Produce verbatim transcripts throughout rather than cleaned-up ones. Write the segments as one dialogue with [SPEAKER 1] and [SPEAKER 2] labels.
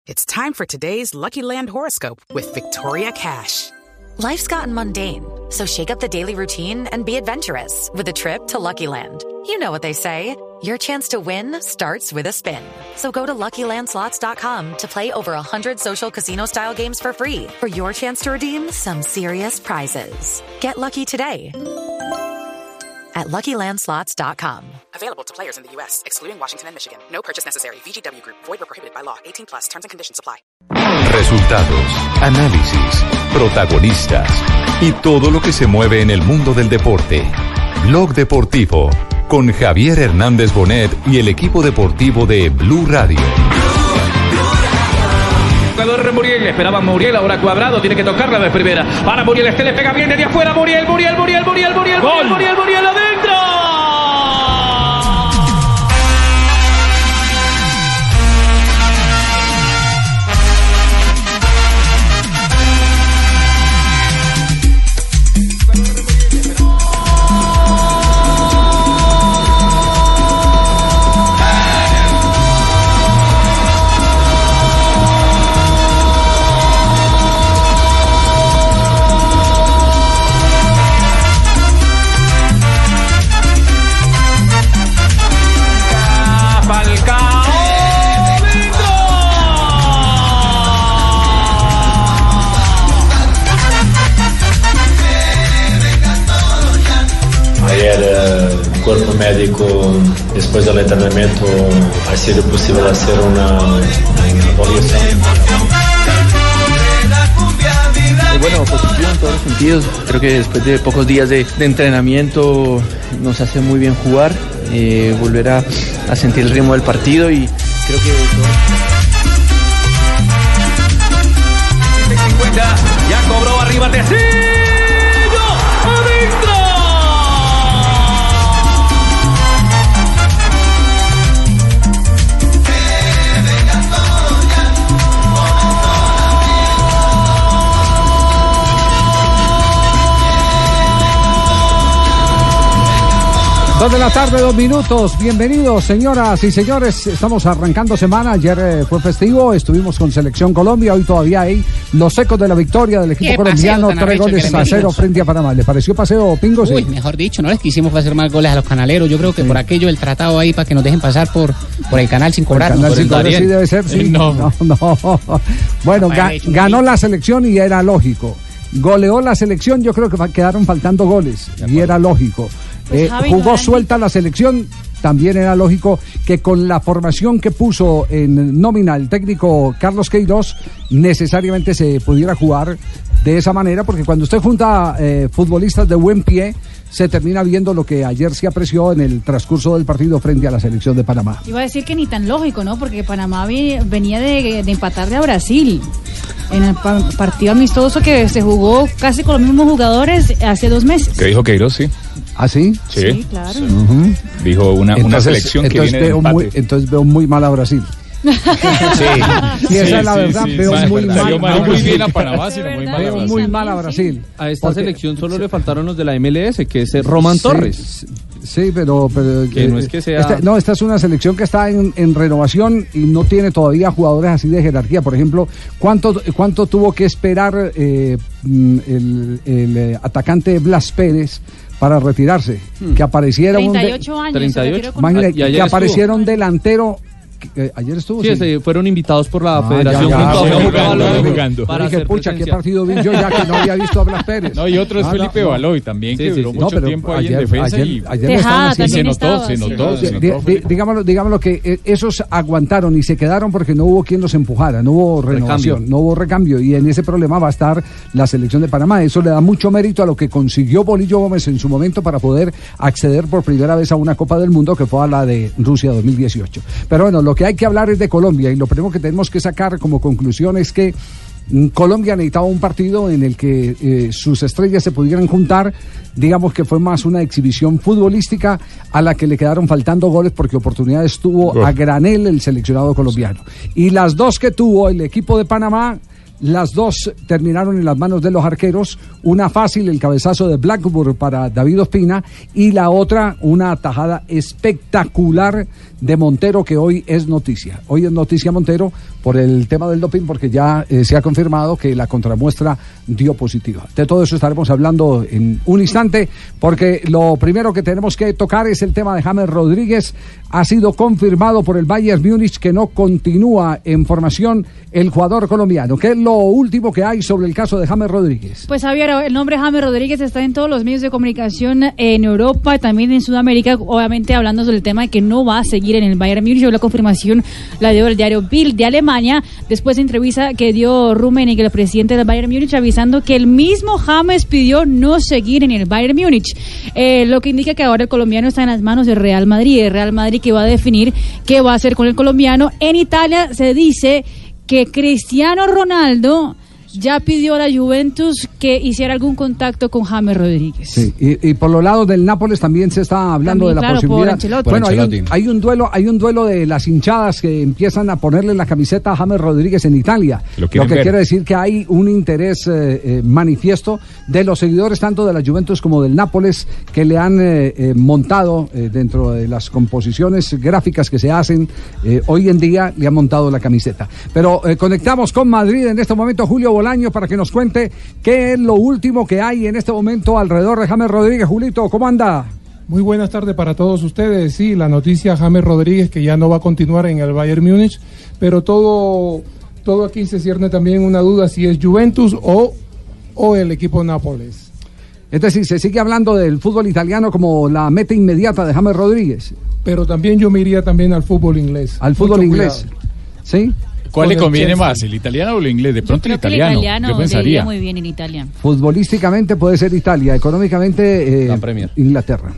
[SPEAKER 1] It's time for today's Lucky Land horoscope with Victoria Cash.
[SPEAKER 2] Life's gotten mundane, so shake up the daily routine and be adventurous with a trip to Lucky Land. You know what they say, your chance to win starts with a spin. So go to Lucky Land Slots dot com to play over one hundred social casino-style games for free for your chance to redeem some serious prizes. Get lucky today at Lucky Land Slots dot com.
[SPEAKER 1] Available to players in the U S, excluding Washington and Michigan. No purchase necessary. V G W Group. Void or prohibited by law. eighteen plus. Terms and conditions apply.
[SPEAKER 3] Resultados, análisis, protagonistas y todo lo que se mueve en el mundo del deporte. Blog Deportivo con Javier Hernández Bonet y el equipo deportivo de Blue Radio.
[SPEAKER 4] Jugador Muriel, esperaba Muriel, ahora Cuadrado, tiene que tocarla de primera. Para Muriel, este le pega bien desde afuera. Muriel, Muriel, Muriel, Muriel, Muriel, Muriel, Muriel, Muriel, adentro.
[SPEAKER 5] Cuerpo médico, después del entrenamiento, ha sido posible hacer una evaluación.
[SPEAKER 6] Eh, bueno, positivo en todos los sentidos. Creo que después de pocos días de, de entrenamiento nos hace muy bien jugar, eh, volver a, a sentir el ritmo del partido y creo que...
[SPEAKER 4] Ya cobró arriba Tecillo, adentro.
[SPEAKER 7] Dos de la tarde, dos minutos. Bienvenidos, señoras y señores. Estamos arrancando semana. Ayer eh, fue festivo. Estuvimos con Selección Colombia. Hoy todavía hay los ecos de la victoria del equipo colombiano. Tres goles a cero frente a Panamá. ¿Le pareció paseo, Pingo?
[SPEAKER 8] Uy,
[SPEAKER 7] sí.
[SPEAKER 8] Mejor dicho, no les quisimos hacer más goles a los canaleros. Yo creo que sí. Por aquello el tratado ahí para que nos dejen pasar por, por el canal sin cobrar.
[SPEAKER 7] El canal sin cobrar, sí debe ser, sí. No, no. no. Bueno, ga ganó la selección y era lógico. Goleó la selección, yo creo que quedaron faltando goles y era lógico. Pues eh, jugó no suelta la selección, también era lógico que con la formación que puso en nómina el técnico Carlos Queiroz necesariamente se pudiera jugar de esa manera, porque cuando usted junta eh, futbolistas de buen pie se termina viendo lo que ayer se apreció en el transcurso del partido frente a la selección de Panamá.
[SPEAKER 9] Iba a decir que ni tan lógico, ¿no? Porque Panamá venía de, de empatarle a Brasil en el partido amistoso que se jugó casi con los mismos jugadores hace dos meses.
[SPEAKER 10] ¿Qué dijo Queiroz? Sí.
[SPEAKER 7] ¿Ah, sí?
[SPEAKER 10] Sí,
[SPEAKER 9] sí claro.
[SPEAKER 10] Sí. Uh-huh. Dijo una, entonces, una selección que viene de empate.
[SPEAKER 7] Muy, entonces veo muy mal a Brasil.
[SPEAKER 10] Sí,
[SPEAKER 7] y esa sí, es la verdad,
[SPEAKER 10] sí,
[SPEAKER 7] veo
[SPEAKER 10] sí,
[SPEAKER 7] muy
[SPEAKER 10] sí,
[SPEAKER 7] mal.
[SPEAKER 10] No muy bien a Panamá, sino muy mal a
[SPEAKER 7] Veo
[SPEAKER 10] Brasil.
[SPEAKER 7] muy mal a Brasil.
[SPEAKER 6] A esta
[SPEAKER 7] porque,
[SPEAKER 6] selección solo le faltaron los de la M L S, que es Román
[SPEAKER 7] sí,
[SPEAKER 6] Torres.
[SPEAKER 7] Sí, pero... pero
[SPEAKER 6] que eh, no es que sea...
[SPEAKER 7] Esta, no, esta es una selección que está en, en renovación y no tiene todavía jugadores así de jerarquía. Por ejemplo, ¿cuánto, cuánto tuvo que esperar eh, el, el eh, atacante Blas Pérez para retirarse? Hmm. Que apareciera
[SPEAKER 9] treinta y ocho
[SPEAKER 7] un...
[SPEAKER 9] años.
[SPEAKER 7] treinta y ocho. Imagínate, que estuvo. Apareciera un delantero... Eh, ayer estuvo.
[SPEAKER 6] Sí, sí, fueron invitados por la ah, federación.
[SPEAKER 7] Ya, ya,
[SPEAKER 6] junto
[SPEAKER 7] ya,
[SPEAKER 6] a
[SPEAKER 10] jugando, jugando.
[SPEAKER 7] Para dije, pucha, ¿qué partido vi yo ya que no había visto a Blas Pérez?
[SPEAKER 10] No, y otro es
[SPEAKER 7] ah,
[SPEAKER 10] Felipe
[SPEAKER 7] no,
[SPEAKER 10] Baloy también, sí, que duró
[SPEAKER 7] sí,
[SPEAKER 10] mucho
[SPEAKER 7] no,
[SPEAKER 10] tiempo
[SPEAKER 7] ayer,
[SPEAKER 10] ahí en defensa.
[SPEAKER 7] Ayer,
[SPEAKER 10] y
[SPEAKER 7] ayer
[SPEAKER 9] Tejada,
[SPEAKER 10] se, se notó,
[SPEAKER 9] estaba,
[SPEAKER 10] se notó,
[SPEAKER 9] sí.
[SPEAKER 10] se notó.
[SPEAKER 7] D d digámoslo, digámoslo que eh, esos aguantaron y se quedaron porque no hubo quien los empujara, no hubo renovación, recambio. no hubo recambio. Y en ese problema va a estar la selección de Panamá. Eso le da mucho mérito a lo que consiguió Bolillo Gómez en su momento para poder acceder por primera vez a una Copa del Mundo, que fue a la de Rusia dos mil dieciocho. Pero bueno, lo que hay que hablar es de Colombia, y lo primero que tenemos que sacar como conclusión es que Colombia necesitaba un partido en el que eh, sus estrellas se pudieran juntar. Digamos que fue más una exhibición futbolística a la que le quedaron faltando goles, porque oportunidades tuvo oh. a granel el seleccionado colombiano. Y las dos que tuvo el equipo de Panamá, las dos terminaron en las manos de los arqueros. Una fácil, el cabezazo de Blackburn para David Ospina, y la otra, una atajada espectacular de Montero, que hoy es noticia. Hoy es noticia Montero por el tema del doping, porque ya eh, se ha confirmado que la contramuestra dio positiva. De todo eso estaremos hablando en un instante, porque lo primero que tenemos que tocar es el tema de James Rodríguez. Ha sido confirmado por el Bayern Múnich que no continúa en formación el jugador colombiano. ¿Qué es lo último que hay sobre el caso de James Rodríguez?
[SPEAKER 9] Pues Javier, el nombre James Rodríguez está en todos los medios de comunicación en Europa, también en Sudamérica, obviamente hablando sobre el tema de que no va a seguir en el Bayern Múnich. La confirmación la dio el diario Bild de Alemania, después de entrevista que dio Rummenigge, el presidente del Bayern Múnich, avisando que el mismo James pidió no seguir en el Bayern Múnich, eh, lo que indica que ahora el colombiano está en las manos del Real Madrid, el Real Madrid que va a definir qué va a hacer con el colombiano. En Italia se dice que Cristiano Ronaldo ya pidió a la Juventus que hiciera algún contacto con James Rodríguez.
[SPEAKER 7] Sí, y, y por los lados del Nápoles también se está hablando también, de la
[SPEAKER 9] claro,
[SPEAKER 7] posibilidad.
[SPEAKER 9] Por Ancelotti.
[SPEAKER 7] Bueno,
[SPEAKER 9] por
[SPEAKER 7] hay un, hay un duelo, hay un duelo de las hinchadas que empiezan a ponerle la camiseta a James Rodríguez en Italia. Lo, lo que ver. quiere decir que hay un interés eh, eh, manifiesto de los seguidores tanto de la Juventus como del Nápoles, que le han eh, eh, montado eh, dentro de las composiciones gráficas que se hacen eh, hoy en día, le han montado la camiseta. Pero eh, conectamos con Madrid en este momento, Julio Bolaño, para que nos cuente qué es lo último que hay en este momento alrededor de James Rodríguez. Julito, ¿cómo anda?
[SPEAKER 11] Muy buenas tardes para todos ustedes. Sí, la noticia James Rodríguez que ya no va a continuar en el Bayern Múnich, pero todo, todo aquí se cierne también una duda si es Juventus o, o el equipo Nápoles.
[SPEAKER 7] Es decir, se sigue hablando del fútbol italiano como la meta inmediata de James Rodríguez.
[SPEAKER 11] Pero también yo me iría también al fútbol inglés.
[SPEAKER 7] Al fútbol Mucho inglés, cuidado. ¿Sí?
[SPEAKER 10] ¿Cuál le conviene más, el italiano o el inglés? De pronto el italiano,
[SPEAKER 9] el italiano
[SPEAKER 10] yo pensaría.
[SPEAKER 9] muy bien en Italia.
[SPEAKER 7] Futbolísticamente puede ser Italia, económicamente eh, Inglaterra.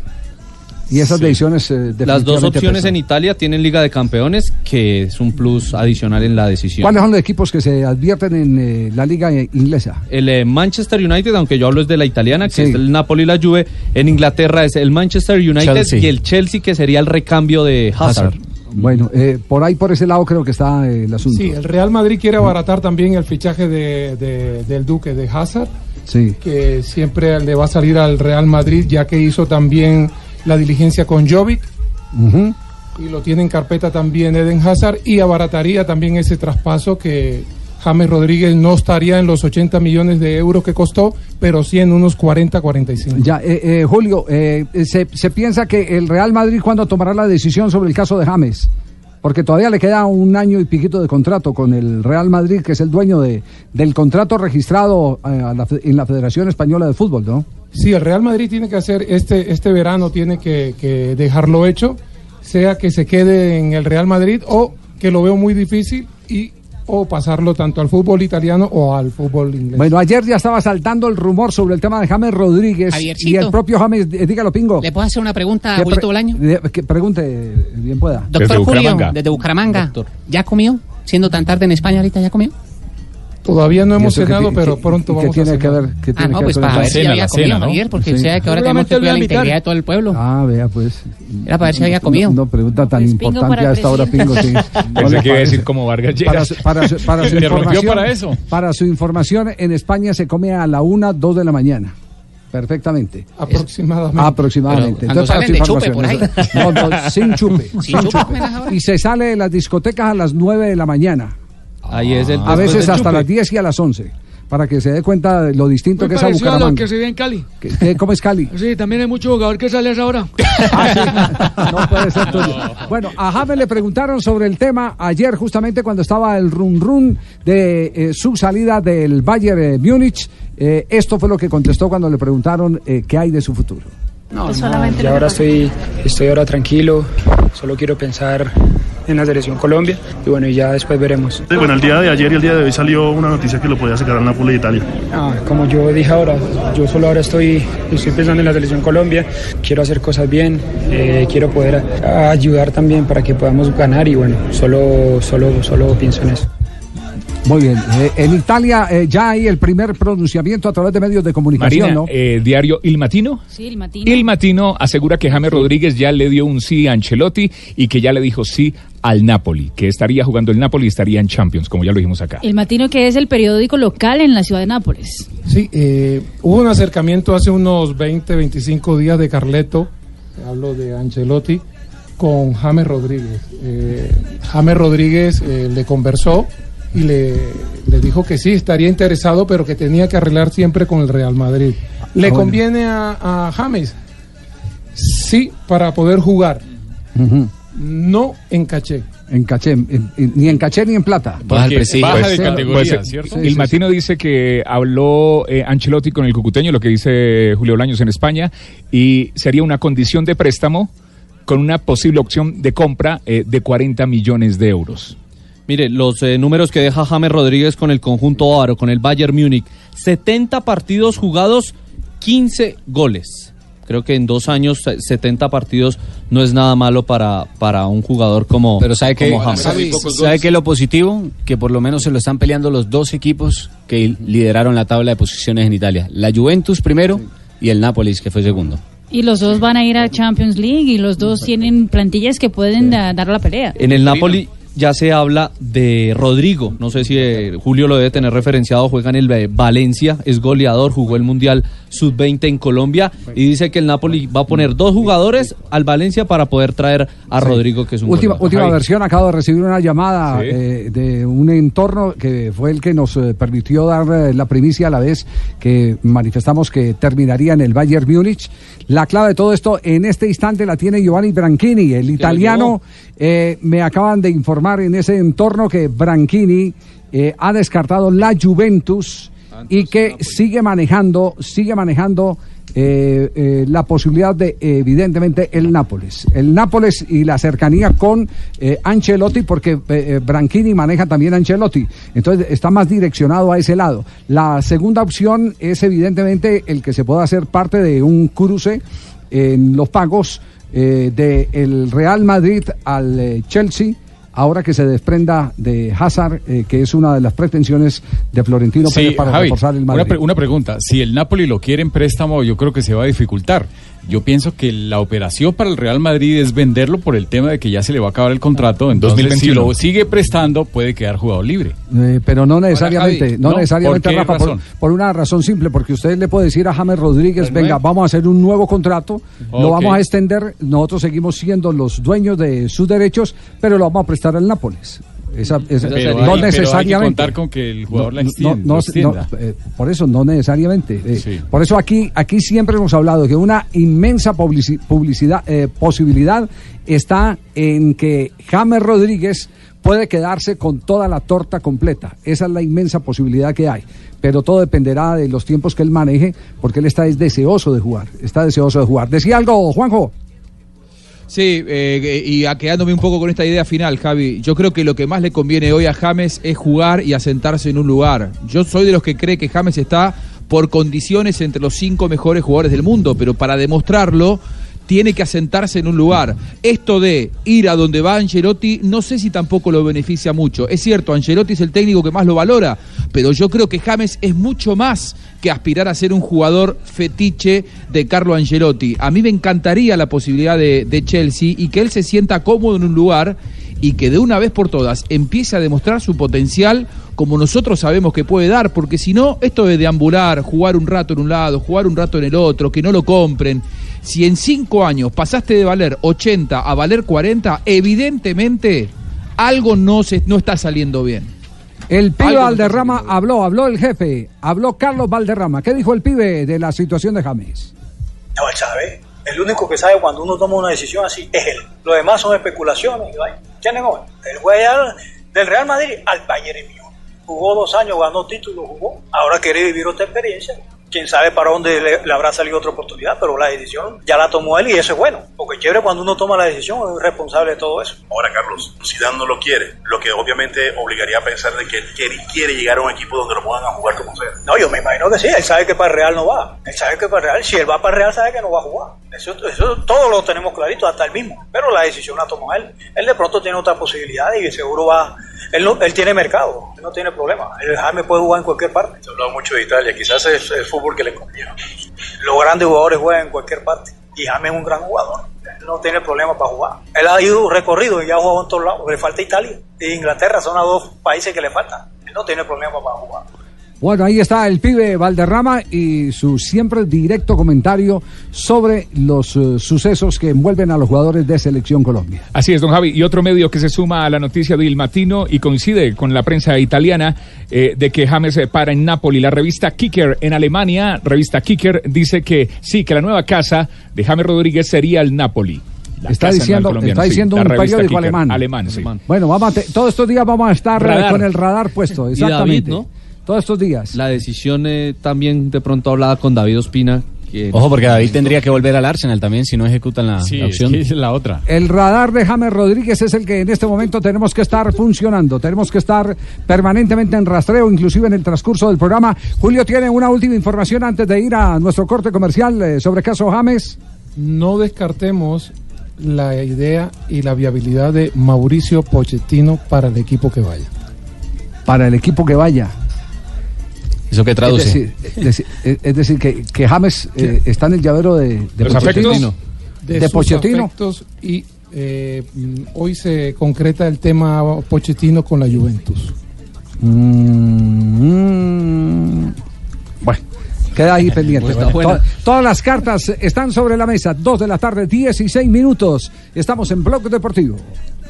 [SPEAKER 7] Y esas sí. decisiones eh,
[SPEAKER 12] Las dos opciones pesan. En Italia tienen Liga de Campeones, que es un plus adicional en la decisión.
[SPEAKER 7] ¿Cuáles son los equipos que se advierten en eh, la Liga inglesa?
[SPEAKER 12] El eh, Manchester United, aunque yo hablo es de la italiana, que sí. es el Napoli y la Juve. En Inglaterra es el Manchester United Chelsea. Y el Chelsea, que sería el recambio de Hazard. Hazard.
[SPEAKER 7] Bueno, eh, por ahí, por ese lado creo que está eh, el asunto.
[SPEAKER 11] Sí, el Real Madrid quiere abaratar también el fichaje de, de, del Duque de Hazard,
[SPEAKER 7] sí.
[SPEAKER 11] que siempre le va a salir al Real Madrid, ya que hizo también la diligencia con Jovic,
[SPEAKER 7] uh-huh.
[SPEAKER 11] y lo tiene en carpeta también Eden Hazard, y abarataría también ese traspaso que James Rodríguez no estaría en los ochenta millones de euros que costó, pero sí en unos cuarenta, cuarenta y cinco.
[SPEAKER 7] Ya, eh, eh, Julio, eh, se, se piensa que el Real Madrid, ¿cuándo tomará la decisión sobre el caso de James? Porque todavía le queda un año y piquito de contrato con el Real Madrid, que es el dueño de, del contrato registrado eh, a la, en la Federación Española de Fútbol, ¿no?
[SPEAKER 11] Sí, el Real Madrid tiene que hacer, este, este verano tiene que, que dejarlo hecho, sea que se quede en el Real Madrid o que lo veo muy difícil y o pasarlo tanto al fútbol italiano o al fútbol inglés.
[SPEAKER 7] Bueno, ayer ya estaba saltando el rumor sobre el tema de James Rodríguez.
[SPEAKER 8] Javiercito.
[SPEAKER 7] Y el propio James, dígalo, Pingo.
[SPEAKER 8] ¿Le puedo hacer una pregunta a Julito Bolaño?
[SPEAKER 7] Que pregunte, bien pueda.
[SPEAKER 8] Doctor desde Julio, desde Bucaramanga, Doctor. ¿Ya comió? Siendo tan tarde en España ahorita, ¿ya comió?
[SPEAKER 11] Todavía no hemos cenado, pero que, pronto vamos
[SPEAKER 7] tiene
[SPEAKER 11] a
[SPEAKER 7] que ver, ¿qué
[SPEAKER 8] Ah,
[SPEAKER 7] tiene
[SPEAKER 8] no,
[SPEAKER 7] que
[SPEAKER 8] pues
[SPEAKER 7] ver
[SPEAKER 8] para ver si
[SPEAKER 10] cena,
[SPEAKER 8] había comido,
[SPEAKER 10] cena, ¿no?
[SPEAKER 8] Javier, porque
[SPEAKER 7] Sí.
[SPEAKER 8] usted que ahora tenemos que cuidar la integridad de todo el pueblo.
[SPEAKER 7] Ah, vea, pues.
[SPEAKER 8] Era para ver si había comido.
[SPEAKER 7] No, no pregunta tan
[SPEAKER 9] Pues,
[SPEAKER 7] importante a esta hora, Pingo. Sí.
[SPEAKER 10] Pensé que iba a decir como Vargas Lleras.
[SPEAKER 7] Para, su, para, su, para, su información,
[SPEAKER 10] para, eso.
[SPEAKER 7] para su información, en España se come a la una, dos de la mañana. Perfectamente.
[SPEAKER 11] Aproximadamente.
[SPEAKER 7] Aproximadamente.
[SPEAKER 8] Pero
[SPEAKER 7] Entonces,
[SPEAKER 8] salen de chupe por ahí.
[SPEAKER 7] No, no, sin chupe.
[SPEAKER 8] Sin
[SPEAKER 7] sin
[SPEAKER 8] chupe.
[SPEAKER 7] chupe. Y se sale de las discotecas a las nueve de la mañana.
[SPEAKER 12] Ahí es el
[SPEAKER 7] A veces hasta las diez y a las once. Para que se dé cuenta de lo distinto
[SPEAKER 13] Muy
[SPEAKER 7] que es a Bucaramanga.
[SPEAKER 13] a lo que se ve en Cali.
[SPEAKER 7] ¿Qué, qué, ¿Cómo es Cali?
[SPEAKER 13] Sí, también hay mucho jugador que sale a esa hora.
[SPEAKER 7] Ah, sí. No puede ser tuyo. Bueno, a James le preguntaron sobre el tema ayer, justamente cuando estaba el run run de eh, su salida del Bayern eh, Múnich. Eh, esto fue lo que contestó cuando le preguntaron eh, qué hay de su futuro.
[SPEAKER 14] No, pues no, ya ahora estoy, estoy ahora tranquilo, solo quiero pensar en la selección Colombia y bueno, y ya después veremos.
[SPEAKER 15] Bueno, el día de ayer y el día de hoy salió una noticia que lo podía sacar al Napoli de Italia.
[SPEAKER 14] Ah, como yo dije ahora, yo solo ahora estoy, estoy pensando en la selección Colombia, quiero hacer cosas bien, eh, quiero poder a, a ayudar también para que podamos ganar y bueno, solo, solo, solo pienso en eso.
[SPEAKER 7] Muy bien. Eh, en Italia eh, ya hay el primer pronunciamiento a través de medios de comunicación,
[SPEAKER 10] Marina,
[SPEAKER 7] ¿no?
[SPEAKER 10] Eh, diario Il Matino.
[SPEAKER 9] Sí, Il Matino.
[SPEAKER 10] Il Matino asegura que James Rodríguez ya le dio un sí a Ancelotti y que ya le dijo sí al Napoli, que estaría jugando el Napoli y estaría en Champions, como ya lo dijimos acá.
[SPEAKER 9] El Matino, que es el periódico local en la ciudad de Nápoles.
[SPEAKER 11] Sí, eh, hubo un acercamiento hace unos veinte, veinticinco días de Carleto, hablo de Ancelotti, con James Rodríguez. Eh, James Rodríguez eh, le conversó y le, le dijo que sí, estaría interesado, pero que tenía que arreglar siempre con el Real Madrid. ¿Le ah, bueno. conviene a, a James? Sí, para poder jugar. Uh-huh. No en caché.
[SPEAKER 7] En caché, en, en, ni en caché ni en plata.
[SPEAKER 10] Baja, baja de categoría, pues, ¿cierto? Sí, el sí, Matino sí. dice que habló eh, Ancelotti con el cucuteño, lo que dice Julio Bolaños en España, y sería una condición de préstamo con una posible opción de compra eh, de cuarenta millones de euros.
[SPEAKER 12] Mire, los eh, números que deja James Rodríguez con el conjunto ávaro, con el Bayern Múnich, setenta partidos jugados, quince goles. Creo que en dos años, setenta partidos no es nada malo para, para un jugador como
[SPEAKER 16] Pero ¿sabe que
[SPEAKER 12] James.
[SPEAKER 16] ¿Sabe, ¿sabe que lo positivo? Que por lo menos se lo están peleando los dos equipos que lideraron la tabla de posiciones en Italia. La Juventus primero sí. y el Nápoles, que fue segundo.
[SPEAKER 9] Y los dos van a ir a Champions League y los dos tienen plantillas que pueden sí. da, dar la pelea.
[SPEAKER 12] En el Napoli ya se habla de Rodrigo, no sé si eh, Julio lo debe tener referenciado, juega en el eh, Valencia, es goleador, jugó el Mundial sub veinte en Colombia y dice que el Napoli va a poner dos jugadores al Valencia para poder traer a sí. Rodrigo, que es un
[SPEAKER 7] Última, última versión, acabo de recibir una llamada sí. eh, de un entorno que fue el que nos eh, permitió dar eh, la primicia a la vez que manifestamos que terminaría en el Bayern Múnich. La clave de todo esto en este instante la tiene Giovanni Branchini, el italiano. Eh, me acaban de informar en ese entorno que Branchini eh, ha descartado la Juventus y que sigue manejando, sigue manejando eh, eh, la posibilidad de, eh, evidentemente, el Nápoles. El Nápoles y la cercanía con eh, Ancelotti, porque eh, Branchini maneja también a Ancelotti. Entonces está más direccionado a ese lado. La segunda opción es, evidentemente, el que se pueda hacer parte de un cruce en los pagos eh, del Real Madrid al eh, Chelsea, ahora que se desprenda de Hazard, eh, que es una de las pretensiones de Florentino Pérez sí, para Javi, reforzar el Madrid.
[SPEAKER 17] Una, pre- una pregunta, si el Napoli lo quiere en préstamo, yo creo que se va a dificultar. Yo pienso que la operación para el Real Madrid es venderlo por el tema de que ya se le va a acabar el contrato, entonces dos mil veintiuno. Si lo sigue prestando puede quedar jugador libre.
[SPEAKER 7] Eh, pero no necesariamente, Javi, no, no necesariamente,
[SPEAKER 17] ¿por
[SPEAKER 7] Rafa, por, por una razón simple, porque usted le puede decir a James Rodríguez, venga, vamos a hacer un nuevo contrato, okay. lo vamos a extender, nosotros seguimos siendo los dueños de sus derechos, pero lo vamos a prestar al Nápoles. Esa, esa,
[SPEAKER 17] pero,
[SPEAKER 7] no
[SPEAKER 17] hay,
[SPEAKER 7] necesariamente.
[SPEAKER 17] Pero hay que contar con que el jugador
[SPEAKER 7] no,
[SPEAKER 17] la extienda.
[SPEAKER 7] No, no,
[SPEAKER 17] extienda.
[SPEAKER 7] no, eh, por eso, no necesariamente. Eh,
[SPEAKER 17] sí.
[SPEAKER 7] Por eso aquí, aquí siempre hemos hablado que una inmensa publici- publicidad, eh, posibilidad está en que James Rodríguez puede quedarse con toda la torta completa. Esa es la inmensa posibilidad que hay. Pero todo dependerá de los tiempos que él maneje, porque él está es deseoso de jugar. Está deseoso de jugar. ¿Decía algo, Juanjo?
[SPEAKER 18] Sí, eh, y a, quedándome un poco con esta idea final, Javi, yo creo que lo que más le conviene hoy a James es jugar y asentarse en un lugar. Yo soy de los que cree que James está por condiciones entre los cinco mejores jugadores del mundo, pero para demostrarlo tiene que asentarse en un lugar. Esto de ir a donde va Ancelotti, no sé si tampoco lo beneficia mucho. Es cierto, Ancelotti es el técnico que más lo valora, pero yo creo que James es mucho más que aspirar a ser un jugador fetiche de Carlo Ancelotti. A mí me encantaría la posibilidad de, de Chelsea y que él se sienta cómodo en un lugar y que de una vez por todas empiece a demostrar su potencial como nosotros sabemos que puede dar, porque si no, esto de deambular, jugar un rato en un lado, jugar un rato en el otro, que no lo compren. Si en cinco años pasaste de valer ochenta a valer cuarenta, evidentemente algo no, se, no está saliendo bien.
[SPEAKER 7] El pibe algo Valderrama no habló, habló el jefe, habló Carlos Valderrama. ¿Qué dijo el pibe de la situación de James?
[SPEAKER 19] No, él sabe. El único que sabe cuando uno toma una decisión así es él. Los demás son especulaciones. ¿Qué negocio? Él fue allá del Real Madrid al Bayern Múnich. Jugó dos años, ganó título, jugó. Ahora quiere vivir otra experiencia. Quién sabe para dónde le, le habrá salido otra oportunidad, pero la decisión ya la tomó él y eso es bueno. Porque chévere cuando uno toma la decisión, es responsable de todo eso.
[SPEAKER 20] Ahora, Carlos, Zidane no lo quiere, lo que obviamente obligaría a pensar de que él quiere, quiere llegar a un equipo donde lo pongan a jugar como sea.
[SPEAKER 19] No, yo me imagino que sí, él sabe que para el Real no va. Él sabe que para el Real, si él va para el Real, sabe que no va a jugar. Eso, eso todo lo tenemos clarito, hasta el mismo. Pero la decisión la tomó él. Él de pronto tiene otra posibilidad y seguro va... Él, no, él tiene mercado, él no tiene problema. El James puede jugar en cualquier parte.
[SPEAKER 20] Se ha hablado mucho de Italia, quizás es el fútbol que le conviene.
[SPEAKER 19] Los grandes jugadores juegan en cualquier parte. Y James es un gran jugador. Él no tiene problema para jugar. Él ha ido recorrido y ya ha jugado en todos lados. Le falta Italia e Inglaterra, son los dos países que le faltan. Él no tiene problema para jugar.
[SPEAKER 7] Bueno, ahí está el pibe Valderrama y su siempre directo comentario sobre los uh, sucesos que envuelven a los jugadores de Selección Colombia.
[SPEAKER 10] Así es, don Javi. Y otro medio que se suma a la noticia de Il Mattino y coincide con la prensa italiana eh, de que James eh, para en Napoli. La revista Kicker en Alemania, revista Kicker, dice que sí, que la nueva casa de James Rodríguez sería el Napoli. La
[SPEAKER 7] está diciendo, está diciendo sí, un periódico Kicker, alemán.
[SPEAKER 10] Alemán, sí.
[SPEAKER 7] Bueno, vamos a te, todos estos días vamos a estar radar. con el radar puesto, exactamente.
[SPEAKER 12] Y David, ¿no?
[SPEAKER 7] Todos estos días.
[SPEAKER 12] La decisión eh, también de pronto hablada con David Ospina. Que
[SPEAKER 16] Ojo, porque David tendría que volver al Arsenal también si no ejecutan la,
[SPEAKER 17] sí,
[SPEAKER 16] la opción.
[SPEAKER 17] Es, que es la otra.
[SPEAKER 7] El radar de James Rodríguez es el que en este momento tenemos que estar funcionando. Tenemos que estar permanentemente en rastreo, inclusive en el transcurso del programa. Julio tiene una última información antes de ir a nuestro corte comercial eh, sobre caso James.
[SPEAKER 11] No descartemos la idea y la viabilidad de Mauricio Pochettino para el equipo que vaya.
[SPEAKER 7] Para el equipo que vaya.
[SPEAKER 16] ¿Eso qué traduce?
[SPEAKER 7] Es decir, es decir, es decir que, que James eh, está en el llavero de, de
[SPEAKER 10] ¿Los
[SPEAKER 7] Pochettino.
[SPEAKER 10] afectos?
[SPEAKER 11] De,
[SPEAKER 7] de
[SPEAKER 11] sus
[SPEAKER 7] Pochettino.
[SPEAKER 11] afectos y eh, hoy se concreta el tema Pochettino con la Juventus.
[SPEAKER 7] Mm, mm, bueno. Queda ahí pendiente.
[SPEAKER 12] Buena, buena.
[SPEAKER 7] To todas las cartas están sobre la mesa. Dos de la tarde, dieciséis minutos. Estamos en Blog Deportivo.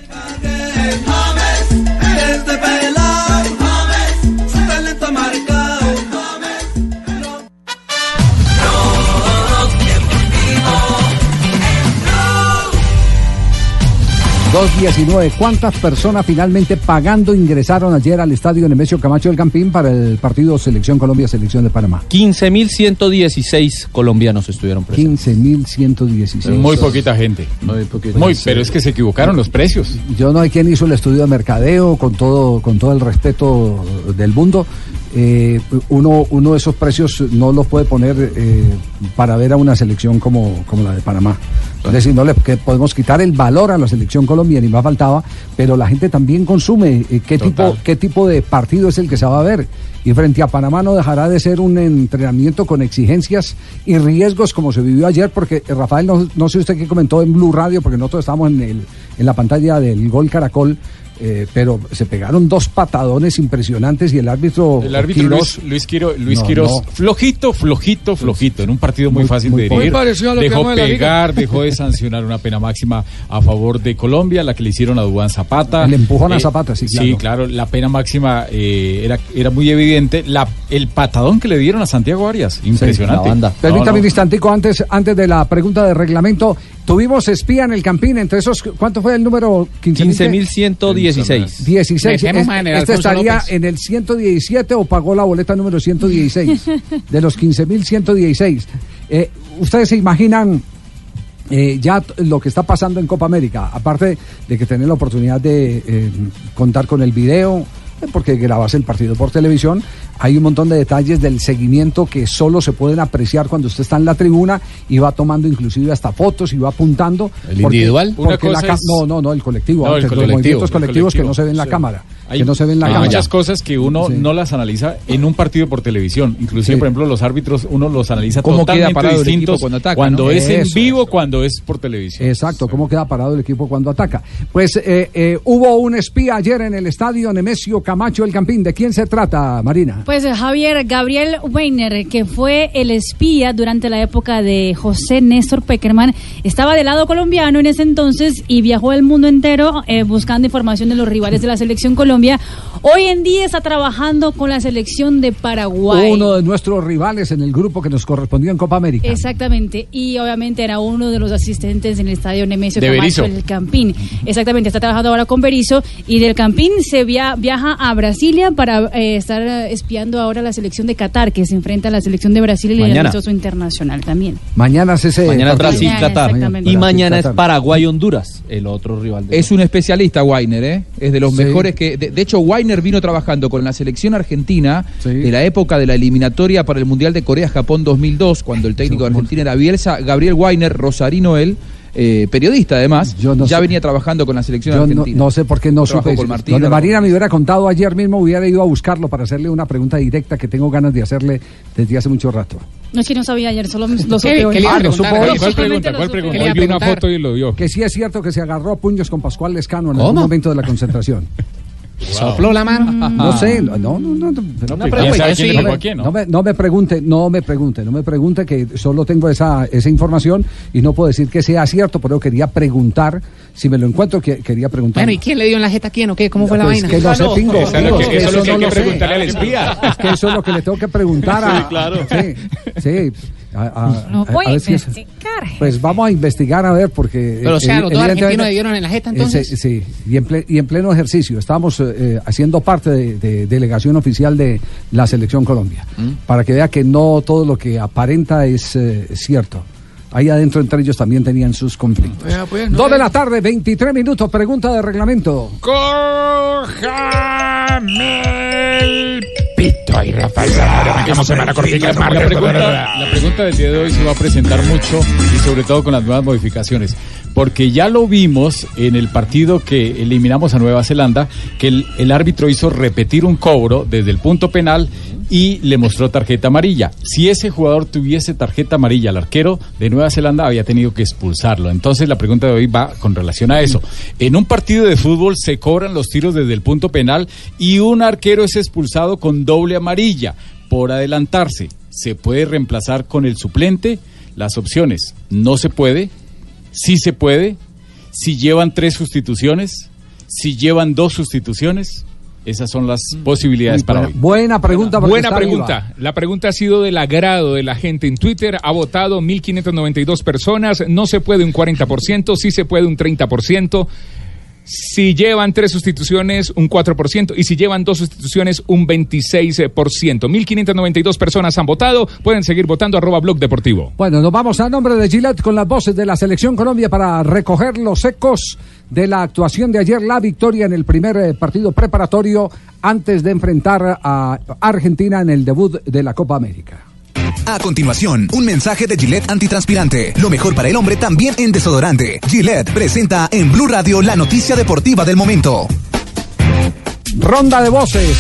[SPEAKER 7] dos diecinueve. ¿Cuántas personas finalmente pagando ingresaron ayer al estadio Nemesio Camacho del Campín para el partido Selección Colombia, Selección de Panamá?
[SPEAKER 12] quince mil ciento dieciséis colombianos estuvieron presentes.
[SPEAKER 7] quince mil ciento dieciséis.
[SPEAKER 17] Muy poquita gente.
[SPEAKER 12] Muy poquita
[SPEAKER 17] Muy,
[SPEAKER 12] gente.
[SPEAKER 17] pero es que se equivocaron los precios.
[SPEAKER 7] Yo no hay quien hizo el estudio de mercadeo con todo, con todo el respeto del mundo. Eh, uno, uno de esos precios no los puede poner eh, para ver a una selección como, como la de Panamá. Es decir, no le que podemos quitar el valor a la selección Colombia, ni más faltaba, pero la gente también consume eh, qué tipo, qué tipo de partido es el que se va a ver. Y frente a Panamá no dejará de ser un entrenamiento con exigencias y riesgos como se vivió ayer, porque eh, Rafael, no, no sé usted qué comentó en Blue Radio, porque nosotros estamos en, el, en la pantalla del Gol Caracol. Eh, pero se pegaron dos patadones impresionantes y el árbitro
[SPEAKER 17] el árbitro
[SPEAKER 7] Quirós,
[SPEAKER 17] Luis, Luis, Quiro, Luis
[SPEAKER 7] no,
[SPEAKER 17] Quirós
[SPEAKER 7] no.
[SPEAKER 17] flojito, flojito, flojito en un partido muy, muy fácil muy de
[SPEAKER 13] muy
[SPEAKER 17] digerir, dejó
[SPEAKER 13] de
[SPEAKER 17] pegar, dejó de sancionar una pena máxima a favor de Colombia, la que le hicieron a Duván Zapata,
[SPEAKER 7] el empujón
[SPEAKER 17] eh,
[SPEAKER 7] a Zapata, sí, claro.
[SPEAKER 17] Sí, claro, la pena máxima eh, era, era muy evidente, la, el patadón que le dieron a Santiago Arias, impresionante.
[SPEAKER 7] Sí,
[SPEAKER 17] no,
[SPEAKER 7] permítame
[SPEAKER 17] no.
[SPEAKER 7] un instantico antes, antes de la pregunta de reglamento. Tuvimos espía en el Campín, entre esos, ¿cuánto fue el número?
[SPEAKER 12] quince mil ciento dieciséis.
[SPEAKER 7] dieciséis. Es,
[SPEAKER 8] general
[SPEAKER 7] este
[SPEAKER 8] Alfonso
[SPEAKER 7] estaría
[SPEAKER 8] López.
[SPEAKER 7] en el ciento diecisiete o pagó la boleta número ciento dieciséis. De los quince mil ciento dieciséis. Eh, ¿Ustedes se imaginan eh, ya lo que está pasando en Copa América? Aparte de que tener la oportunidad de eh, contar con el video, eh, porque grabas el partido por televisión, hay un montón de detalles del seguimiento que solo se pueden apreciar cuando usted está en la tribuna y va tomando inclusive hasta fotos y va apuntando.
[SPEAKER 16] ¿El
[SPEAKER 7] porque,
[SPEAKER 16] individual?
[SPEAKER 7] Porque
[SPEAKER 17] Una
[SPEAKER 7] la
[SPEAKER 17] cosa es...
[SPEAKER 7] No, no, no, el colectivo.
[SPEAKER 17] No, el
[SPEAKER 7] los
[SPEAKER 17] colectivo,
[SPEAKER 7] movimientos
[SPEAKER 17] el
[SPEAKER 7] colectivos
[SPEAKER 17] colectivo.
[SPEAKER 7] que no se ven en la
[SPEAKER 17] Sí.
[SPEAKER 7] cámara.
[SPEAKER 17] Hay,
[SPEAKER 7] que no se ven en la
[SPEAKER 17] hay
[SPEAKER 7] cámara.
[SPEAKER 17] muchas cosas que uno
[SPEAKER 7] Sí.
[SPEAKER 17] no las analiza en un partido por televisión. Inclusive,
[SPEAKER 7] Sí.
[SPEAKER 17] por ejemplo, los árbitros uno los analiza
[SPEAKER 18] ¿Cómo
[SPEAKER 17] totalmente
[SPEAKER 18] queda parado el
[SPEAKER 17] distintos
[SPEAKER 18] equipo cuando ataca,
[SPEAKER 17] cuando
[SPEAKER 18] ¿no?
[SPEAKER 17] es en
[SPEAKER 7] Eso,
[SPEAKER 17] vivo,
[SPEAKER 7] eso.
[SPEAKER 17] cuando es por televisión.
[SPEAKER 7] Exacto, cómo queda parado el equipo cuando ataca. Pues eh, eh, hubo un espía ayer en el estadio Nemesio Camacho El Campín. ¿De quién se trata, Marina?
[SPEAKER 9] Pues eh, Javier Gabriel Weiner, que fue el espía durante la época de José Néstor Peckerman, estaba del lado colombiano en ese entonces y viajó el mundo entero eh, buscando información de los rivales de la selección Colombia. Hoy en día está trabajando con la selección de Paraguay.
[SPEAKER 7] Uno de nuestros rivales en el grupo que nos correspondió en Copa América.
[SPEAKER 9] Exactamente, y obviamente era uno de los asistentes en el estadio Nemesio
[SPEAKER 17] De
[SPEAKER 9] Camacho
[SPEAKER 17] Berizzo.
[SPEAKER 9] del Campín. Exactamente, está trabajando ahora con Berizzo y del Campín se via viaja a Brasilia para eh, estar eh, espiando ahora la selección de Qatar, que se enfrenta a la selección de Brasil y el
[SPEAKER 12] Mañana.
[SPEAKER 9] amistoso internacional también.
[SPEAKER 7] Mañana es ese.
[SPEAKER 12] Mañana es
[SPEAKER 7] partido.
[SPEAKER 12] Brasil,
[SPEAKER 9] Mañana,
[SPEAKER 12] Qatar.
[SPEAKER 9] exactamente.
[SPEAKER 12] Y
[SPEAKER 7] Brasil,
[SPEAKER 12] mañana es
[SPEAKER 7] Qatar.
[SPEAKER 12] Paraguay-Honduras, el otro rival. De
[SPEAKER 18] Es un especialista Weiner, ¿eh? Es de los
[SPEAKER 7] Sí.
[SPEAKER 18] mejores que... De, de hecho, Weiner vino trabajando con la selección argentina
[SPEAKER 7] Sí.
[SPEAKER 18] de la época de la eliminatoria para el Mundial de Corea-Japón dos mil dos, cuando el técnico de Argentina era Bielsa. Gabriel Weiner, rosarino él, eh, periodista además,
[SPEAKER 7] Yo no
[SPEAKER 18] ya
[SPEAKER 7] sé.
[SPEAKER 18] venía trabajando con la selección
[SPEAKER 7] Yo no,
[SPEAKER 18] argentina.
[SPEAKER 7] no sé por qué no
[SPEAKER 18] Trabajó
[SPEAKER 7] supe.
[SPEAKER 18] con Martino,
[SPEAKER 7] Donde Marina
[SPEAKER 18] trabajó-
[SPEAKER 7] me hubiera contado ayer mismo, hubiera ido a buscarlo para hacerle una pregunta directa que tengo ganas de hacerle desde hace mucho rato.
[SPEAKER 9] No, es que no sabía ayer, solo lo
[SPEAKER 8] ¿Qué-
[SPEAKER 9] supe hoy.
[SPEAKER 8] qué le iba a
[SPEAKER 7] Ah, lo
[SPEAKER 8] preguntar,
[SPEAKER 7] supo hoy.
[SPEAKER 8] Javier?
[SPEAKER 10] ¿Cuál
[SPEAKER 9] Solamente
[SPEAKER 10] pregunta?
[SPEAKER 9] lo
[SPEAKER 10] ¿Cuál
[SPEAKER 9] supe.
[SPEAKER 10] pregunta?
[SPEAKER 8] ¿Qué le iba a
[SPEAKER 10] Hoy vi una
[SPEAKER 8] preguntar?
[SPEAKER 10] foto y lo vio.
[SPEAKER 7] Que sí es cierto que se agarró a puños con Pascual Lescano en
[SPEAKER 8] ¿Cómo?
[SPEAKER 7] algún momento de la concentración.
[SPEAKER 8] ¿Sopló la mano?
[SPEAKER 7] No sé, no, no, no. no,
[SPEAKER 8] no,
[SPEAKER 7] no,
[SPEAKER 8] pero
[SPEAKER 7] pregunte,
[SPEAKER 8] sí,
[SPEAKER 7] no, me, no, me, no me pregunte, no me pregunte, no me pregunte que solo tengo esa, esa información y no puedo decir que sea cierto, pero quería preguntar, si me lo encuentro, que, quería preguntar.
[SPEAKER 8] Bueno, ¿y quién le dio en la jeta a quién o qué? ¿Cómo fue
[SPEAKER 7] pues
[SPEAKER 8] la vaina?
[SPEAKER 7] Que no sé, Pingo.
[SPEAKER 10] Eso es lo que, eso lo que hay que preguntarle al espía.
[SPEAKER 7] Es que eso es lo que le tengo que preguntar a...
[SPEAKER 10] Sí, claro.
[SPEAKER 7] Sí, sí. A, a,
[SPEAKER 9] no voy a, a investigar.
[SPEAKER 7] Si pues vamos a investigar a ver porque...
[SPEAKER 8] Pero o sea, los dos argentinos le dieron en la jeta entonces.
[SPEAKER 7] Ese, sí, y en, ple, y en pleno ejercicio. Estábamos eh, haciendo parte de, de delegación oficial de la Selección Colombia. ¿Mm? Para que vea que no todo lo que aparenta es eh, cierto. Ahí adentro entre ellos también tenían sus conflictos. Pues, pues, no Dos de la tarde, veintitrés minutos, pregunta de reglamento.
[SPEAKER 10] ¡Cójame el pito! Y Rafael Zamora, semana cortica,
[SPEAKER 17] la, la, pregunta, la pregunta del día de hoy se va a presentar mucho y sobre todo con las nuevas modificaciones. Porque ya lo vimos en el partido que eliminamos a Nueva Zelanda, que el, el árbitro hizo repetir un cobro desde el punto penal y le mostró tarjeta amarilla. Si ese jugador tuviese tarjeta amarilla, el arquero de Nueva Zelanda había tenido que expulsarlo. Entonces la pregunta de hoy va con relación a eso. En un partido de fútbol se cobran los tiros desde el punto penal y un arquero es expulsado con doble amarilla por adelantarse. ¿Se puede reemplazar con el suplente? Las opciones: no se puede, sí se puede, si llevan tres sustituciones, si llevan dos sustituciones. Esas son las posibilidades para
[SPEAKER 7] buena,
[SPEAKER 17] hoy.
[SPEAKER 7] Buena pregunta.
[SPEAKER 10] Buena pregunta. Arriba. La pregunta ha sido del agrado de la gente en Twitter. Ha votado mil quinientas noventa y dos personas. No se puede un cuarenta por ciento, sí se puede un treinta por ciento. Si llevan tres sustituciones, un cuatro por ciento. Y si llevan dos sustituciones, un veintiséis por ciento. mil quinientas noventa y dos personas han votado. Pueden seguir votando, arroba Blog Deportivo.
[SPEAKER 7] Bueno, nos vamos a nombre de Gillette con las voces de la Selección Colombia para recoger los ecos de la actuación de ayer, la victoria en el primer eh, partido preparatorio antes de enfrentar a Argentina en el debut de la Copa América.
[SPEAKER 21] A continuación, un mensaje de Gillette antitranspirante. Lo mejor para el hombre también en desodorante. Gillette presenta en Blue Radio la noticia deportiva del momento.
[SPEAKER 7] Ronda de voces.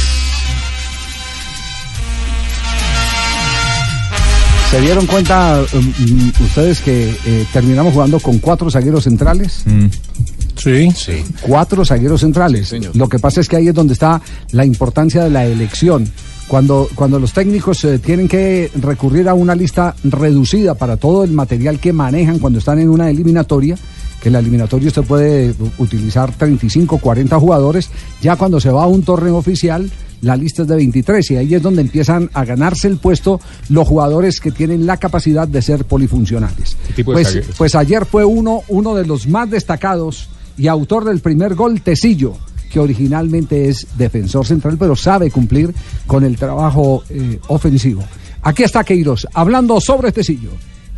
[SPEAKER 7] ¿Se dieron cuenta um, ustedes que eh, terminamos jugando con cuatro zagueros centrales?
[SPEAKER 10] Mm. Sí, sí.
[SPEAKER 7] Cuatro zagueros centrales. Sí, Lo que pasa es que ahí es donde está la importancia de la elección. Cuando, cuando los técnicos eh, tienen que recurrir a una lista reducida para todo el material que manejan cuando están en una eliminatoria, que en la eliminatoria usted puede utilizar treinta y cinco, cuarenta jugadores, ya cuando se va a un torneo oficial, la lista es de veintitrés y ahí es donde empiezan a ganarse el puesto los jugadores que tienen la capacidad de ser polifuncionales. Pues, pues ayer fue uno, uno de los más destacados y autor del primer gol, Tecillo, que originalmente es defensor central, pero sabe cumplir con el trabajo eh, ofensivo. Aquí está Queiroz, hablando sobre Tecillo.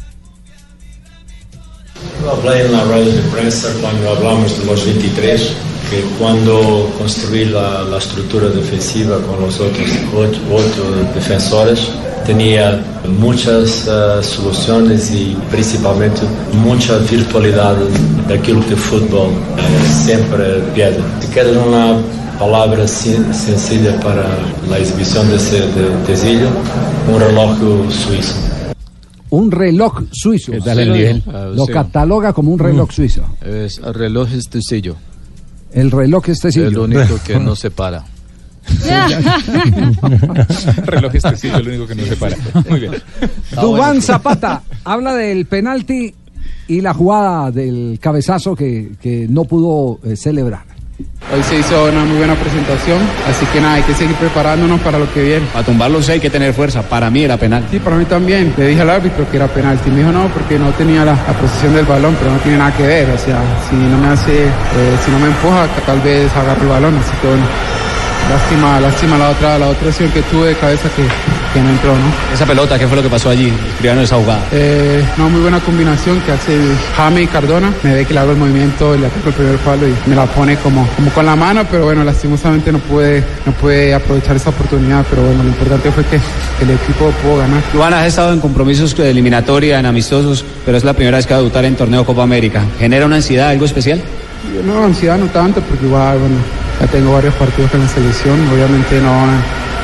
[SPEAKER 5] Yo hablé en la radio de prensa cuando hablamos de los veintitrés, que cuando construí la, la estructura defensiva con los otros ocho, ocho defensores, tenía muchas uh, soluciones y principalmente mucha virtualidad de aquilo que el fútbol uh, siempre pide. Si quieres una palabra sin, sencilla para la exhibición de ese de Tecillo, un reloj suizo.
[SPEAKER 7] Un reloj suizo.
[SPEAKER 16] ¿Qué tal el nivel?
[SPEAKER 7] Lo sí. cataloga como un reloj suizo.
[SPEAKER 22] Es, el reloj es Tecillo.
[SPEAKER 7] El reloj es Tecillo.
[SPEAKER 22] El único que no se para.
[SPEAKER 10] Reloj es Tecillo, el único que no se para. Muy bien.
[SPEAKER 7] Duván Zapata habla del penalti y la jugada del cabezazo que, que no pudo eh, celebrar.
[SPEAKER 23] Hoy se hizo una muy buena presentación, así que nada, hay que seguir preparándonos para lo que viene.
[SPEAKER 16] Para tumbarlos hay que tener fuerza, para mí era penal.
[SPEAKER 23] Sí, para mí también, le dije al árbitro que era penalti, me dijo no, porque no tenía la, la posición del balón, pero no tiene nada que ver, o sea, si no me hace, eh, si no me empuja, tal vez agarro el balón, así que bueno, lástima, lástima la otra, la otra opción que tuve de cabeza que, que no entró, ¿no?
[SPEAKER 16] Esa pelota, ¿qué fue lo que pasó allí? Escribieron esa jugada.
[SPEAKER 23] Eh, no, muy buena combinación que hace Jaime y Cardona. Me ve que le hago el movimiento, le ataco el primer palo y me la pone como, como con la mano, pero bueno, lastimosamente no pude, no pude aprovechar esa oportunidad, pero bueno, lo importante fue que, que el equipo pudo ganar.
[SPEAKER 16] Luan, has estado en compromisos de eliminatoria, en amistosos, pero es la primera vez que va a debutar en torneo Copa América. ¿Genera una ansiedad, algo especial?
[SPEAKER 23] Yo no, ansiedad no tanto, porque igual, bueno, ya tengo varios partidos con la selección, obviamente no,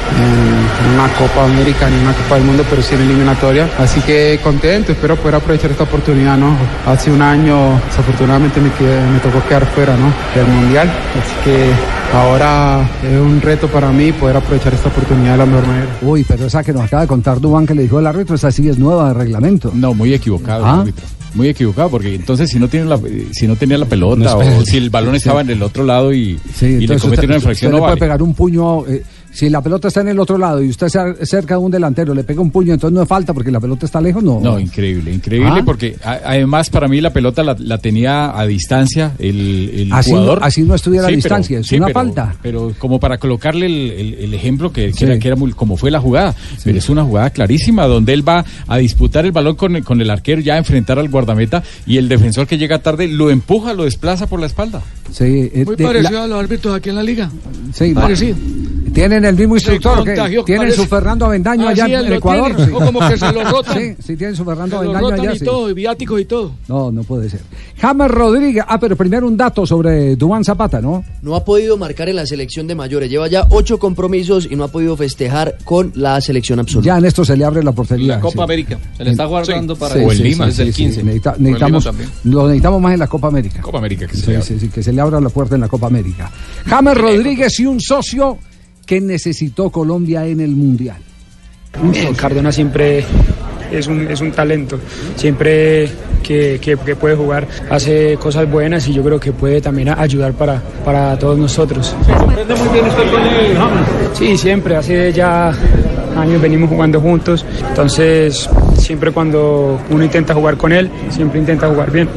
[SPEAKER 23] en una Copa América ni una Copa del Mundo, pero sí en eliminatoria. Así que contento, espero poder aprovechar esta oportunidad, ¿no? Hace un año, desafortunadamente, me, quedé, me tocó quedar fuera, ¿no? Del Mundial. Así que ahora es un reto para mí poder aprovechar esta oportunidad de la mejor manera.
[SPEAKER 7] Uy, pero esa que nos acaba de contar Duván que le dijo el árbitro, esa sí es nueva de reglamento.
[SPEAKER 17] No, muy equivocado
[SPEAKER 7] ¿Ah?
[SPEAKER 17] el árbitro. Muy equivocado, porque entonces si no tiene la, si no tenía la pelota no, o si el balón estaba sí. en el otro lado y,
[SPEAKER 7] sí,
[SPEAKER 17] y le comete una infracción, no
[SPEAKER 7] le
[SPEAKER 17] vale.
[SPEAKER 7] puede pegar un puño. Eh, si la pelota está en el otro lado y usted está cerca de un delantero, le pega un puño, entonces no es falta porque la pelota está lejos, no.
[SPEAKER 17] No, increíble, increíble, ¿ah? Porque a, además para mí la pelota la, la tenía a distancia el, el
[SPEAKER 7] así
[SPEAKER 17] jugador.
[SPEAKER 7] No, así no estuviera sí, a distancia,
[SPEAKER 17] pero,
[SPEAKER 7] es
[SPEAKER 17] sí,
[SPEAKER 7] una
[SPEAKER 17] pero,
[SPEAKER 7] falta.
[SPEAKER 17] Pero como para colocarle el, el, el ejemplo que, que,
[SPEAKER 7] sí.
[SPEAKER 17] era, que era muy, como fue la jugada, sí. Pero es una jugada clarísima donde él va a disputar el balón con, con el arquero, ya a enfrentar al guardameta y el defensor que llega tarde lo empuja, lo desplaza por la espalda.
[SPEAKER 7] Sí,
[SPEAKER 13] eh, muy de, parecido la... a los árbitros aquí en la liga.
[SPEAKER 7] Sí,
[SPEAKER 13] parecido.
[SPEAKER 7] Tienen el mismo instructor, que tienen parece... su Fernando Avendaño ah, allá sí, en Ecuador.
[SPEAKER 13] Sí. O como que se lo rotan.
[SPEAKER 7] Sí, sí, tienen su Fernando
[SPEAKER 13] se
[SPEAKER 7] Avendaño allá.
[SPEAKER 13] Y
[SPEAKER 7] sí.
[SPEAKER 13] todo, y viáticos y todo.
[SPEAKER 7] No, no puede ser. James Rodríguez, ah, pero primero un dato sobre Duván Zapata, ¿no?
[SPEAKER 1] No ha podido marcar en la selección de mayores. Lleva ya ocho compromisos y no ha podido festejar con la selección absoluta.
[SPEAKER 7] Ya en esto se le abre la portería.
[SPEAKER 12] La Copa sí. América. Se le está guardando sí. para
[SPEAKER 7] sí,
[SPEAKER 12] o el
[SPEAKER 7] sí,
[SPEAKER 12] Lima,
[SPEAKER 7] sí,
[SPEAKER 12] es el
[SPEAKER 7] sí,
[SPEAKER 12] quince.
[SPEAKER 7] Sí. Necesita, necesitamos, lo necesitamos más en la Copa América.
[SPEAKER 10] Copa América, que se,
[SPEAKER 7] sí,
[SPEAKER 10] le
[SPEAKER 7] sí, sí, que se le abra la puerta en la Copa América. James Rodríguez y un socio que necesitó Colombia en el Mundial.
[SPEAKER 14] Eh, Cardona siempre es un, es un talento, siempre que, que, que puede jugar hace cosas buenas y yo creo que puede también ayudar para, para todos nosotros.
[SPEAKER 19] ¿Se comprende muy bien usted con él, James?
[SPEAKER 14] Sí, siempre, hace ya años venimos jugando juntos, entonces siempre cuando uno intenta jugar con él, siempre intenta jugar bien.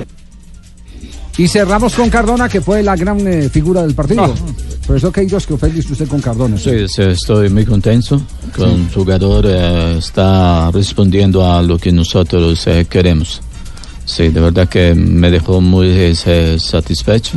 [SPEAKER 7] Y cerramos con Cardona, que fue la gran eh, figura del partido. No. Profesor Queiroz, que feliz usted con Cardona.
[SPEAKER 22] Sí, sí, estoy muy contento con el sí. jugador, eh, está respondiendo a lo que nosotros eh, queremos. Sí, de verdad que me dejó muy eh, satisfecho.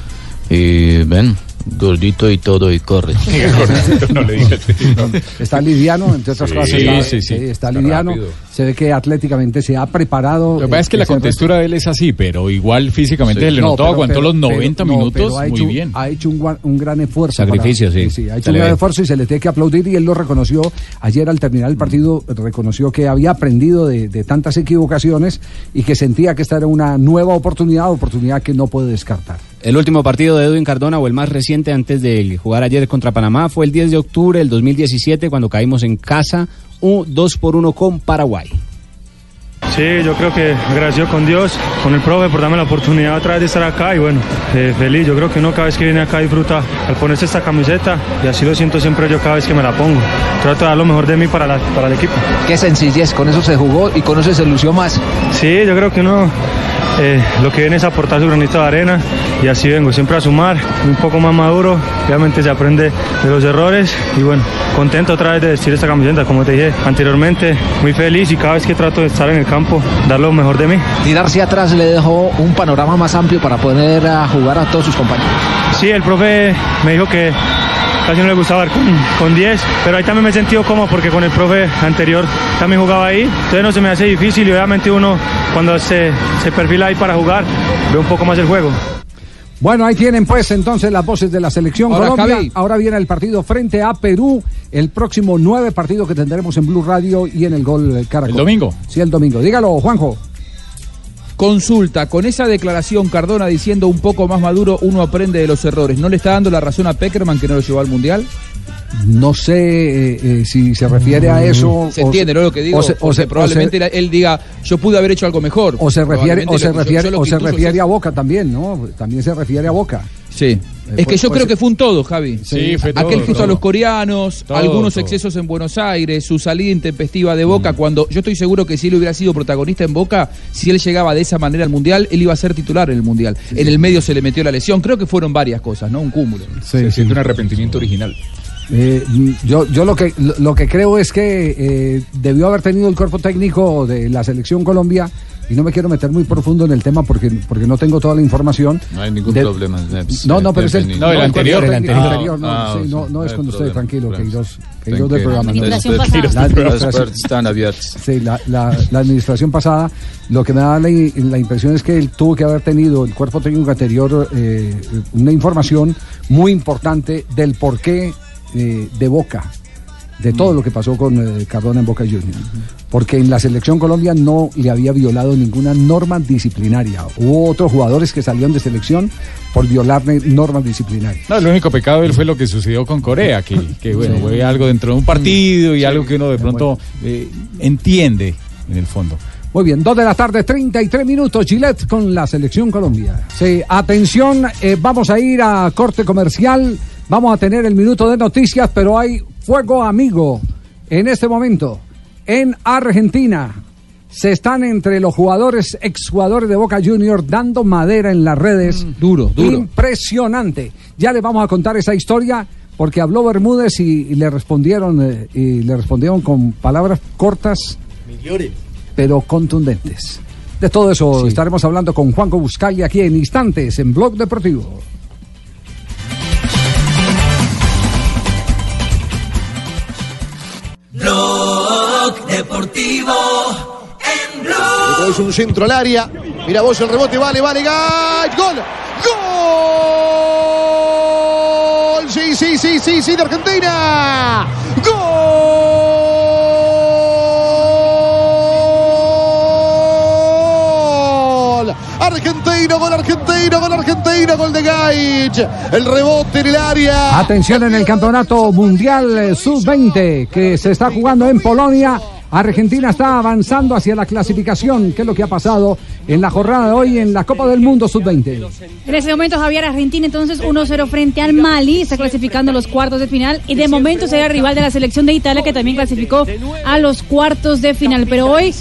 [SPEAKER 22] Y bueno, gordito y todo y corre.
[SPEAKER 10] no le digas.
[SPEAKER 7] Está liviano, entre otras
[SPEAKER 10] sí,
[SPEAKER 7] cosas.
[SPEAKER 10] Sí,
[SPEAKER 7] está,
[SPEAKER 10] sí, sí.
[SPEAKER 7] Está, está liviano.
[SPEAKER 10] Rápido.
[SPEAKER 7] Se ve que atléticamente se ha preparado.
[SPEAKER 17] Lo que pasa es que la contextura de él es así, pero igual físicamente sí. le no, notó, pero, aguantó pero, los noventa pero, minutos no,
[SPEAKER 7] hecho,
[SPEAKER 17] muy bien.
[SPEAKER 7] Ha hecho un, un gran esfuerzo.
[SPEAKER 17] Sacrificio,
[SPEAKER 7] para,
[SPEAKER 17] sí.
[SPEAKER 7] sí. Ha hecho un gran ve. esfuerzo y se le tiene que aplaudir y él lo reconoció ayer al terminar el partido, reconoció que había aprendido de, de tantas equivocaciones y que sentía que esta era una nueva oportunidad, oportunidad que no puede descartar.
[SPEAKER 16] El último partido de Edwin Cardona, o el más reciente antes de jugar ayer contra Panamá, fue el diez de octubre del dos mil diecisiete, cuando caímos en casa un dos por uno con Paraguay.
[SPEAKER 2] Sí, yo creo que agradecido con Dios, con el profe por darme la oportunidad otra vez de estar acá y bueno, eh, feliz. Yo creo que uno cada vez que viene acá disfruta al ponerse esta camiseta y así lo siento siempre yo cada vez que me la pongo. Trato de dar lo mejor de mí para, la, para el equipo.
[SPEAKER 3] Qué sencillez, con eso se jugó y con eso se lució más.
[SPEAKER 2] Sí, yo creo que uno eh, lo que viene es aportar su granito de arena y así vengo, siempre a sumar, un poco más maduro, obviamente se aprende de los errores y bueno, contento otra vez de vestir esta camiseta, como te dije anteriormente, muy feliz y cada vez que trato de estar en el campo, dar lo mejor de mí.
[SPEAKER 3] Tirarse atrás le dejó un panorama más amplio para poder uh, jugar a todos sus compañeros.
[SPEAKER 2] Sí, el profe me dijo que casi no le gustaba con, con diez, pero ahí también me he sentido cómodo porque con el profe anterior también jugaba ahí, entonces no se me hace difícil y obviamente uno cuando se, se perfila ahí para jugar ve un poco más el juego.
[SPEAKER 7] Bueno, ahí tienen pues entonces las voces de la selección
[SPEAKER 18] Ahora,
[SPEAKER 7] Colombia.
[SPEAKER 18] Javi.
[SPEAKER 7] Ahora viene el partido frente a Perú, el próximo nueve partido que tendremos en Blue Radio y en el Gol Caracol.
[SPEAKER 17] El domingo.
[SPEAKER 7] Sí, el domingo. Dígalo, Juanjo.
[SPEAKER 18] Consulta, con esa declaración Cardona diciendo un poco más maduro, uno aprende de los errores. ¿No le está dando la razón a Peckerman que no lo llevó al Mundial?
[SPEAKER 7] No sé eh, eh, si se refiere a eso.
[SPEAKER 18] Se entiende, ¿no? Lo que digo.
[SPEAKER 7] O se, o se,
[SPEAKER 18] probablemente
[SPEAKER 7] o se,
[SPEAKER 18] él diga, yo pude haber hecho algo mejor.
[SPEAKER 7] O se refiere, o se refiere,
[SPEAKER 18] yo, yo
[SPEAKER 7] o se refiere
[SPEAKER 18] es...
[SPEAKER 7] a Boca también, ¿no? También se refiere a Boca.
[SPEAKER 18] Sí. Eh, es que yo creo que fue un todo, Javi.
[SPEAKER 17] Sí, fue todo.
[SPEAKER 18] Aquel gesto todo. A los coreanos,
[SPEAKER 17] todo,
[SPEAKER 18] algunos
[SPEAKER 17] todo.
[SPEAKER 18] excesos en Buenos Aires, su salida intempestiva de Boca, mm. cuando yo estoy seguro que si él hubiera sido protagonista en Boca, si él llegaba de esa manera al Mundial, él iba a ser titular en el Mundial. Sí, en sí. el medio se le metió la lesión. Creo que fueron varias cosas, ¿no? Un cúmulo.
[SPEAKER 10] Sí, se siente un arrepentimiento original.
[SPEAKER 7] Eh, yo yo lo que lo, lo que creo es que eh, debió haber tenido el cuerpo técnico de la selección Colombia y no me quiero meter muy profundo en el tema porque porque no tengo toda la información.
[SPEAKER 22] No hay ningún
[SPEAKER 7] de,
[SPEAKER 22] problema.
[SPEAKER 7] No, no, pero es el,
[SPEAKER 17] no, el
[SPEAKER 7] no,
[SPEAKER 17] anterior,
[SPEAKER 7] el
[SPEAKER 17] anterior.
[SPEAKER 7] anterior, no,
[SPEAKER 22] Ah,
[SPEAKER 7] sí, no, no es con usted, tranquilo, Queiroz, Queiroz del programa.
[SPEAKER 9] La administración
[SPEAKER 22] no,
[SPEAKER 9] pasada.
[SPEAKER 22] La, las puertas están abiertas.
[SPEAKER 7] Sí, la, la, la administración pasada, lo que me da la, la impresión es que él tuvo que haber tenido el cuerpo técnico anterior eh, una información muy importante del porqué Eh, de Boca de todo lo que pasó con eh, Cardona en Boca Juniors, porque en la selección Colombia no le había violado ninguna norma disciplinaria. Hubo otros jugadores que salieron de selección por violar normas disciplinarias.
[SPEAKER 17] No, el único pecado de él fue lo que sucedió con Corea, que, que bueno, sí. fue algo dentro de un partido y sí. algo que uno de pronto eh, entiende en el fondo.
[SPEAKER 7] Muy bien, dos de la tarde, treinta y tres minutos, Gillette con la selección Colombia. Sí, atención, eh, vamos a ir a corte comercial, vamos a tener el minuto de noticias, pero hay fuego amigo en este momento en Argentina. Se están entre los jugadores, exjugadores de Boca Juniors, dando madera en las redes.
[SPEAKER 18] Mm, duro, duro.
[SPEAKER 7] Impresionante. Ya les vamos a contar esa historia porque habló Bermúdez y, y le respondieron eh, y le respondieron con palabras cortas, Migliore. pero contundentes. De todo eso sí. estaremos hablando con Juanjo Buscaglia aquí en instantes en Blog Deportivo.
[SPEAKER 4] Blog Deportivo en Blog.
[SPEAKER 6] Es un centro al área. Mira vos el rebote, vale, vale, gol. Gol. Gol. Sí, sí, sí, sí, sí, de Argentina. Gol. Argentino, gol argentino, gol argentino, gol de Gaich. El rebote en el área.
[SPEAKER 7] Atención en el campeonato mundial sub veinte que se está jugando en Polonia. Argentina está avanzando hacia la clasificación. ¿Qué es lo que ha pasado en la jornada de hoy en la Copa del Mundo sub veinte?
[SPEAKER 9] En ese momento, Javier, Argentina entonces uno cero frente al Mali, está clasificando a los cuartos de final y de momento será rival de la selección de Italia, que también clasificó a los cuartos de final. Pero hoy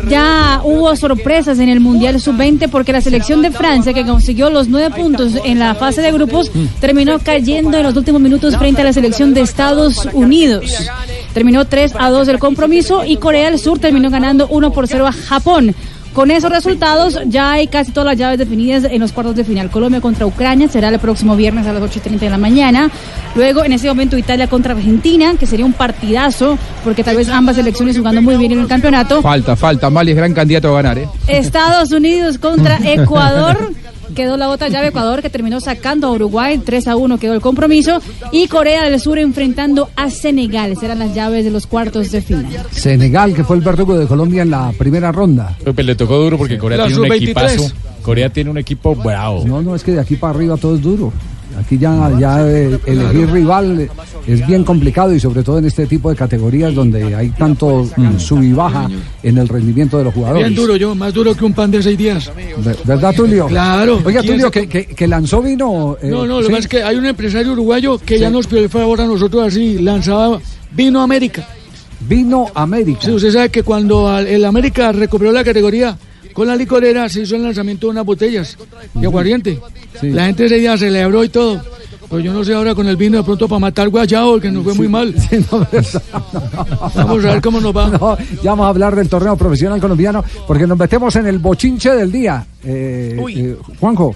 [SPEAKER 9] ya hubo sorpresas en el Mundial sub veinte porque la selección de Francia, que consiguió los nueve puntos en la fase de grupos, terminó cayendo en los últimos minutos frente a la selección de Estados Unidos. Terminó tres a dos el compromiso y Corea del Sur terminó ganando uno por cero a Japón. Con esos resultados ya hay casi todas las llaves definidas en los cuartos de final. Colombia contra Ucrania será el próximo viernes a las ocho y treinta de la mañana. Luego en ese momento Italia contra Argentina, que sería un partidazo porque tal vez ambas selecciones jugando muy bien en el campeonato.
[SPEAKER 18] Falta, falta. Mali es gran candidato a ganar, ¿eh?
[SPEAKER 9] Estados Unidos contra Ecuador. Quedó la otra llave, Ecuador, que terminó sacando a Uruguay, tres a uno quedó el compromiso, y Corea del Sur enfrentando a Senegal, serán las llaves de los cuartos de final.
[SPEAKER 7] Senegal, que fue el verdugo de Colombia en la primera ronda.
[SPEAKER 17] Pues le tocó duro porque Corea la tiene un equipazo, Corea tiene un equipo bravo.
[SPEAKER 7] No, no, es que de aquí para arriba todo es duro. Aquí ya, ya eh, elegir rival es bien complicado y sobre todo en este tipo de categorías donde hay tanto mm. sub y baja en el rendimiento de los jugadores.
[SPEAKER 13] Bien duro yo, más duro que un pan de seis días.
[SPEAKER 7] ¿Verdad, Tulio?
[SPEAKER 13] Claro.
[SPEAKER 7] Oiga, Tulio, que, que, que lanzó vino...
[SPEAKER 13] Eh, no, no, lo que pasa es que hay un empresario uruguayo que sí. ya nos pidió el favor a nosotros así, lanzaba Vino América.
[SPEAKER 7] Vino América.
[SPEAKER 13] Sí, usted sabe que cuando el América recuperó la categoría, con la licorera se hizo el lanzamiento de unas botellas de aguardiente. Sí. La gente ese día celebró y todo. Pues yo no sé ahora con el vino de pronto para matar guayabo, que nos fue sí, muy mal.
[SPEAKER 7] Sí, no, verdad, no.
[SPEAKER 13] Vamos a ver cómo nos va.
[SPEAKER 7] No, ya vamos a hablar del torneo profesional colombiano porque nos metemos en el bochinche del día. Eh, eh, Juanjo,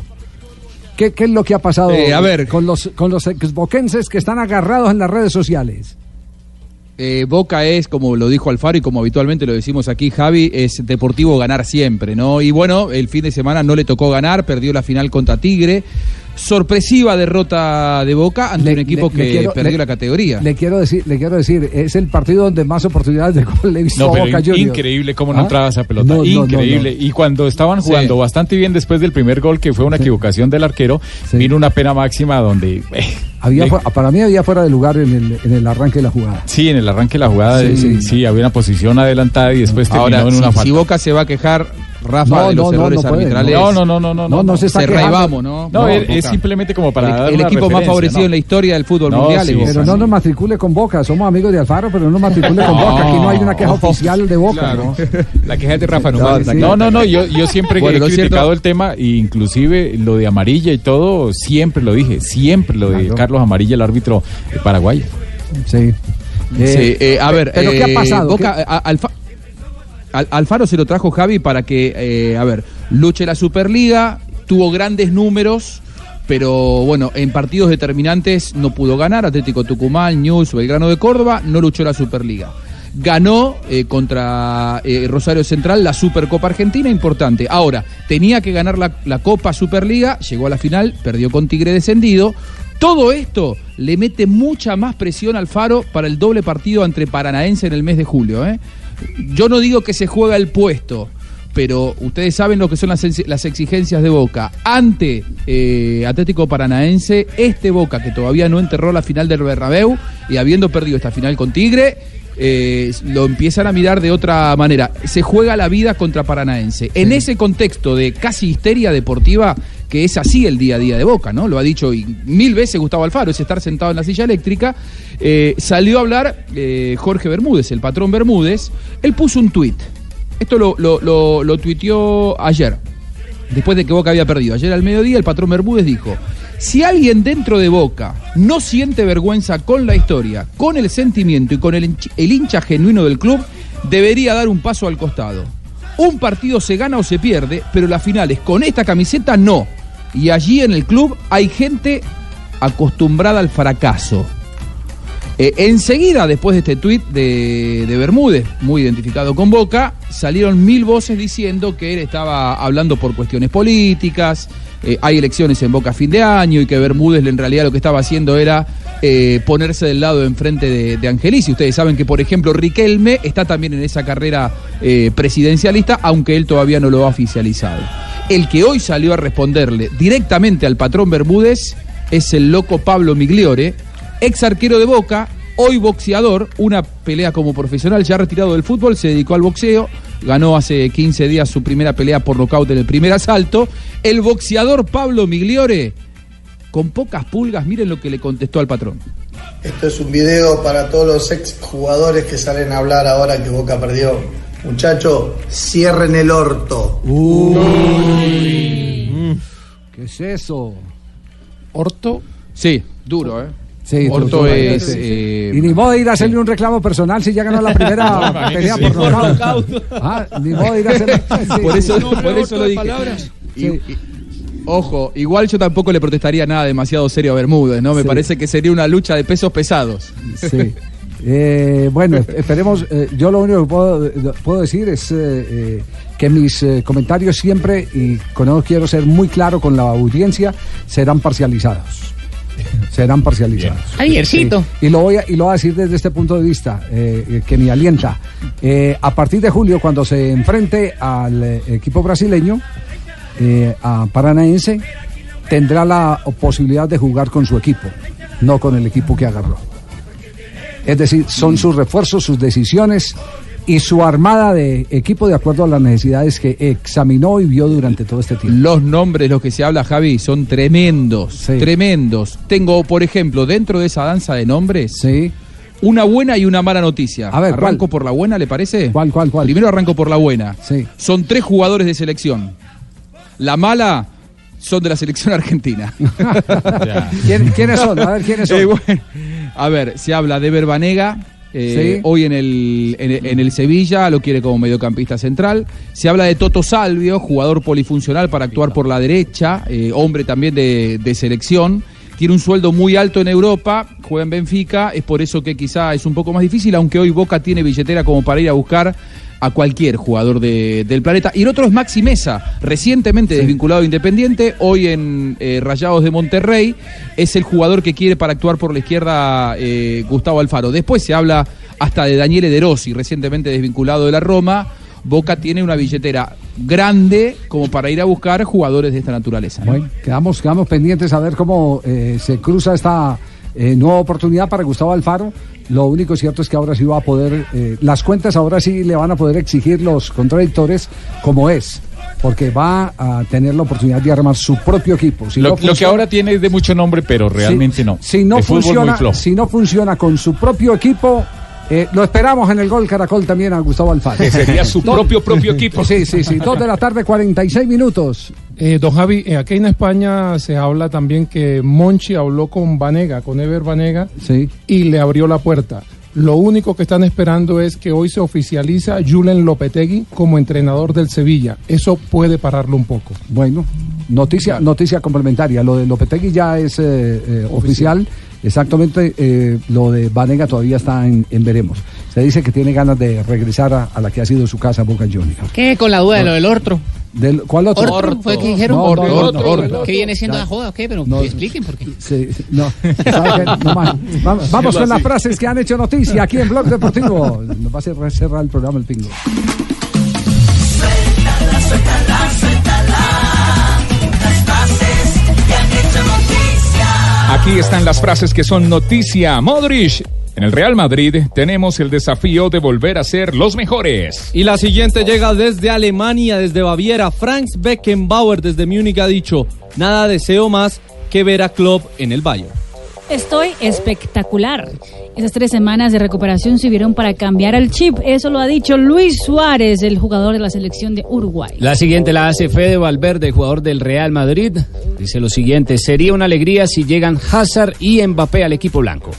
[SPEAKER 7] ¿qué, ¿qué es lo que ha pasado
[SPEAKER 18] eh, a ver.
[SPEAKER 7] con los, con los exboquenses que están agarrados en las redes sociales?
[SPEAKER 18] Eh, Boca es, como lo dijo Alfaro y como habitualmente lo decimos aquí, Javi, es deportivo ganar siempre, ¿no? Y bueno, el fin de semana no le tocó ganar, perdió la final contra Tigre. Sorpresiva derrota de Boca ante le, un equipo le, que le quiero, perdió le, la categoría.
[SPEAKER 7] Le quiero decir, le quiero decir, es el partido donde más oportunidades de gol le he visto
[SPEAKER 17] no,
[SPEAKER 7] a Boca Juniors.
[SPEAKER 17] Increíble cómo no ¿Ah? entraba esa pelota, no, increíble. No, no, no. Y cuando estaban jugando sí. bastante bien después del primer gol, que fue una sí. equivocación del arquero, sí. vino una pena máxima donde... Eh,
[SPEAKER 7] había le... Para mí había fuera de lugar en el, en el arranque de la jugada.
[SPEAKER 17] Sí, en el arranque de la jugada, sí, sí, sí había una posición adelantada y después terminó
[SPEAKER 18] Ahora,
[SPEAKER 17] en una
[SPEAKER 18] si,
[SPEAKER 17] falta.
[SPEAKER 18] Si Boca se va a quejar... Rafa,
[SPEAKER 7] no,
[SPEAKER 18] de los
[SPEAKER 7] no,
[SPEAKER 18] errores
[SPEAKER 7] no, no
[SPEAKER 18] arbitrales.
[SPEAKER 17] No, no, no, no, no,
[SPEAKER 7] no, no se está
[SPEAKER 18] quejando. ¿no?
[SPEAKER 17] No, no es, es simplemente como para
[SPEAKER 18] el, el equipo más favorecido no. en la historia del fútbol
[SPEAKER 17] no,
[SPEAKER 18] mundial.
[SPEAKER 17] Sí,
[SPEAKER 7] pero no nos matricule con Boca, somos amigos de Alfaro, pero no nos matricule con Boca. Aquí no hay una queja oficial de Boca.
[SPEAKER 17] Claro. ¿no? La queja es de Rafa, no. No, sí. no, no, no, yo, yo siempre bueno, he criticado cierto... el tema, inclusive lo de Amarilla y todo, siempre lo dije, siempre lo de claro. Carlos Amarilla, el árbitro paraguayo.
[SPEAKER 7] Sí.
[SPEAKER 18] Eh, sí eh, a ver,
[SPEAKER 7] ¿pero eh, qué ha pasado?
[SPEAKER 18] Boca, ¿Qué? A, Alfa... Al, Alfaro se lo trajo Javi para que, eh, a ver, luche la Superliga, tuvo grandes números, pero bueno, en partidos determinantes no pudo ganar, Atlético Tucumán, News, Belgrano de Córdoba, no luchó la Superliga. Ganó eh, contra eh, Rosario Central la Supercopa Argentina, importante. Ahora, tenía que ganar la, la Copa Superliga, llegó a la final, perdió con Tigre descendido. Todo esto le mete mucha más presión al Faro para el doble partido ante Paranaense en el mes de julio, ¿eh? Yo no digo que se juega el puesto, pero ustedes saben lo que son las, las exigencias de Boca. Ante eh, Atlético Paranaense, este Boca que todavía no enterró la final del Bernabéu y habiendo perdido esta final con Tigre, eh, lo empiezan a mirar de otra manera. Se juega la vida contra Paranaense. En ese contexto de casi histeria deportiva, que es así el día a día de Boca, ¿no? Lo ha dicho mil veces Gustavo Alfaro, es estar sentado en la silla eléctrica. Eh, salió a hablar eh, Jorge Bermúdez, el patrón Bermúdez. Él puso un tuit. Esto lo, lo, lo, lo tuiteó ayer, después de que Boca había perdido. Ayer al mediodía el patrón Bermúdez dijo: si alguien dentro de Boca no siente vergüenza con la historia, con el sentimiento y con el, el hincha genuino del club, debería dar un paso al costado. Un partido se gana o se pierde, pero las finales con esta camiseta no. Y allí en el club hay gente acostumbrada al fracaso. Eh, enseguida, después de este tuit de, de Bermúdez, muy identificado con Boca, salieron mil voces diciendo que él estaba hablando por cuestiones políticas, eh, hay elecciones en Boca a fin de año y que Bermúdez en realidad lo que estaba haciendo era eh, ponerse del lado enfrente de, de Angelici. Ustedes saben que, por ejemplo, Riquelme está también en esa carrera eh, presidencialista, aunque él todavía no lo ha oficializado. El que hoy salió a responderle directamente al patrón Bermúdez es el loco Pablo Migliore, ex arquero de Boca, hoy boxeador, una pelea como profesional, ya retirado del fútbol, se dedicó al boxeo, ganó hace quince días su primera pelea por nocaut en el primer asalto. El boxeador Pablo Migliore, con pocas pulgas, miren lo que le contestó al patrón.
[SPEAKER 11] Esto es un video para todos los ex jugadores que salen a hablar ahora que Boca perdió. Muchachos, cierren el orto.
[SPEAKER 7] Uy. ¿Qué es eso?
[SPEAKER 18] ¿Orto? Sí, duro, ¿eh?
[SPEAKER 7] Sí,
[SPEAKER 18] Orto es...
[SPEAKER 7] sí, sí.
[SPEAKER 18] Eh,
[SPEAKER 7] y ni modo de ir a hacerle un reclamo personal si ya ganó la primera pelea por nocaut. Ah, ni modo de ir a hacerle... Sí,
[SPEAKER 18] por eso,
[SPEAKER 7] sí,
[SPEAKER 18] no, por eso lo dije. Y, y, ojo, igual yo tampoco le protestaría nada demasiado serio a Bermúdez, ¿no? Me sí. parece que sería una lucha de pesos pesados.
[SPEAKER 7] Sí. Eh, bueno, esperemos. Eh, yo lo único que puedo, puedo decir es eh, eh, que mis eh, comentarios siempre, y con eso quiero ser muy claro con la audiencia, serán parcializados. Serán parcializados.
[SPEAKER 8] Javiercito.
[SPEAKER 7] Sí. Y lo voy a, y lo voy a decir desde este punto de vista, eh, que me alienta. Eh, a partir de julio, cuando se enfrente al eh, equipo brasileño, eh, a Paranaense, tendrá la posibilidad de jugar con su equipo, no con el equipo que agarró. Es decir, son sus refuerzos, sus decisiones y su armada de equipo de acuerdo a las necesidades que examinó y vio durante todo este tiempo.
[SPEAKER 18] Los nombres, los que se habla, Javi, son tremendos, sí. tremendos. Tengo, por ejemplo, dentro de esa danza de nombres,
[SPEAKER 7] sí.
[SPEAKER 18] una buena y una mala noticia.
[SPEAKER 7] A ver,
[SPEAKER 18] ¿arranco
[SPEAKER 7] ¿cuál?
[SPEAKER 18] por la buena, le parece?
[SPEAKER 7] ¿Cuál, cuál, cuál?
[SPEAKER 18] Primero arranco por la buena.
[SPEAKER 7] Sí.
[SPEAKER 18] Son tres jugadores de selección. La mala... son de la selección argentina.
[SPEAKER 7] ¿Quién, ¿Quiénes son? A ver, ¿quiénes son?
[SPEAKER 18] Eh, bueno, a ver, se habla de Verbanega, eh, ¿sí? hoy en el, en, en el Sevilla, lo quiere como mediocampista central. Se habla de Toto Salvio, jugador polifuncional para actuar por la derecha, eh, hombre también de, de selección. Tiene un sueldo muy alto en Europa, juega en Benfica, es por eso que quizá es un poco más difícil, aunque hoy Boca tiene billetera como para ir a buscar a cualquier jugador de, del planeta. Y el otro es Maxi Mesa, recientemente sí. desvinculado de Independiente, hoy en eh, Rayados de Monterrey, es el jugador que quiere para actuar por la izquierda eh, Gustavo Alfaro. Después se habla hasta de Daniele De Rossi, recientemente desvinculado de la Roma. Boca tiene una billetera grande como para ir a buscar jugadores de esta naturaleza, ¿no?
[SPEAKER 7] Bueno, quedamos, quedamos pendientes a ver cómo eh, se cruza esta eh, nueva oportunidad para Gustavo Alfaro. Lo único cierto es que ahora sí va a poder, eh, las cuentas ahora sí le van a poder exigir los contradictores como es, porque va a tener la oportunidad de armar su propio equipo. Si
[SPEAKER 17] lo,
[SPEAKER 7] no funciona,
[SPEAKER 17] lo que ahora tiene es de mucho nombre, pero realmente
[SPEAKER 7] si,
[SPEAKER 17] no.
[SPEAKER 7] Si no, funciona, si no funciona con su propio equipo, eh, lo esperamos en el Gol Caracol también a Gustavo Alfaro.
[SPEAKER 17] Que sería su propio, propio equipo.
[SPEAKER 7] Sí, sí, sí. Dos de la tarde, cuarenta y seis minutos.
[SPEAKER 15] Eh, don Javi, eh, aquí en España se habla también que Monchi habló con Banega, con Ever Banega,
[SPEAKER 7] sí.
[SPEAKER 15] y le abrió la puerta. Lo único que están esperando es que hoy se oficializa Julen Lopetegui como entrenador del Sevilla. Eso puede pararlo un poco.
[SPEAKER 7] Bueno, noticia noticia complementaria. Lo de Lopetegui ya es eh, eh, oficial. oficial. Exactamente, eh, lo de Banega todavía está en, en veremos. Se dice que tiene ganas de regresar a, a la que ha sido su casa, Boca Juniors.
[SPEAKER 8] ¿Qué? Con la duda de lo del otro.
[SPEAKER 7] Del, ¿Cuál otro?
[SPEAKER 8] Orto, Orto. ¿Fue que dijeron?
[SPEAKER 7] No,
[SPEAKER 8] Orto,
[SPEAKER 7] no,
[SPEAKER 8] Orto,
[SPEAKER 7] no,
[SPEAKER 8] Orto.
[SPEAKER 7] no,
[SPEAKER 8] ¿Qué viene siendo
[SPEAKER 7] ya.
[SPEAKER 8] la joda o qué? Pero
[SPEAKER 7] No,
[SPEAKER 8] expliquen por qué.
[SPEAKER 7] Sí, no, ¿sabe qué? No más. Vamos, vamos con las frases que han hecho noticia aquí en Blog Deportivo. Nos va a hacer cerrar el programa el Pingo.
[SPEAKER 4] Suéltala, suéltala, suéltala. Las frases que han hecho noticia.
[SPEAKER 10] Aquí están las frases que son noticia. Modric. En el Real Madrid tenemos el desafío de volver a ser los mejores.
[SPEAKER 12] Y la siguiente llega desde Alemania, desde Baviera. Franz Beckenbauer desde Múnich ha dicho: nada deseo más que ver a Klopp en el Bayern.
[SPEAKER 9] Estoy espectacular. Esas tres semanas de recuperación sirvieron para cambiar el chip. Eso lo ha dicho Luis Suárez, el jugador de la selección de Uruguay.
[SPEAKER 16] La siguiente la hace Fede Valverde, jugador del Real Madrid. Dice lo siguiente: sería una alegría si llegan Hazard y Mbappé al equipo blanco.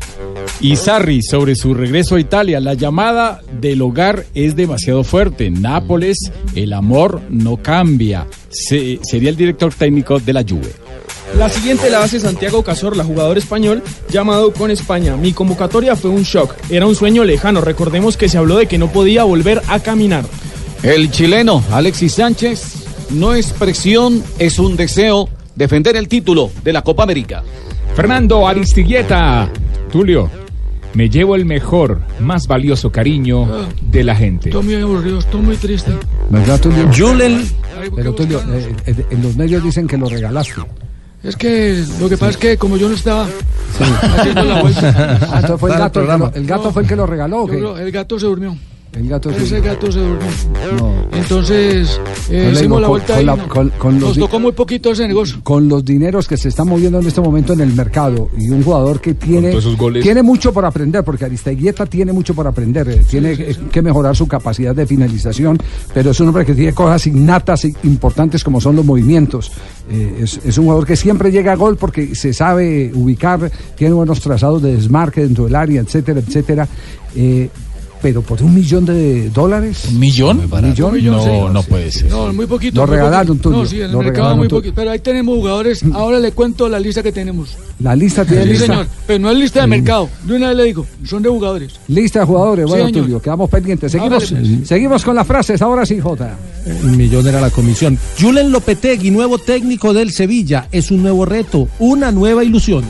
[SPEAKER 17] Y Sarri sobre su regreso a Italia: la llamada del hogar es demasiado fuerte. Nápoles, el amor no cambia. Se, sería el director técnico de la Juve.
[SPEAKER 5] La siguiente la hace Santiago Cazorla, jugador español llamado con España. Mi convocatoria fue un shock, era un sueño lejano. Recordemos que se habló de que no podía volver a caminar.
[SPEAKER 6] El chileno Alexis Sánchez: no es presión, es un deseo defender el título de la Copa América.
[SPEAKER 10] Fernando Aristigueta: Tulio, me llevo el mejor, más valioso cariño de la gente.
[SPEAKER 13] Estoy muy aburrido, estoy muy triste.
[SPEAKER 7] ¿Verdad, Tulio?
[SPEAKER 10] Julen.
[SPEAKER 7] Pero Tulio, eh, eh, en los medios dicen que lo regalaste.
[SPEAKER 13] Es que lo que pasa es que como yo no estaba
[SPEAKER 7] Sí.
[SPEAKER 13] haciendo la vuelta.
[SPEAKER 7] Ah, entonces fue el gato, el, que lo- el gato
[SPEAKER 13] No,
[SPEAKER 7] fue el que lo regaló, ¿o qué?
[SPEAKER 13] yo creo- el gato se durmió.
[SPEAKER 7] El gato se
[SPEAKER 13] Ese gato se durmió.
[SPEAKER 7] No.
[SPEAKER 13] Entonces, eh,
[SPEAKER 7] No le
[SPEAKER 13] hicimos
[SPEAKER 7] digo,
[SPEAKER 13] la
[SPEAKER 7] con-
[SPEAKER 13] vuelta
[SPEAKER 7] con
[SPEAKER 13] ahí.
[SPEAKER 7] la-
[SPEAKER 13] no.
[SPEAKER 7] con- con los
[SPEAKER 13] Nos
[SPEAKER 7] di-
[SPEAKER 13] tocó muy poquito ese negocio.
[SPEAKER 7] Con los dineros que se están moviendo en este momento en el mercado y un jugador que tiene,
[SPEAKER 10] todos esos goles.
[SPEAKER 7] tiene mucho por aprender, porque Aristeguieta tiene mucho por aprender, eh, tiene eh, que mejorar su capacidad de finalización, pero es un hombre que tiene cosas innatas e importantes como son los movimientos. Eh, es, es un jugador que siempre llega a gol porque se sabe ubicar, tiene buenos trazados de desmarque dentro del área, etcétera, etcétera. Eh, pero por un millón de dólares.
[SPEAKER 17] ¿Un millón?
[SPEAKER 7] ¿Un millón?
[SPEAKER 17] No, no puede ser.
[SPEAKER 13] No, muy poquito.
[SPEAKER 7] Lo
[SPEAKER 13] muy
[SPEAKER 7] regalaron,
[SPEAKER 13] poquito.
[SPEAKER 7] Tulio,
[SPEAKER 13] No, sí, en el
[SPEAKER 7] lo
[SPEAKER 13] mercado
[SPEAKER 7] regalaron,
[SPEAKER 13] muy
[SPEAKER 7] Tulio.
[SPEAKER 13] poquito. Pero ahí tenemos jugadores. Ahora le cuento la lista que tenemos.
[SPEAKER 7] La lista tiene
[SPEAKER 13] Sí,
[SPEAKER 7] lista.
[SPEAKER 13] señor. Pero no es lista de mercado. De una vez le digo, son de jugadores.
[SPEAKER 7] Lista de jugadores, bueno,
[SPEAKER 13] Sí, señor.
[SPEAKER 7] Tulio, quedamos pendientes. Seguimos,
[SPEAKER 13] Hágale, pues.
[SPEAKER 7] seguimos con las frases, ahora sí, Jota.
[SPEAKER 20] Un millón era la comisión. Julen Lopetegui, nuevo técnico del Sevilla, es un nuevo reto, una nueva ilusión.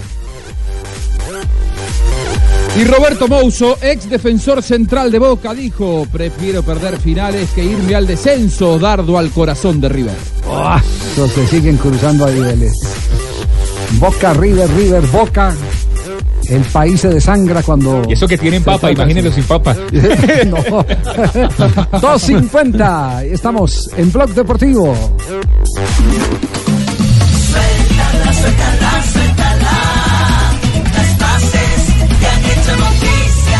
[SPEAKER 18] Y Roberto Mouso, ex defensor central de Boca, dijo: prefiero perder finales que irme al descenso, dardo al corazón de River.
[SPEAKER 7] Oh, los se siguen cruzando a niveles. Boca, River, River, Boca. El país se desangra cuando...
[SPEAKER 10] Y eso que tienen papa, imagínenlo sin papa.
[SPEAKER 7] No. dos cincuenta. Estamos en Blog Deportivo.
[SPEAKER 4] Suéltala, suéltala, suéltala. Las frases que han hecho noticia.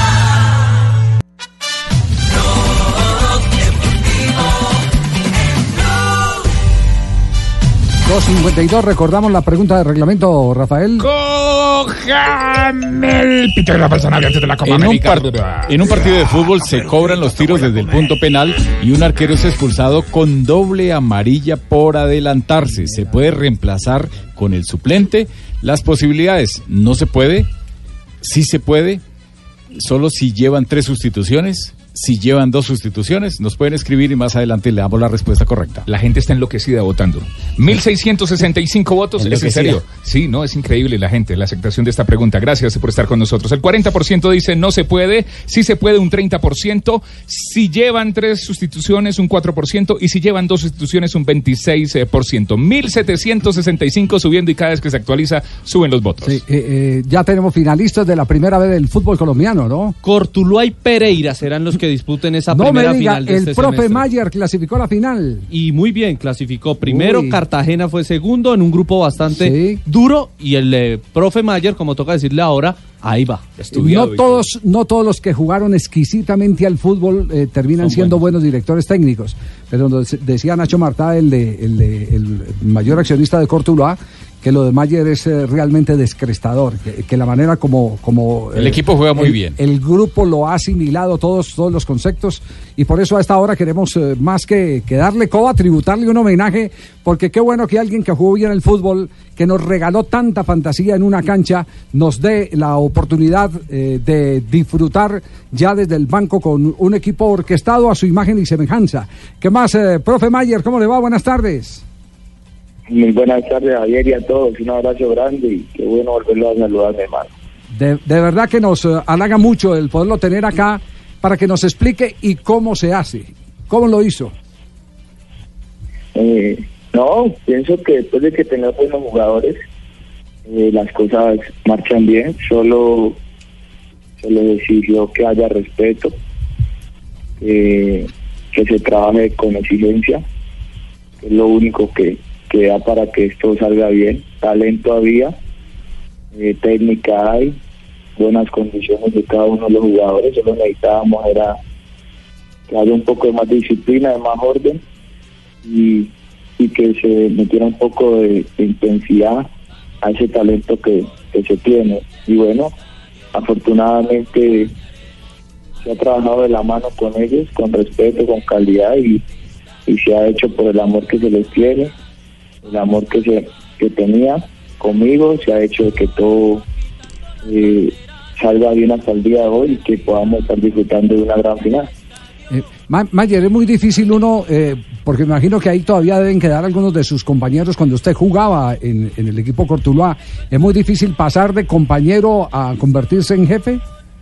[SPEAKER 4] Blog Deportivo en Blog.
[SPEAKER 7] dos cincuenta y dos. Recordamos la pregunta de reglamento, Rafael.
[SPEAKER 10] Cójame el pito de la persona antes de la Copa
[SPEAKER 17] En un,
[SPEAKER 10] América.
[SPEAKER 17] par- en un partido de fútbol se cobran los tiros desde el punto penal y un arquero es expulsado con doble amarilla por adelantarse. ¿Se puede reemplazar con el suplente? Las posibilidades: no se puede, sí se puede, solo si llevan tres sustituciones. Si llevan dos sustituciones, nos pueden escribir y más adelante le damos la respuesta correcta.
[SPEAKER 10] La gente está enloquecida votando. mil seiscientos sesenta y cinco votos, es en
[SPEAKER 17] Enloquecida.
[SPEAKER 10] serio. Sí, no, es increíble la gente, la aceptación de esta pregunta. Gracias por estar con nosotros. El cuarenta por ciento dice no se puede, sí se puede un treinta por ciento, si llevan tres sustituciones un cuatro por ciento y si llevan dos sustituciones un veintiséis por ciento. mil setecientos sesenta y cinco subiendo y cada vez que se actualiza suben los votos.
[SPEAKER 7] Sí, eh, eh, ya tenemos finalistas de la primera vez del fútbol colombiano, ¿no?
[SPEAKER 12] Cortuluá y Pereira serán los que disputen esa
[SPEAKER 7] No
[SPEAKER 12] primera
[SPEAKER 7] me diga,
[SPEAKER 12] final de
[SPEAKER 7] el
[SPEAKER 12] este
[SPEAKER 7] profe
[SPEAKER 12] semestre.
[SPEAKER 7] Mayer clasificó a la final.
[SPEAKER 12] Y muy bien, clasificó primero,
[SPEAKER 7] Uy.
[SPEAKER 12] Cartagena fue segundo en un grupo bastante
[SPEAKER 7] Sí.
[SPEAKER 12] duro y el eh, profe Mayer, como toca decirle ahora, ahí va.
[SPEAKER 7] No todos, no todos los que jugaron exquisitamente al fútbol eh, terminan
[SPEAKER 12] Son
[SPEAKER 7] siendo buenos. directores técnicos. Pero nos decía Nacho Martá, el, de, el, de- el mayor accionista de Cortuluá, que lo de Mayer es eh, realmente descrestador, que, que la manera como... como
[SPEAKER 17] el eh, equipo juega muy
[SPEAKER 7] el,
[SPEAKER 17] bien.
[SPEAKER 7] El grupo lo ha asimilado todos, todos los conceptos, y por eso a esta hora queremos eh, más que, que darle coba, tributarle un homenaje, porque qué bueno que alguien que jugó bien el fútbol, que nos regaló tanta fantasía en una cancha, nos dé la oportunidad eh, de disfrutar ya desde el banco con un equipo orquestado a su imagen y semejanza. ¿Qué más, eh, profe Mayer? ¿Cómo le va? Buenas tardes.
[SPEAKER 1] Muy buenas tardes, Javier, y a todos. Un abrazo grande y qué bueno volverlo a saludar, mi hermano.
[SPEAKER 7] De, de verdad que nos uh, halaga mucho el poderlo tener acá para que nos explique y cómo se hace. ¿Cómo lo hizo?
[SPEAKER 1] Eh, no, pienso que después de que tengas buenos jugadores, eh, las cosas marchan bien. Solo se le exigió que haya respeto, eh, que se trabaje con exigencia, que es lo único que, que da para que esto salga bien. Talento había, eh, técnica hay, buenas condiciones de cada uno de los jugadores. Solo necesitábamos era que haya un poco de más disciplina, de más orden, y, y que se metiera un poco de, de intensidad a ese talento que, que se tiene. Y bueno, afortunadamente se ha trabajado de la mano con ellos, con respeto, con calidad, y, y se ha hecho por el amor que se les tiene, el amor que se que tenía conmigo. Se ha hecho de que todo eh, salga bien hasta el día de hoy y que podamos estar disfrutando de una gran final.
[SPEAKER 7] Eh, Mayer, es muy difícil uno, eh, porque me imagino que ahí todavía deben quedar algunos de sus compañeros cuando usted jugaba en, en el equipo Cortuluá. ¿Es muy difícil pasar de compañero a convertirse en jefe?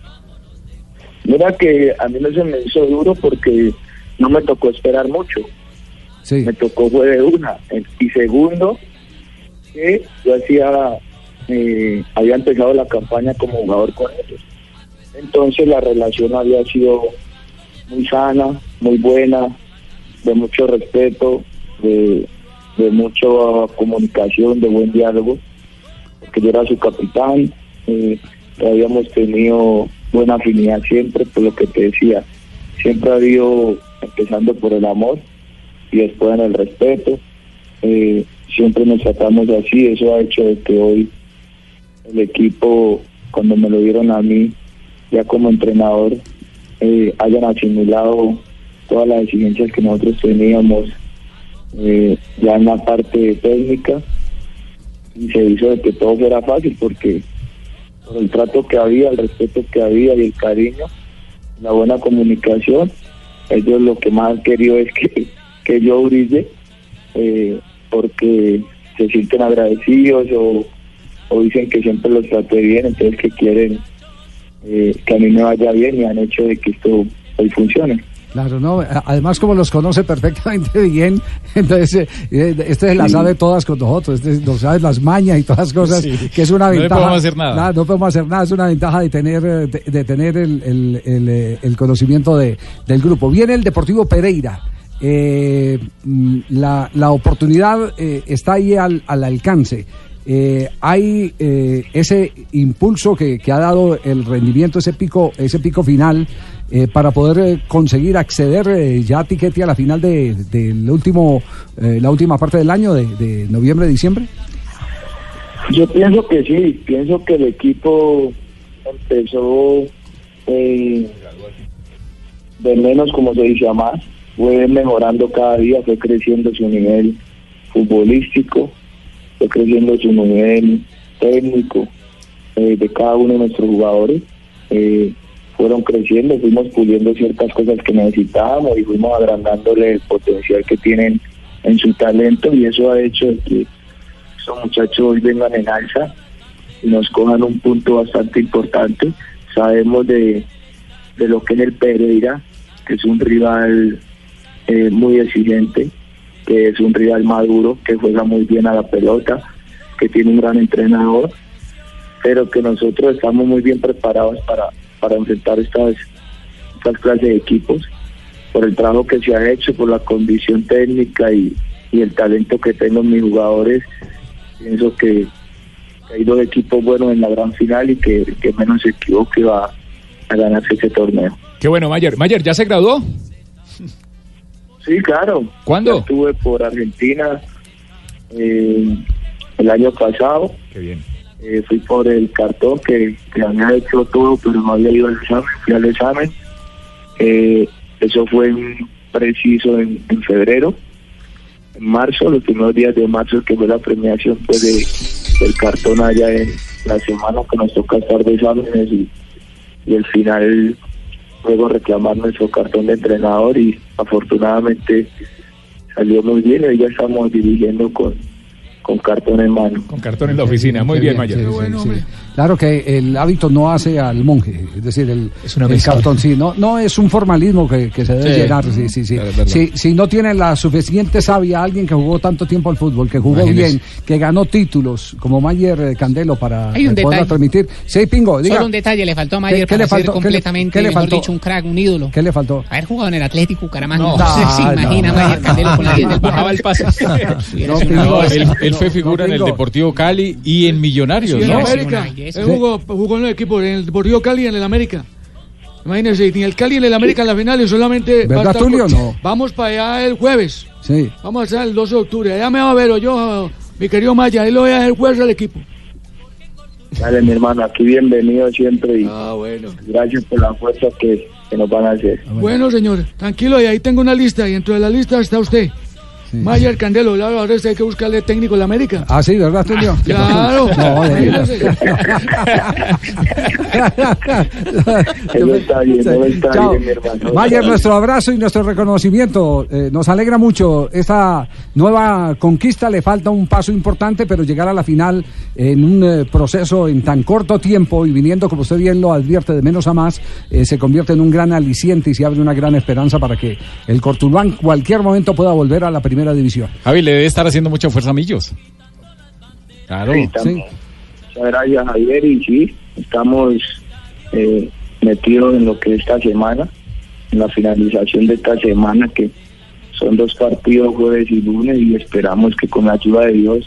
[SPEAKER 1] Mira que a mí no se me hizo duro porque no me tocó esperar mucho.
[SPEAKER 7] Sí.
[SPEAKER 1] Me tocó fue de una. Y segundo, que yo hacía, eh, había empezado la campaña como jugador con ellos. Entonces la relación había sido muy sana, muy buena, de mucho respeto, de, de mucha comunicación, de buen diálogo, porque yo era su capitán. eh, habíamos tenido buena afinidad siempre, por lo que te decía, siempre ha habido, empezando por el amor y después en el respeto. Eh, siempre nos tratamos así. Eso ha hecho de que hoy el equipo, cuando me lo dieron a mí ya como entrenador, eh, hayan asimilado todas las exigencias que nosotros teníamos eh, ya en la parte técnica, y se hizo de que todo fuera fácil, porque por el trato que había, el respeto que había y el cariño, la buena comunicación, ellos lo que más han querido es que, que yo brille, eh, porque se sienten agradecidos o, o dicen que siempre los traté bien, entonces que quieren eh, que a mí me vaya bien, y han hecho de que esto hoy funcione.
[SPEAKER 7] Claro, no. Además, como los conoce perfectamente bien, entonces eh, este la sabe todas con nosotros, este nos sabe las mañas y todas las cosas, sí, que es una
[SPEAKER 17] no
[SPEAKER 7] ventaja.
[SPEAKER 17] No podemos hacer nada.
[SPEAKER 7] Nada, no podemos hacer nada, es una ventaja de tener de, de tener el, el, el, el conocimiento de, del grupo. Viene el Deportivo Pereira. Eh, la, la oportunidad eh, está ahí al, al alcance. Eh, hay eh, ese impulso que, que ha dado el rendimiento, ese pico, ese pico final, eh, para poder eh, conseguir acceder eh, ya a tiquete a la final de, de, de último, eh, la última parte del año, de, de noviembre, diciembre.
[SPEAKER 1] Yo pienso que sí, pienso que el equipo empezó eh, de menos, como se dice, a más, fue mejorando cada día, fue creciendo su nivel futbolístico, fue creciendo su nivel técnico, eh, de cada uno de nuestros jugadores. Eh, fueron creciendo, fuimos puliendo ciertas cosas que necesitábamos y fuimos agrandándole el potencial que tienen en su talento, y eso ha hecho que estos muchachos hoy vengan en alza y nos cojan un punto bastante importante. Sabemos de, de lo que es el Pereira, que es un rival eh, muy exigente, que es un rival maduro, que juega muy bien a la pelota, que tiene un gran entrenador, pero que nosotros estamos muy bien preparados para, para enfrentar estas, estas clases de equipos, por el trabajo que se ha hecho, por la condición técnica y, y el talento que tengo en mis jugadores. Pienso que, que hay dos equipos buenos en la gran final, y que, que menos se equivoque va a ganarse ese torneo.
[SPEAKER 10] Qué bueno, Mayer. Mayer, ¿ya se graduó?
[SPEAKER 1] Sí, claro.
[SPEAKER 10] ¿Cuándo?
[SPEAKER 1] Ya estuve por Argentina, eh, el año pasado.
[SPEAKER 10] Qué bien.
[SPEAKER 1] Eh, fui por el cartón que, que había hecho todo, pero no había ido al examen, fui al examen. Eh, eso fue en, preciso en, en febrero. En marzo, los primeros días de marzo, que fue la premiación pues de, del cartón allá en la semana que nos toca estar de exámenes y, y el final luego reclamar nuestro cartón de entrenador y afortunadamente salió muy bien y ya estamos dirigiendo con, con cartón en mano.
[SPEAKER 10] Con cartón en la oficina, muy bien, Mayer.
[SPEAKER 7] Sí, sí, sí. Claro que el hábito no hace al monje, es decir, el,
[SPEAKER 10] es una
[SPEAKER 7] el cartón, sí, no, no es un formalismo que, que se debe
[SPEAKER 12] Sí.
[SPEAKER 7] llenar, sí, sí, sí.
[SPEAKER 12] Claro, es verdad.
[SPEAKER 7] Si, si no tiene la suficiente savia alguien que jugó tanto tiempo al fútbol, que jugó
[SPEAKER 12] Imagínese.
[SPEAKER 7] bien, que ganó títulos, como Mayer eh, Candelo para
[SPEAKER 8] Hay un
[SPEAKER 7] eh, poderlo
[SPEAKER 8] detalle.
[SPEAKER 7] transmitir. Sí, Pingo, diga.
[SPEAKER 8] Solo un detalle le faltó a
[SPEAKER 7] ¿Qué-
[SPEAKER 8] Mayer
[SPEAKER 7] qué
[SPEAKER 8] para
[SPEAKER 7] le
[SPEAKER 8] ser
[SPEAKER 7] faltó? ¿Qué le-
[SPEAKER 8] completamente,
[SPEAKER 7] qué le
[SPEAKER 8] mejor
[SPEAKER 7] faltó?
[SPEAKER 8] dicho, un crack, un ídolo.
[SPEAKER 7] ¿Qué le faltó?
[SPEAKER 8] Haber jugado en el Atlético Bucaramanga.
[SPEAKER 10] No.
[SPEAKER 8] No, sé si
[SPEAKER 10] No,
[SPEAKER 8] imagina
[SPEAKER 10] no.
[SPEAKER 8] Mayer Candelo con la diez del
[SPEAKER 10] Bajaba el pase.
[SPEAKER 8] No,
[SPEAKER 17] No, él, él fue
[SPEAKER 7] no,
[SPEAKER 17] figura en el
[SPEAKER 7] Pingo.
[SPEAKER 17] Deportivo Cali y en Millonarios,
[SPEAKER 13] Sí, en
[SPEAKER 17] ¿no?
[SPEAKER 13] América.
[SPEAKER 8] Sí,
[SPEAKER 13] Él jugó, jugó en el equipo, en el Deportivo Cali y en el América. Imagínense, ni el Cali ni el América en la final y solamente...
[SPEAKER 7] ¿Verdad,
[SPEAKER 13] va a estar
[SPEAKER 7] Tulio,
[SPEAKER 13] por-
[SPEAKER 7] no?
[SPEAKER 13] Vamos para allá el jueves.
[SPEAKER 7] Sí.
[SPEAKER 13] Vamos a hacer el doce de octubre. Allá me va a ver, o yo, mi querido Maya, ahí lo voy a hacer juez al equipo.
[SPEAKER 1] Dale, mi hermano, aquí bienvenido siempre y
[SPEAKER 13] Ah, bueno.
[SPEAKER 1] gracias por la fuerza que, que nos van a hacer.
[SPEAKER 13] Bueno, señor, tranquilo, y ahí tengo una lista, y dentro de la lista está usted. Mayer Candelo, claro, ahora hay que buscarle técnico en la América.
[SPEAKER 7] Ah, sí, ¿verdad, Tulio?
[SPEAKER 13] Claro.
[SPEAKER 7] No, de-
[SPEAKER 13] Imagínese.
[SPEAKER 1] Eso está bien, eso está
[SPEAKER 7] Chao.
[SPEAKER 1] bien, mi hermano.
[SPEAKER 7] Mayer, nuestro abrazo y nuestro reconocimiento. Eh, nos alegra mucho esta nueva conquista. Le falta un paso importante, pero llegar a la final en un eh, proceso en tan corto tiempo y viniendo, como usted bien lo advierte, de menos a más, eh, se convierte en un gran aliciente y se abre una gran esperanza para que el Cortuluá en cualquier momento pueda volver a la primera división.
[SPEAKER 17] Javi, le debe estar haciendo mucha fuerza a Millos. Claro.
[SPEAKER 1] Sí, también. Muchas gracias, Javier, y sí, estamos eh, metidos en lo que es esta semana, en la finalización de esta semana, que son dos partidos, jueves y lunes, y esperamos que con la ayuda de Dios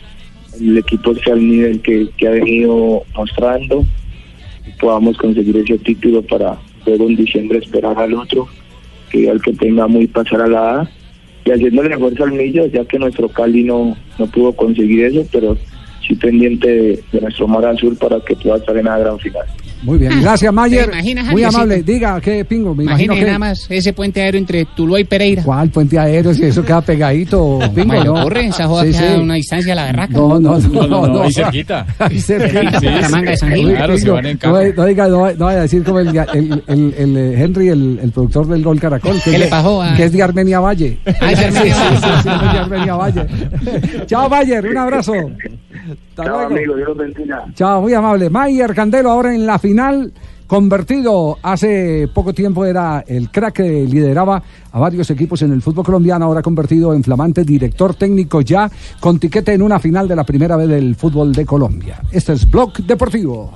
[SPEAKER 1] el equipo esté al nivel que, que ha venido mostrando y podamos conseguir ese título para luego en diciembre esperar al otro, que al que tenga muy pasar a la A, y haciéndole fuerza al Millo, ya que nuestro Cali no, no pudo conseguir eso, pero sí pendiente de, de nuestro Mar Azul para que pueda estar en la gran final.
[SPEAKER 7] Muy bien, gracias, Mayer.
[SPEAKER 8] ¿Te imaginas,
[SPEAKER 7] Muy
[SPEAKER 8] Javiercito?
[SPEAKER 7] amable. Diga, ¿qué, Pingo? Me imagino
[SPEAKER 8] Imagínese
[SPEAKER 7] que...
[SPEAKER 8] nada más ese puente aéreo entre Tuluá y Pereira.
[SPEAKER 7] ¿Cuál puente aéreo? Si eso queda pegadito, Pingo,
[SPEAKER 8] Bueno,
[SPEAKER 7] ¿no?
[SPEAKER 8] corre, esa joda
[SPEAKER 7] Sí,
[SPEAKER 8] queda
[SPEAKER 7] sí.
[SPEAKER 8] a una distancia a la berraca.
[SPEAKER 7] No, no, no,
[SPEAKER 17] No, no, no,
[SPEAKER 7] no.
[SPEAKER 17] ahí cerquita.
[SPEAKER 7] Ahí cerquita.
[SPEAKER 17] Sí, sí,
[SPEAKER 8] Bucaramanga de San Gil.
[SPEAKER 7] Oye,
[SPEAKER 17] Claro, se
[SPEAKER 7] Pingo,
[SPEAKER 17] van en
[SPEAKER 7] no,
[SPEAKER 17] carro.
[SPEAKER 7] no diga, no, no vaya a decir como el, el, el, el, eh, Henry, el, el productor del Gol Caracol, que,
[SPEAKER 8] ¿Qué
[SPEAKER 7] es
[SPEAKER 8] le
[SPEAKER 7] de,
[SPEAKER 8] pasó a-
[SPEAKER 7] que es de Armenia Valle.
[SPEAKER 8] Ah, es de Armenia
[SPEAKER 7] Sí, sí,
[SPEAKER 8] Valle.
[SPEAKER 7] sí, sí, es de Armenia Valle. Chao, Mayer, un abrazo. Hasta
[SPEAKER 1] Chao,
[SPEAKER 7] luego.
[SPEAKER 1] amigo, Dios los bendiga.
[SPEAKER 7] Chao, muy amable. Mayer Candelo ahora en la final, convertido hace poco tiempo era el crack que lideraba a varios equipos en el fútbol colombiano, ahora convertido en flamante director técnico ya con tiquete en una final de la primera vez del fútbol de Colombia. Este es Blog Deportivo.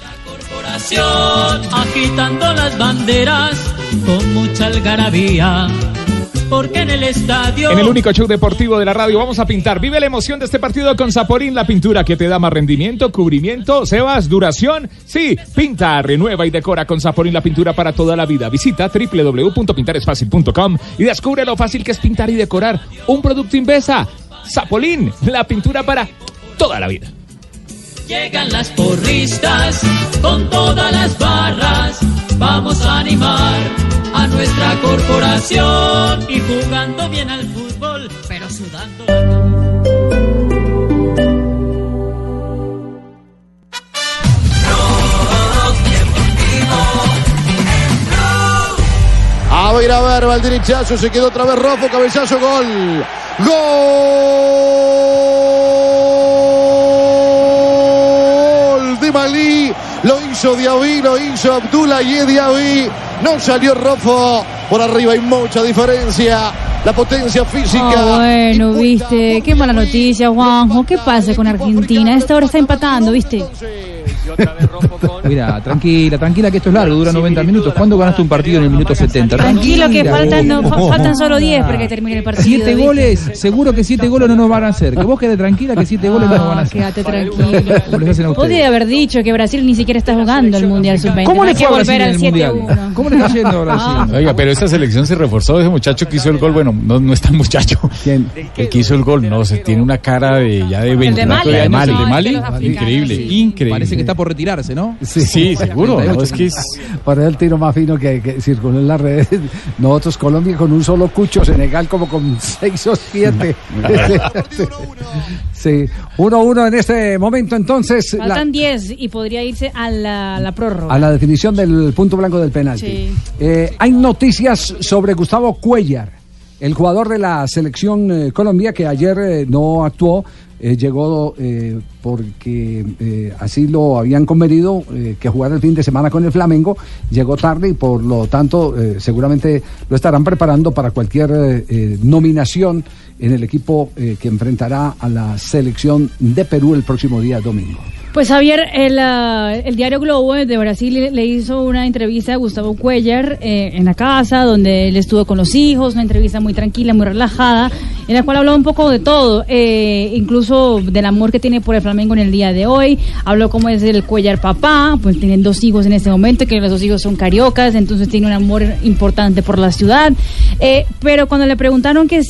[SPEAKER 4] Corporación, agitando las banderas con mucha algarabía, porque en el estadio...
[SPEAKER 10] En el único show deportivo de la radio vamos a pintar. Vive la emoción de este partido con Saporín, la pintura que te da más rendimiento, cubrimiento, Sebas, duración. Sí, pinta, renueva y decora con Saporín, la pintura para toda la vida. Visita doble u doble u doble u punto pintaresfacil punto com y descubre lo fácil que es pintar y decorar un producto Invesa. Saporín, la pintura para toda la vida.
[SPEAKER 4] Llegan las porristas con todas las barras. Vamos a animar a nuestra corporación y jugando bien al fútbol, pero sudando.
[SPEAKER 19] A ver, a ver, va el derechazo, se quedó otra vez Rofo, cabezazo, gol. Gol de Malí, lo hizo Diaby, lo hizo Abdullah y Diaby. No salió Rofo, por arriba hay mucha diferencia. La potencia física.
[SPEAKER 9] Ah, bueno, viste, qué mala noticia, Juanjo. ¿Qué pasa con Argentina? A esta hora está empatando, viste.
[SPEAKER 18] Mira, tranquila, tranquila que esto es largo, dura noventa minutos. ¿Cuándo ganaste un partido en el minuto setenta?
[SPEAKER 9] Tranquilo que
[SPEAKER 18] Tranquila.
[SPEAKER 9] faltan, no, fa- faltan solo diez para que termine el partido.
[SPEAKER 18] Siete
[SPEAKER 9] ¿viste?
[SPEAKER 18] goles, seguro que siete goles no nos van a hacer. Que vos quedes tranquila que siete goles no nos van a
[SPEAKER 9] Ah,
[SPEAKER 18] hacer.
[SPEAKER 9] quédate tranquilo.
[SPEAKER 18] ¿Cómo les hacen a ustedes?
[SPEAKER 9] Podría haber dicho que Brasil ni siquiera está jugando el Mundial sub veinte.
[SPEAKER 18] ¿Cómo le
[SPEAKER 9] Hay
[SPEAKER 18] fue
[SPEAKER 9] que
[SPEAKER 18] a Brasil
[SPEAKER 9] volver
[SPEAKER 18] en
[SPEAKER 9] al
[SPEAKER 18] el
[SPEAKER 9] siete
[SPEAKER 18] Mundial?
[SPEAKER 9] uno.
[SPEAKER 18] ¿Cómo le está yendo a Brasil?
[SPEAKER 17] Oiga, pero esa selección se reforzó. Ese muchacho que hizo el gol, bueno, no, no es tan muchacho.
[SPEAKER 7] ¿Quién?
[SPEAKER 17] El que hizo el gol, no, se tiene una cara de ya de veinticuatro
[SPEAKER 18] Mali.
[SPEAKER 17] años.
[SPEAKER 18] El de
[SPEAKER 17] ¿El de
[SPEAKER 18] Mali?
[SPEAKER 17] Mali? Increíble, increíble.
[SPEAKER 18] Parece que está por retirarse, ¿no?
[SPEAKER 17] Sí, seguro. No, es que es...
[SPEAKER 7] Para el tiro más fino que, que circuló en las redes. Nosotros, Colombia, con un solo cucho. Senegal, como con seis o siete. Sí, uno uno en este momento, entonces. la-
[SPEAKER 9] Faltan diez y podría irse a la, la prórroga.
[SPEAKER 7] a la definición del punto blanco del penalti.
[SPEAKER 9] Sí.
[SPEAKER 7] Eh, hay noticias sobre Gustavo Cuéllar, el jugador de la selección eh, Colombia que ayer eh, no actuó. Eh, llegó eh, porque eh, así lo habían convenido eh, que jugara el fin de semana con el Flamengo, llegó tarde y por lo tanto eh, seguramente lo estarán preparando para cualquier eh, eh, nominación en el equipo eh, que enfrentará a la selección de Perú el próximo día domingo.
[SPEAKER 9] Pues Javier, el, uh, el diario Globo de Brasil le, le hizo una entrevista a Gustavo Cuéllar eh, en la casa, donde él estuvo con los hijos, una entrevista muy tranquila, muy relajada, en la cual habló un poco de todo, eh, incluso del amor que tiene por el Flamengo en el día de hoy. Habló cómo es el Cuéllar papá, pues tienen dos hijos en este momento, que los dos hijos son cariocas, entonces tiene un amor importante por la ciudad. Eh, pero cuando le preguntaron que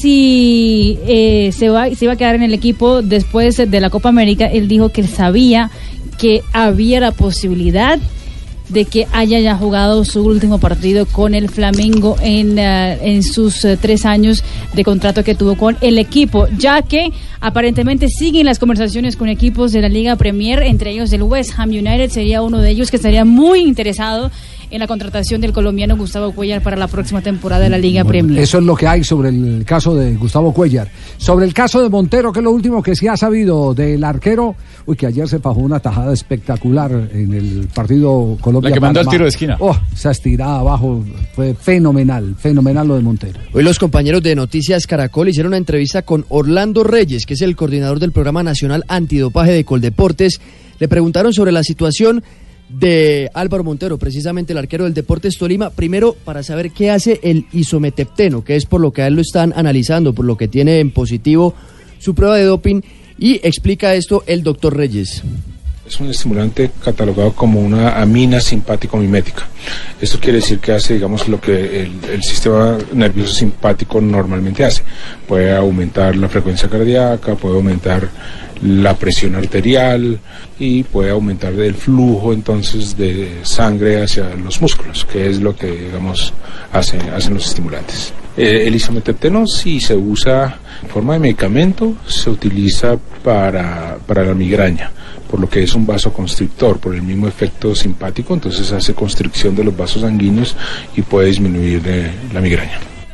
[SPEAKER 9] si eh, se, va, se iba a quedar en el equipo después de la Copa América, él dijo que sabía que había la posibilidad de que haya ya jugado su último partido con el Flamengo en, uh, en sus uh, tres años de contrato que tuvo con el equipo, ya que aparentemente siguen las conversaciones con equipos de la Liga Premier, entre ellos el West Ham United sería uno de ellos que estaría muy interesado en la contratación del colombiano Gustavo Cuéllar para la próxima temporada de la Liga
[SPEAKER 7] Bueno,
[SPEAKER 9] Premier.
[SPEAKER 7] eso es lo que hay sobre el caso de Gustavo Cuéllar. Sobre el caso de Montero, que es lo último que se ha sabido del arquero, uy, que ayer se bajó una tajada espectacular en el partido Colombia.
[SPEAKER 17] La que mandó al
[SPEAKER 7] Panamá.
[SPEAKER 17] tiro de esquina.
[SPEAKER 7] Oh, esa estirada abajo fue fenomenal, fenomenal lo de Montero.
[SPEAKER 14] Hoy los compañeros de Noticias Caracol hicieron una entrevista con Orlando Reyes, que es el coordinador del Programa Nacional Antidopaje de Coldeportes. Le preguntaron sobre la situación de Álvaro Montero, precisamente el arquero del Deportes Tolima, primero para saber qué hace el isometepteno, que es por lo que a él lo están analizando, por lo que tiene en positivo su prueba de doping, y explica esto el doctor Reyes.
[SPEAKER 21] Es un estimulante catalogado como una amina simpático-mimética. Esto quiere decir que hace, digamos, lo que el, el sistema nervioso simpático normalmente hace. Puede aumentar la frecuencia cardíaca, puede aumentar la presión arterial y puede aumentar el flujo entonces de sangre hacia los músculos, que es lo que, digamos, hace, hacen los estimulantes. Eh, el isometepteno, si se usa en forma de medicamento, se utiliza para, para la migraña, por lo que es un vasoconstrictor, por el mismo efecto simpático, entonces hace constricción de los vasos sanguíneos y puede disminuir eh, la migraña.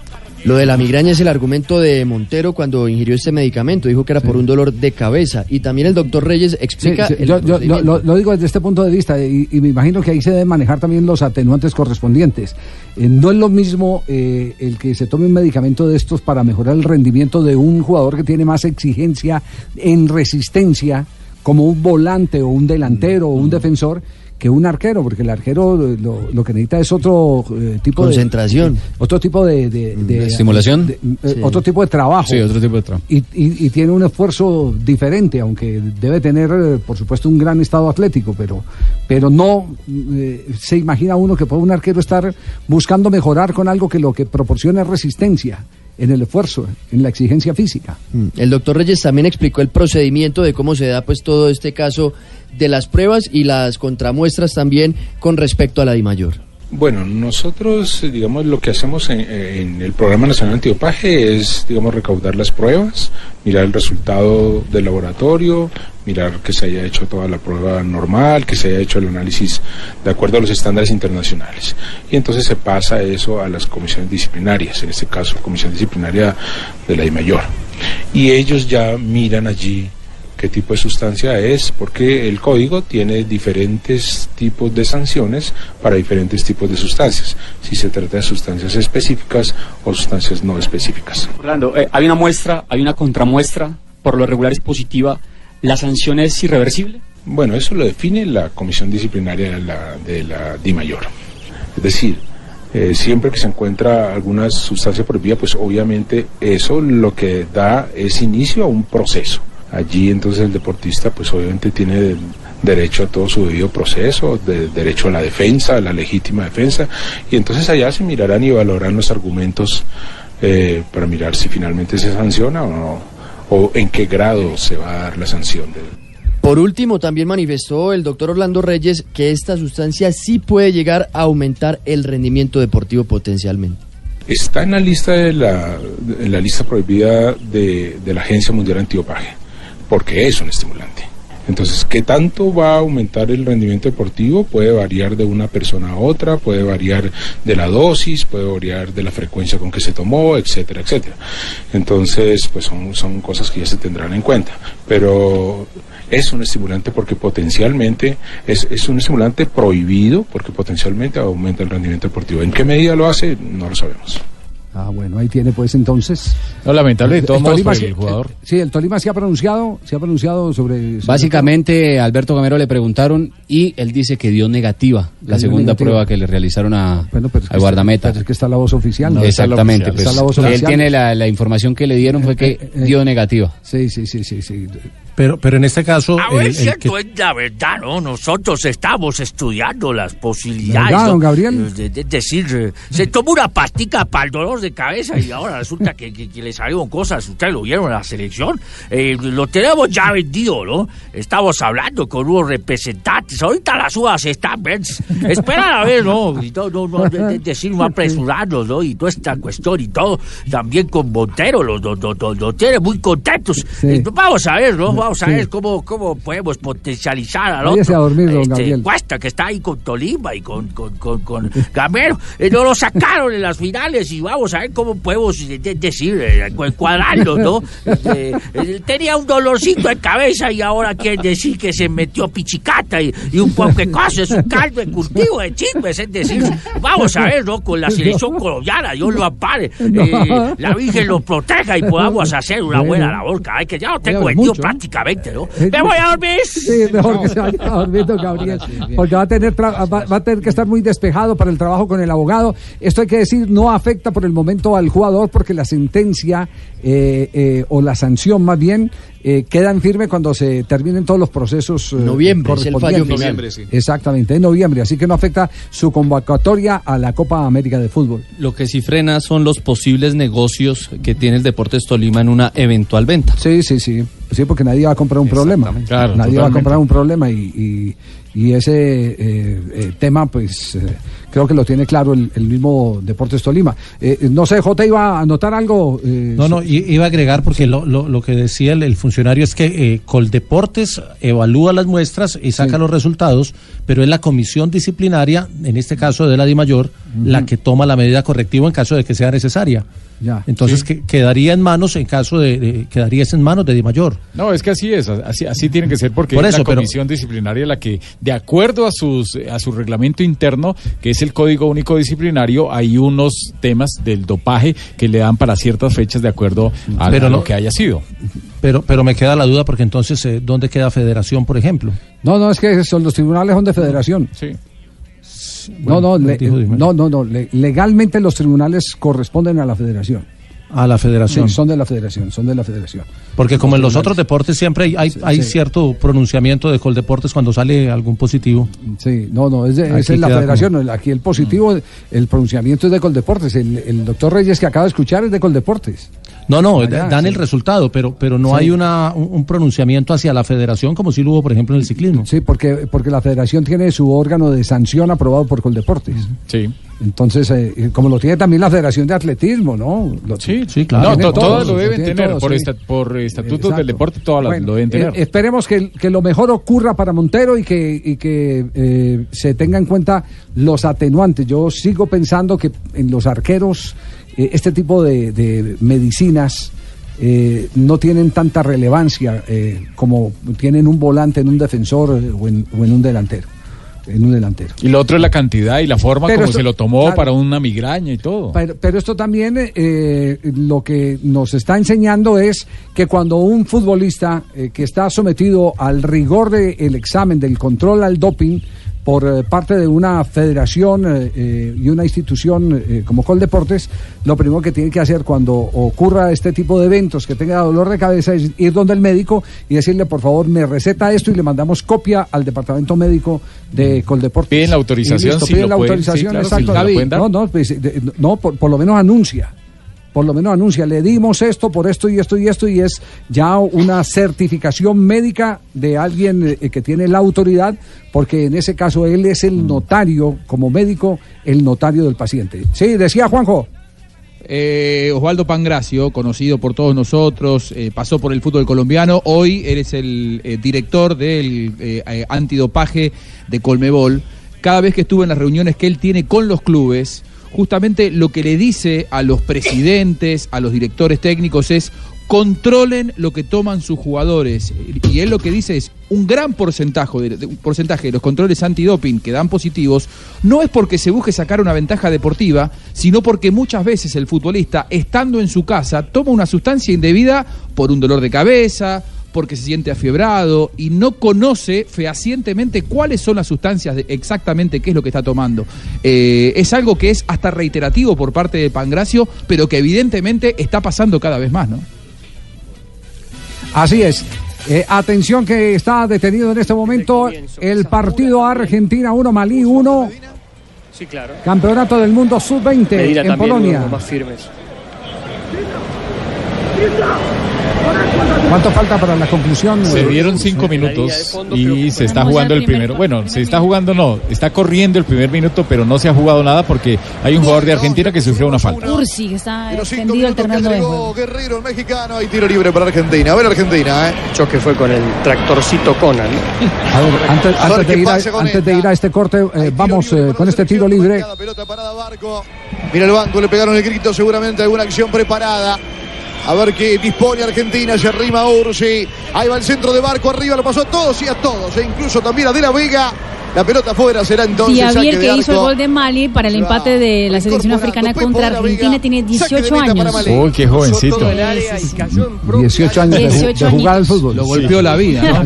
[SPEAKER 14] Lo de la migraña es el argumento de Montero cuando ingirió este medicamento. Dijo que era por un dolor de cabeza. Y también el doctor Reyes explica...
[SPEAKER 7] Sí, sí,
[SPEAKER 14] el
[SPEAKER 7] yo, yo lo,
[SPEAKER 14] procedimiento.
[SPEAKER 7] lo- lo digo desde este punto de vista y, y me imagino que ahí se deben manejar también los atenuantes correspondientes. Eh, no es lo mismo eh, el que se tome un medicamento de estos para mejorar el rendimiento de un jugador que tiene más exigencia en resistencia, como un volante o un delantero o un defensor, que un arquero, porque el arquero lo, lo que necesita es otro eh, tipo
[SPEAKER 14] Concentración.
[SPEAKER 7] de... otro tipo de... de- de-
[SPEAKER 12] ¿Estimulación?
[SPEAKER 7] de- eh,
[SPEAKER 12] Sí.
[SPEAKER 7] Otro tipo de trabajo.
[SPEAKER 12] Sí, otro tipo de trabajo.
[SPEAKER 7] Y, y- y tiene un esfuerzo diferente, aunque debe tener, eh, por supuesto, un gran estado atlético, pero, pero no eh, se imagina uno que puede un arquero estar buscando mejorar con algo que lo que proporciona es resistencia en el esfuerzo, en la exigencia física.
[SPEAKER 14] Mm. El doctor Reyes también explicó el procedimiento de cómo se da pues todo este caso de las pruebas y las contramuestras también con respecto a la DIMAYOR.
[SPEAKER 21] Bueno, nosotros, eh, digamos, lo que hacemos en, en el Programa Nacional Antidopaje es, digamos, recaudar las pruebas, mirar el resultado del laboratorio, mirar que se haya hecho toda la prueba normal, que se haya hecho el análisis de acuerdo a los estándares internacionales. Y entonces se pasa eso a las comisiones disciplinarias, en este caso, Comisión Disciplinaria de la DIMAYOR. Y ellos ya miran allí qué tipo de sustancia es, porque el código tiene diferentes tipos de sanciones para diferentes tipos de sustancias, si se trata de sustancias específicas o sustancias no específicas.
[SPEAKER 23] Orlando, eh, hay una muestra, hay una contramuestra, por lo regular es positiva. ¿La sanción es irreversible?
[SPEAKER 21] Bueno, eso lo define la comisión disciplinaria de la, de la DIMAYOR. Es decir, eh, siempre que se encuentra alguna sustancia prohibida, pues obviamente eso lo que da es inicio a un proceso. Allí entonces el deportista pues obviamente tiene derecho a todo su debido proceso, de, derecho a la defensa, a la legítima defensa, y entonces allá se mirarán y evaluarán los argumentos eh, para mirar si finalmente se sanciona o no, o en qué grado se va a dar la sanción. De...
[SPEAKER 14] Por último, también manifestó el doctor Orlando Reyes que esta sustancia sí puede llegar a aumentar el rendimiento deportivo potencialmente.
[SPEAKER 21] Está en la lista de la, en la lista prohibida de, de la Agencia Mundial Antidopaje, porque es un estimulante. Entonces, ¿qué tanto va a aumentar el rendimiento deportivo? Puede variar de una persona a otra, puede variar de la dosis, puede variar de la frecuencia con que se tomó, etcétera, etcétera. Entonces, pues son, son cosas que ya se tendrán en cuenta. Pero es un estimulante porque potencialmente, es, es un estimulante prohibido porque potencialmente aumenta el rendimiento deportivo. ¿En qué medida lo hace? No lo sabemos.
[SPEAKER 7] Ah, bueno, ahí tiene pues entonces.
[SPEAKER 17] No, lamentable de todos modos por
[SPEAKER 7] el jugador. Sí, el Tolima se ha pronunciado, se ha pronunciado sobre... sobre
[SPEAKER 16] Básicamente, a Alberto Gamero le preguntaron y él dice que dio negativa la segunda negativa. prueba que le realizaron a,
[SPEAKER 7] bueno, pero es
[SPEAKER 16] al guardameta.
[SPEAKER 7] Está, pero es que está la voz oficial.
[SPEAKER 16] No, exactamente.
[SPEAKER 7] Está la voz
[SPEAKER 16] pues,
[SPEAKER 7] oficial.
[SPEAKER 16] Él tiene la, la información que le dieron fue que eh, eh, dio negativa.
[SPEAKER 7] Sí, sí, sí, sí, sí.
[SPEAKER 20] Pero, pero en este caso...
[SPEAKER 2] A ver,
[SPEAKER 20] el,
[SPEAKER 2] cierto
[SPEAKER 20] el que...
[SPEAKER 2] es la verdad, ¿no? Nosotros estamos estudiando las posibilidades.
[SPEAKER 7] ¿Verdad, don Gabriel?
[SPEAKER 2] De, de, de decir, se tomó una pastica para el dolor de cabeza y ahora resulta que, que, que le salieron cosas. Ustedes lo vieron en la selección. Eh, lo tenemos ya vendido, ¿no? Estamos hablando con unos representantes. Ahorita las uvas están verdes. Esperan a ver, ¿no? Y no, no, no de, de decir, no apresurarnos, ¿no? Y toda esta cuestión y todo. También con Montero, los lo, lo, lo, lo tiene muy contentos. Sí. Eh, vamos a ver, ¿no? Vamos a sí. ver cómo, cómo podemos potencializar al otro.
[SPEAKER 7] Váyase a dormir, don
[SPEAKER 2] este,
[SPEAKER 7] Gabriel.
[SPEAKER 2] Cuesta, que está ahí con Tolima y con, con, con, con Gamero. Eh, no lo sacaron en las finales y vamos a ver cómo podemos de, de, decir, eh, cuadrarlo, ¿no? Eh, eh, tenía un dolorcito en cabeza y ahora quieren decir que se metió pichicata y, y un poco de cosas, es un caldo de cultivo de chismes, es decir, vamos a ver, ¿no? Con la selección colombiana, Dios lo ampare, eh, la Virgen lo proteja y podamos hacer una buena labor, caray, que ya lo tengo vendido mucho, prácticamente, ¿no? ¡Me voy a dormir!
[SPEAKER 7] Sí, mejor que se vaya a dormir, don Gabriel, porque va a tener va, va a tener que estar muy despejado para el trabajo con el abogado. Esto hay que decir, no afecta por el momento al jugador porque la sentencia eh, eh, o la sanción más bien eh, queda en firme cuando se terminen todos los procesos eh,
[SPEAKER 14] noviembre es el fallo final.
[SPEAKER 7] Noviembre, sí. Exactamente, en noviembre, así que no afecta su convocatoria a la Copa América de Fútbol.
[SPEAKER 12] Lo que sí frena son los posibles negocios que tiene el Deportes Tolima en una eventual venta.
[SPEAKER 7] Sí, sí, sí, sí, porque nadie va a comprar un problema.
[SPEAKER 12] Claro,
[SPEAKER 7] nadie
[SPEAKER 12] totalmente.
[SPEAKER 7] va a comprar un problema y, y, y ese eh, eh, tema, pues eh, creo que lo tiene claro el, el mismo Deportes Tolima. Eh, no sé, Jota, ¿iba a anotar algo? Eh,
[SPEAKER 20] no, no, iba a agregar porque lo, lo, lo que decía el, el funcionario es que eh, Coldeportes evalúa las muestras y saca sí. los resultados, pero es la comisión disciplinaria, en este caso de la DIMAYOR, uh-huh. la que toma la medida correctiva en caso de que sea necesaria. Ya, Entonces sí. que, quedaría en manos, en caso de, de quedaría en manos de DIMAYOR.
[SPEAKER 17] No, es que así es, así, así tiene que ser porque
[SPEAKER 20] Por
[SPEAKER 17] es
[SPEAKER 20] eso,
[SPEAKER 17] la comisión pero... disciplinaria la que, de acuerdo a sus a su reglamento interno, que es el Código Único Disciplinario, hay unos temas del dopaje que le dan para ciertas fechas de acuerdo a, pero a lo no, que haya sido.
[SPEAKER 20] Pero pero me queda la duda porque entonces, eh, ¿dónde queda Federación, por ejemplo?
[SPEAKER 7] No, no, es que son los tribunales son de Federación.
[SPEAKER 17] Sí.
[SPEAKER 7] Bueno, no, no, le, no, no, no, le, legalmente los tribunales corresponden a la Federación.
[SPEAKER 20] A la Federación.
[SPEAKER 7] Sí, son de la Federación, son de la Federación.
[SPEAKER 20] Porque como los en los otros deportes siempre hay, hay, sí, hay sí. cierto pronunciamiento de Coldeportes cuando sale algún positivo.
[SPEAKER 7] Sí, no, no, es, de, es en la Federación. Como... Aquí el positivo, el pronunciamiento es de Coldeportes. El, el doctor Reyes que acaba de escuchar es de Coldeportes.
[SPEAKER 20] No, no, Allá, dan sí. el resultado, pero pero no sí. hay una un, un pronunciamiento hacia la Federación como si lo hubo, por ejemplo, en el ciclismo.
[SPEAKER 7] Sí, porque porque la Federación tiene su órgano de sanción aprobado por Coldeportes.
[SPEAKER 17] Sí.
[SPEAKER 7] Entonces, eh, como lo tiene también la Federación de Atletismo, ¿no? Lo,
[SPEAKER 17] sí, sí, claro. No, to, todas lo deben lo tener, todos, por, sí. esta, por estatutos Exacto. del deporte, todas bueno, lo deben tener.
[SPEAKER 7] Eh, esperemos que, que lo mejor ocurra para Montero y que, y que eh, se tenga en cuenta los atenuantes. Yo sigo pensando que en los arqueros eh, este tipo de, de medicinas eh, no tienen tanta relevancia eh, como tienen un volante en un defensor eh, o, en, o en un delantero. en un delantero.
[SPEAKER 10] Y lo otro es la cantidad y la forma
[SPEAKER 7] Pero
[SPEAKER 10] como
[SPEAKER 7] esto,
[SPEAKER 10] se lo tomó
[SPEAKER 7] claro,
[SPEAKER 10] para una migraña y todo.
[SPEAKER 7] Pero, pero esto también eh, lo que nos está enseñando es que cuando un futbolista eh, que está sometido al rigor del examen, del control al doping, por eh, parte de una federación eh, eh, y una institución eh, como Coldeportes, lo primero que tiene que hacer cuando ocurra este tipo de eventos, que tenga dolor de cabeza, es ir donde el médico y decirle, por favor, me receta esto, y le mandamos copia al departamento médico de Coldeportes.
[SPEAKER 10] Piden la autorización,
[SPEAKER 7] listo,
[SPEAKER 10] si
[SPEAKER 7] piden
[SPEAKER 10] lo
[SPEAKER 7] la
[SPEAKER 10] pueden,
[SPEAKER 7] autorización,
[SPEAKER 10] sí, claro,
[SPEAKER 7] exacto.
[SPEAKER 10] si la pueden dar.
[SPEAKER 7] No, no, pues, de, no por, por lo menos anuncia. Por lo menos anuncia, le dimos esto por esto y esto y esto, y es ya una certificación médica de alguien eh, que tiene la autoridad, porque en ese caso él es el notario, como médico, el notario del paciente. Sí, decía Juanjo.
[SPEAKER 18] Eh, Osvaldo Pangracio, conocido por todos nosotros, eh, pasó por el fútbol colombiano, hoy eres el eh, director del eh, eh, antidopaje de Colmebol. Cada vez que estuve en las reuniones que él tiene con los clubes, justamente lo que le dice a los presidentes, a los directores técnicos es: controlen lo que toman sus jugadores. Y él lo que dice es: un gran porcentaje de, de, un porcentaje de los controles antidoping que dan positivos no es porque se busque sacar una ventaja deportiva, sino porque muchas veces el futbolista, estando en su casa, toma una sustancia indebida por un dolor de cabeza, porque se siente afiebrado y no conoce fehacientemente cuáles son las sustancias, de exactamente qué es lo que está tomando. Eh, es algo que es hasta reiterativo por parte de Pangracio, pero que evidentemente está pasando cada vez más, ¿no?
[SPEAKER 7] Así es. Eh, atención, que está detenido en este momento el partido Argentina uno, Malí uno.
[SPEAKER 3] Sí, claro.
[SPEAKER 7] Campeonato del Mundo sub veinte en Polonia.
[SPEAKER 3] Más firmes.
[SPEAKER 7] ¿Cuánto falta para la conclusión?
[SPEAKER 10] Se dieron cinco minutos y se está jugando el primero. Bueno, se está jugando, no, está corriendo el primer minuto, pero no se ha jugado nada porque hay un jugador de Argentina que sufrió una falta.
[SPEAKER 9] Ursi, que está extendido alternando de juego.
[SPEAKER 19] Guerrero, el mexicano, y tiro libre para Argentina. A ver, Argentina, ¿eh?
[SPEAKER 3] Choque fue con el tractorcito Conan.
[SPEAKER 7] A ver, antes,
[SPEAKER 19] A ver
[SPEAKER 7] antes, de,
[SPEAKER 19] qué
[SPEAKER 7] ir a,
[SPEAKER 19] pasa con
[SPEAKER 7] antes de
[SPEAKER 19] esta.
[SPEAKER 7] ir a este corte, eh, vamos eh, con este tiro libre.
[SPEAKER 19] Mira el banco, le pegaron el grito, seguramente alguna acción preparada. A ver qué dispone Argentina, se arrima Ursi. Ahí va el centro de Barco, arriba lo pasó a todos y a todos, e incluso también a De la Vega. La pelota afuera, será entonces
[SPEAKER 9] Diabier,
[SPEAKER 19] saque de
[SPEAKER 9] que
[SPEAKER 19] arco.
[SPEAKER 9] hizo el gol de Mali para el empate de la selección africana contra Argentina, tiene dieciocho años.
[SPEAKER 10] Uy, qué jovencito.
[SPEAKER 7] dieciocho años de,
[SPEAKER 9] dieciocho
[SPEAKER 7] de jugar al
[SPEAKER 9] añitos.
[SPEAKER 7] fútbol.
[SPEAKER 18] Lo golpeó la vida, ¿no?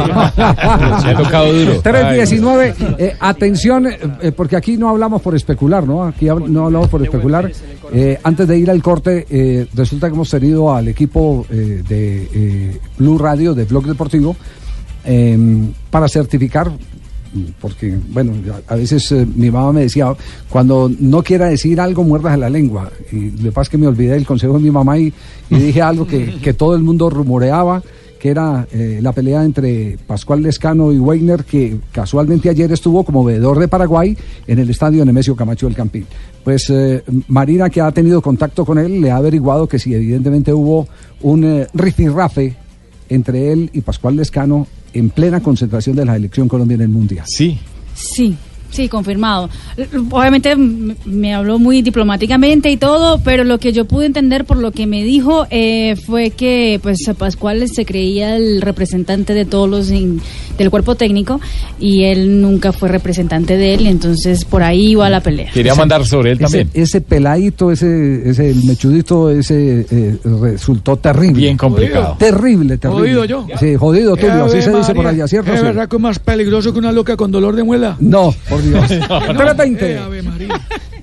[SPEAKER 10] Se ha tocado duro.
[SPEAKER 7] tres diecinueve, eh, atención, eh, porque aquí no hablamos por especular, ¿no? Aquí hab- no hablamos por especular. Eh, antes de ir al corte, eh, resulta que hemos tenido al equipo eh, de eh, Blue Radio, de Blog Deportivo, eh, para certificar, porque, bueno, a veces eh, mi mamá me decía, cuando no quiera decir algo, muerdas a la lengua. Y lo que pasa es que me olvidé del consejo de mi mamá y, y dije algo que, que todo el mundo rumoreaba, que era eh, la pelea entre Pascual Lescano y Weiner, que casualmente ayer estuvo como veedor de Paraguay en el estadio Nemesio Camacho del Campín. Pues eh, Marina, que ha tenido contacto con él, le ha averiguado que si evidentemente hubo un eh, rifirrafe entre él y Pascual Lescano en plena concentración de la selección Colombia en el Mundial.
[SPEAKER 10] Sí.
[SPEAKER 9] Sí. Sí, confirmado. Obviamente m- me habló muy diplomáticamente y todo, pero lo que yo pude entender por lo que me dijo eh, fue que pues Pascual se creía el representante de todos los in- del cuerpo técnico y él nunca fue representante de él, entonces por ahí iba la pelea.
[SPEAKER 10] Quería
[SPEAKER 7] Ese-
[SPEAKER 10] mandar sobre él
[SPEAKER 7] Ese,
[SPEAKER 10] también.
[SPEAKER 7] ese peladito, ese, ese el mechudito, ese eh, resultó terrible.
[SPEAKER 10] Bien complicado.
[SPEAKER 7] Terrible, terrible.
[SPEAKER 13] Jodido yo.
[SPEAKER 7] Sí, jodido Tulio, así
[SPEAKER 13] Ave
[SPEAKER 7] se dice por
[SPEAKER 13] María.
[SPEAKER 7] allá, ¿cierto?
[SPEAKER 13] ¿Es
[SPEAKER 7] Sí.
[SPEAKER 13] verdad que es más peligroso que una loca con dolor de muela?
[SPEAKER 7] No, por Dios.
[SPEAKER 13] No,
[SPEAKER 7] tres veinte.
[SPEAKER 13] eh, Ave María.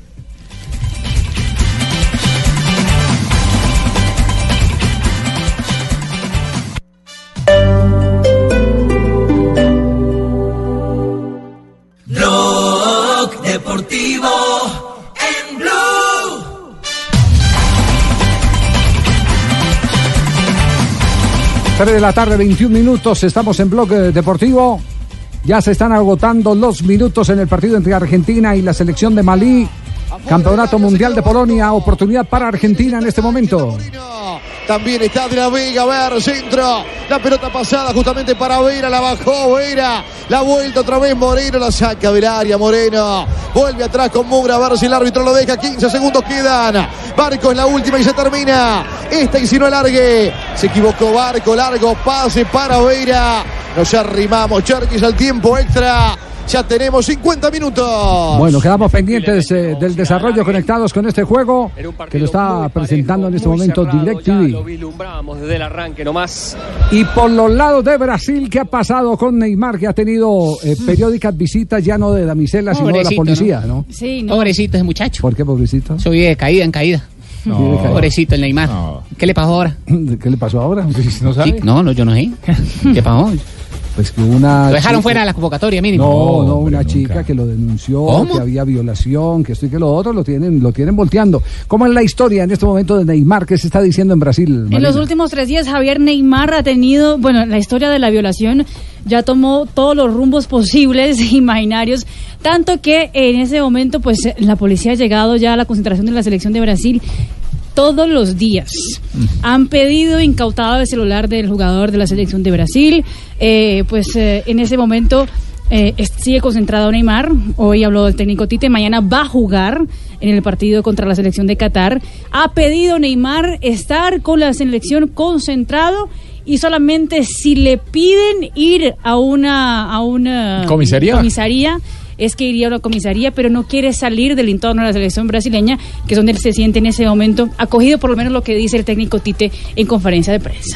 [SPEAKER 4] Blog Deportivo en Blue.
[SPEAKER 7] tres de la tarde, veintiún minutos, estamos en Blog eh, Deportivo. Ya se están agotando los minutos en el partido entre Argentina y la selección de Malí. Campeonato Mundial de Polonia, oportunidad para Argentina en este momento.
[SPEAKER 19] También está De la Vega, a ver, centro. La pelota pasada justamente para Vera, la bajó Vera. La vuelta otra vez Moreno, la saca del área Moreno. Vuelve atrás con Mugra, a ver si el árbitro lo deja. quince segundos quedan. Barco es la última y se termina. Esta y si no alargue. Se equivocó Barco, largo pase para Vera. Nos arrimamos, Cherkis al tiempo extra. Ya tenemos cincuenta minutos.
[SPEAKER 7] Bueno, quedamos pendientes eh, del desarrollo, conectados con este juego que lo está presentando en este momento DirecTV.
[SPEAKER 3] Lo vislumbrábamos desde el arranque nomás.
[SPEAKER 7] Y por los lados de Brasil, ¿qué ha pasado con Neymar, que ha tenido eh, periódicas visitas ya no de damiselas, sino de la policía, ¿no?
[SPEAKER 8] ¿no?
[SPEAKER 9] Sí, no.
[SPEAKER 8] Pobrecito ese muchacho.
[SPEAKER 7] ¿Por qué pobrecito?
[SPEAKER 8] Soy de caída en caída.
[SPEAKER 7] No.
[SPEAKER 8] Pobrecito el Neymar. No. ¿Qué le pasó ahora?
[SPEAKER 7] ¿Qué le pasó ahora? ¿No sabe?
[SPEAKER 8] No, no, yo no sé. ¿Qué pasó?
[SPEAKER 7] Pues que una
[SPEAKER 8] lo dejaron
[SPEAKER 7] chica...
[SPEAKER 8] fuera de la convocatoria mínimo.
[SPEAKER 7] No, no, una chica nunca. que lo denunció, ¿Cómo? que había violación, que esto y que lo otro, lo tienen, lo tienen volteando. ¿Cómo es la historia en este momento de Neymar? ¿Qué se está diciendo en Brasil, Marina?
[SPEAKER 9] En los últimos tres días, Javier, Neymar ha tenido, bueno, la historia de la violación ya tomó todos los rumbos posibles e imaginarios, tanto que en ese momento, pues, la policía ha llegado ya a la concentración de la selección de Brasil todos los días. Han pedido incautado el celular del jugador de la selección de Brasil. Eh, pues eh, en ese momento eh, sigue concentrado Neymar. Hoy habló el técnico Tite, mañana va a jugar en el partido contra la selección de Qatar. Ha pedido Neymar estar con la selección concentrado y solamente si le piden ir a una, a una
[SPEAKER 10] comisaría,
[SPEAKER 9] comisaría es que iría a la comisaría, pero no quiere salir del entorno de la selección brasileña, que es donde él se siente en ese momento acogido, por lo menos lo que dice el técnico Tite en conferencia de prensa.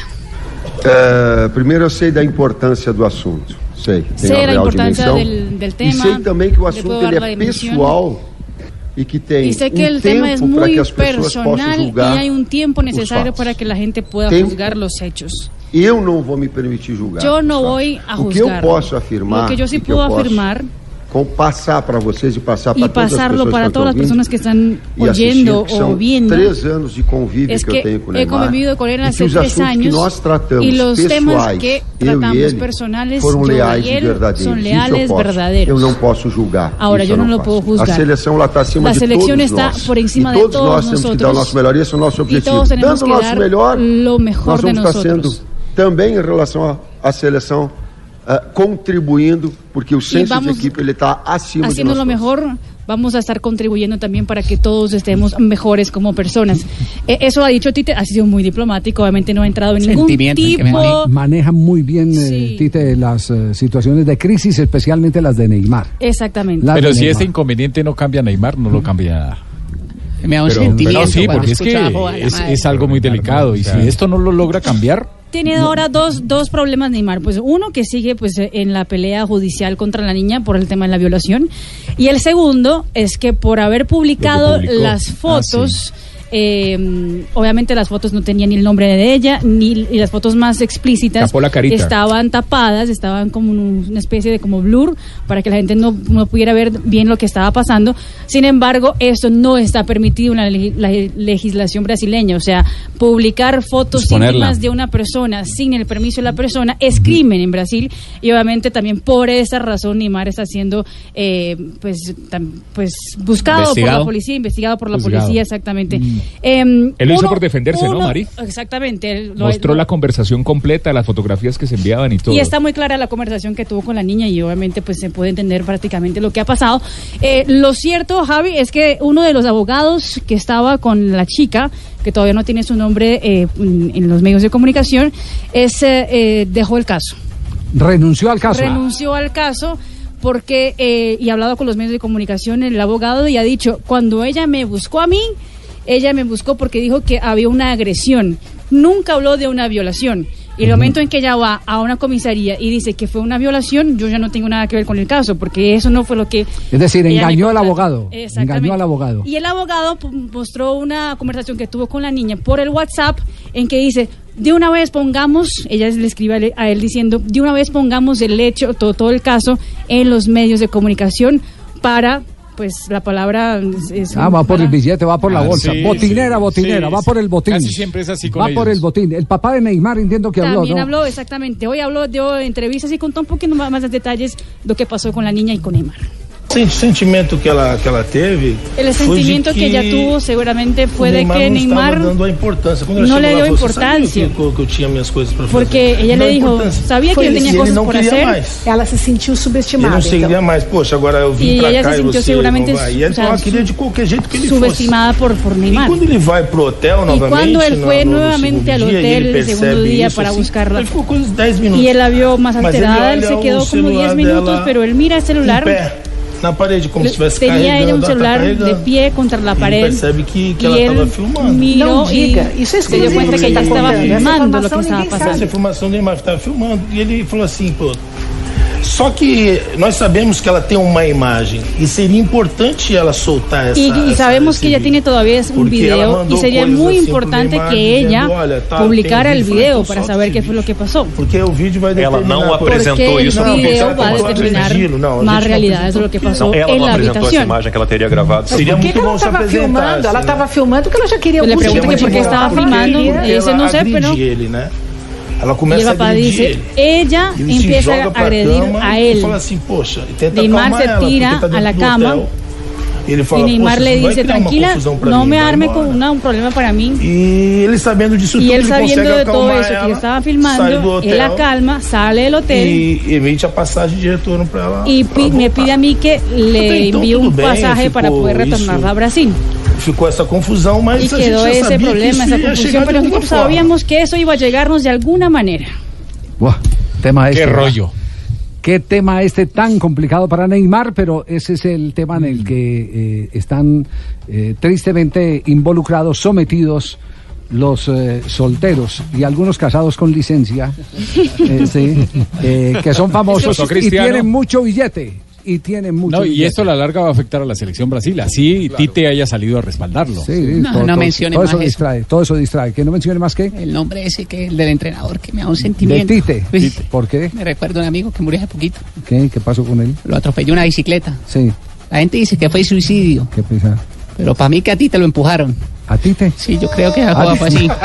[SPEAKER 11] Uh, primeiro, eu sei da importância do assunto. Sei,
[SPEAKER 9] sei da importância del, del tema.
[SPEAKER 11] E sei também que o assunto ele é pessoal e que tem
[SPEAKER 9] y sé que
[SPEAKER 11] um
[SPEAKER 9] el tema es
[SPEAKER 11] tempo para
[SPEAKER 9] muy
[SPEAKER 11] que as pessoas possam julgar.
[SPEAKER 9] Y hay un tiempo necesario para que la gente pueda tempo. juzgar los hechos.
[SPEAKER 11] Eu não vou me permitir julgar.
[SPEAKER 9] Yo no voy a juzgar.
[SPEAKER 11] O que eu posso afirmar,
[SPEAKER 9] lo que yo sí puedo afirmar,
[SPEAKER 11] com passar para vocês e passar para
[SPEAKER 9] y pasarlo para todas las personas que están oyendo o viendo,
[SPEAKER 11] tres anos de convívio
[SPEAKER 9] es
[SPEAKER 11] que,
[SPEAKER 9] que
[SPEAKER 11] eu tenho com
[SPEAKER 9] he convivido con él hace tres años y los temas que tratamos personales, yo y él, son leales, verdaderos.
[SPEAKER 11] Eu não posso julgar.
[SPEAKER 9] Ahora yo no lo puedo juzgar.
[SPEAKER 11] A seleção lá está acima
[SPEAKER 9] la
[SPEAKER 11] de
[SPEAKER 9] selección
[SPEAKER 11] todos
[SPEAKER 9] está
[SPEAKER 11] nós.
[SPEAKER 9] por encima
[SPEAKER 11] e
[SPEAKER 9] de
[SPEAKER 11] todos
[SPEAKER 9] todos
[SPEAKER 11] nós temos
[SPEAKER 9] nosotros.
[SPEAKER 11] que dar o nosso melhor, esse é o nosso objetivo.
[SPEAKER 9] Y todos tenemos
[SPEAKER 11] Dando
[SPEAKER 9] que
[SPEAKER 11] o nosso
[SPEAKER 9] dar
[SPEAKER 11] melhor,
[SPEAKER 9] lo mejor
[SPEAKER 11] nós
[SPEAKER 9] de
[SPEAKER 11] vamos estar
[SPEAKER 9] nosotros.
[SPEAKER 11] sendo também em relação à seleção Uh, contribuyendo, porque el senso de equipo ele está acima de
[SPEAKER 9] haciendo lo mejor, vamos a estar contribuyendo también para que todos estemos mejores como personas. Eh, eso ha dicho Tite, ha sido muy diplomático, obviamente no ha entrado en ningún tipo.
[SPEAKER 7] Maneja muy bien sí. eh, Tite las uh, situaciones de crisis, especialmente las de Neymar.
[SPEAKER 9] Exactamente.
[SPEAKER 10] Las
[SPEAKER 11] pero
[SPEAKER 10] si
[SPEAKER 11] Neymar.
[SPEAKER 10] Este inconveniente no cambia a Neymar, no lo cambia nada.
[SPEAKER 8] Me da un
[SPEAKER 10] pero,
[SPEAKER 8] sentimiento.
[SPEAKER 10] Pero sí, porque es que es, es algo muy delicado y si esto no lo logra cambiar.
[SPEAKER 9] Tiene ahora dos, dos problemas Neymar, pues uno que sigue pues en la pelea judicial contra la niña por el tema de la violación y el segundo es que por haber publicado las fotos, ah, sí. Eh, obviamente las fotos no tenían ni el nombre de ella ni y las fotos más explícitas estaban tapadas, estaban como un, una especie de como blur para que la gente no, no pudiera ver bien lo que estaba pasando. Sin embargo, eso no está permitido en la, la legislación brasileña, o sea, publicar fotos íntimas de una persona sin el permiso de la persona es crimen en Brasil y obviamente también por esa razón Neymar está siendo eh, pues, tam, pues buscado por la policía, investigado por la
[SPEAKER 10] Juzgado.
[SPEAKER 9] policía, exactamente. Mm.
[SPEAKER 10] Eh, Él lo hizo por defenderse,
[SPEAKER 9] uno,
[SPEAKER 10] ¿no, Mari?
[SPEAKER 9] Exactamente. Él lo,
[SPEAKER 10] Mostró
[SPEAKER 9] lo,
[SPEAKER 10] la conversación completa, las fotografías que se enviaban y todo.
[SPEAKER 9] Y está muy clara la conversación que tuvo con la niña y obviamente pues se puede entender prácticamente lo que ha pasado. Eh, lo cierto, Javi, es que uno de los abogados que estaba con la chica, que todavía no tiene su nombre eh, en los medios de comunicación, es eh, eh, dejó el caso.
[SPEAKER 7] Renunció al caso.
[SPEAKER 9] Renunció al caso. Porque, eh, y ha hablado con los medios de comunicación, el abogado, y ha dicho, cuando ella me buscó a mí, ella me buscó porque dijo que había una agresión. Nunca habló de una violación. Y el momento en que ella va a una comisaría y dice que fue una violación, yo ya no tengo nada que ver con el caso, porque eso no fue lo que...
[SPEAKER 7] Es decir, engañó al abogado. Engañó al abogado.
[SPEAKER 9] Y el abogado mostró una conversación que tuvo con la niña por el WhatsApp, en que dice, de una vez pongamos, ella le escribe a él diciendo, de una vez pongamos el hecho, todo, todo el caso, en los medios de comunicación para... pues la palabra es
[SPEAKER 7] ah, va por para... el billete, va por ah, la bolsa, sí, botinera, sí, botinera, sí, va por el botín.
[SPEAKER 10] Casi siempre es así con
[SPEAKER 7] Va
[SPEAKER 10] ellos.
[SPEAKER 7] por el botín. El papá de Neymar entiendo que
[SPEAKER 9] También
[SPEAKER 7] habló, ¿no?
[SPEAKER 9] También habló, exactamente. Hoy habló, dio entrevistas y contó un poquito más de detalles de lo que pasó con la niña y con Neymar.
[SPEAKER 21] El sentimiento que ela, que ela teve
[SPEAKER 9] El sentimiento que, que ella tuvo seguramente fue de que Neymar no le dio importancia. Porque ella le dijo, sabía que yo tenía cosas por hacer.
[SPEAKER 15] Ela se sentiu subestimada.
[SPEAKER 21] Ele não seguiria mais. Poxa, agora eu vim pra cá e você
[SPEAKER 9] seguramente
[SPEAKER 21] não vai. E então ela queria de qualquer jeito que ele
[SPEAKER 9] subestimada por, por Neymar.
[SPEAKER 21] E quando ele vai pro hotel novamente,
[SPEAKER 9] y cuando él fue
[SPEAKER 21] no, no
[SPEAKER 9] nuevamente al hotel el segundo día para
[SPEAKER 21] así,
[SPEAKER 9] buscarla,
[SPEAKER 21] él ficou com uns dez minutos.
[SPEAKER 9] y él la vio más alterada, él se quedó como diez minutos, pero él mira el celular.
[SPEAKER 21] Na parede, como se estivesse
[SPEAKER 9] tenía ella un celular de pie contra la pared
[SPEAKER 21] que, que
[SPEAKER 9] y él miró
[SPEAKER 15] no
[SPEAKER 9] y
[SPEAKER 15] diga, isso é
[SPEAKER 9] se dio cuenta que ella estaba filmando lo que estaba pasando.
[SPEAKER 21] Essa informação do Neymar estava filmando e ele falou assim, pô, só que nós sabemos que ela tem uma imagem e seria importante ela soltar essa.
[SPEAKER 9] Y, y sabemos essa, que ella tiene todavía un video y sería muy importante assim que ella dizendo, tá, publicara el video para saber qué fue lo que pasó.
[SPEAKER 21] Porque el video vai
[SPEAKER 22] ela não apresentou isso.
[SPEAKER 9] Porque el video va a determinar
[SPEAKER 21] não,
[SPEAKER 9] más realidades de lo que pasó
[SPEAKER 22] não, ela
[SPEAKER 9] en
[SPEAKER 22] não
[SPEAKER 9] la
[SPEAKER 22] apresentou
[SPEAKER 9] habitación.
[SPEAKER 22] essa imagem que ela teria gravado.
[SPEAKER 15] Seria por que muito que ela estava filmando? Ela estava filmando porque ela já queria
[SPEAKER 9] le pregunto que por qué estaba filmando y dice no sé, pero
[SPEAKER 21] ele, né?
[SPEAKER 9] Ela y el papá dice, ella empieza a agredir a él.
[SPEAKER 21] Assim,
[SPEAKER 9] Neymar se tira a la cama
[SPEAKER 21] fala,
[SPEAKER 9] y Neymar le dice, tranquila, no me arme con una, un problema para mí.
[SPEAKER 21] Y él sabiendo de
[SPEAKER 9] y él sabiendo de todo eso que estaba filmando, él la calma, sale del hotel
[SPEAKER 21] y emite a pasaje de retorno para ela.
[SPEAKER 9] Y pi me pide a mí que le envíe un pasaje para poder retornar a Brasil.
[SPEAKER 21] Ficou essa confusão, mas
[SPEAKER 9] y quedó
[SPEAKER 21] a gente
[SPEAKER 9] ese problema, esa confusión, pero nosotros sabíamos que eso iba a llegarnos de alguna manera.
[SPEAKER 7] Buah, tema este.
[SPEAKER 10] Qué rollo.
[SPEAKER 7] Qué tema este tan complicado para Neymar, pero ese es el tema en el que eh, están eh, tristemente involucrados, sometidos los eh, solteros y algunos casados con licencia, eh, sí, eh, que son famosos y tienen mucho billete. Y tiene mucho.
[SPEAKER 17] No, y
[SPEAKER 7] billete.
[SPEAKER 17] esto a la larga va a afectar a la selección Brasil. Así claro. Tite haya salido a respaldarlo.
[SPEAKER 7] Sí,
[SPEAKER 8] no,
[SPEAKER 7] todo,
[SPEAKER 8] no
[SPEAKER 7] todo,
[SPEAKER 8] mencione
[SPEAKER 7] todo
[SPEAKER 8] más
[SPEAKER 7] eso
[SPEAKER 8] eso.
[SPEAKER 7] distrae, todo eso distrae. Que no mencione más que
[SPEAKER 8] el nombre ese que el del entrenador que me da un sentimiento.
[SPEAKER 7] De Tite.
[SPEAKER 8] Uy,
[SPEAKER 7] Tite. ¿Por qué?
[SPEAKER 8] Me recuerdo a un amigo que murió hace poquito.
[SPEAKER 7] ¿Qué? ¿Qué pasó con él?
[SPEAKER 8] Lo atropelló una bicicleta.
[SPEAKER 7] Sí.
[SPEAKER 8] La gente dice que fue suicidio.
[SPEAKER 7] Qué pesar.
[SPEAKER 8] Pero para mí que a ti te lo empujaron.
[SPEAKER 7] ¿A Tite?
[SPEAKER 8] Sí, yo creo que a Juan fue así.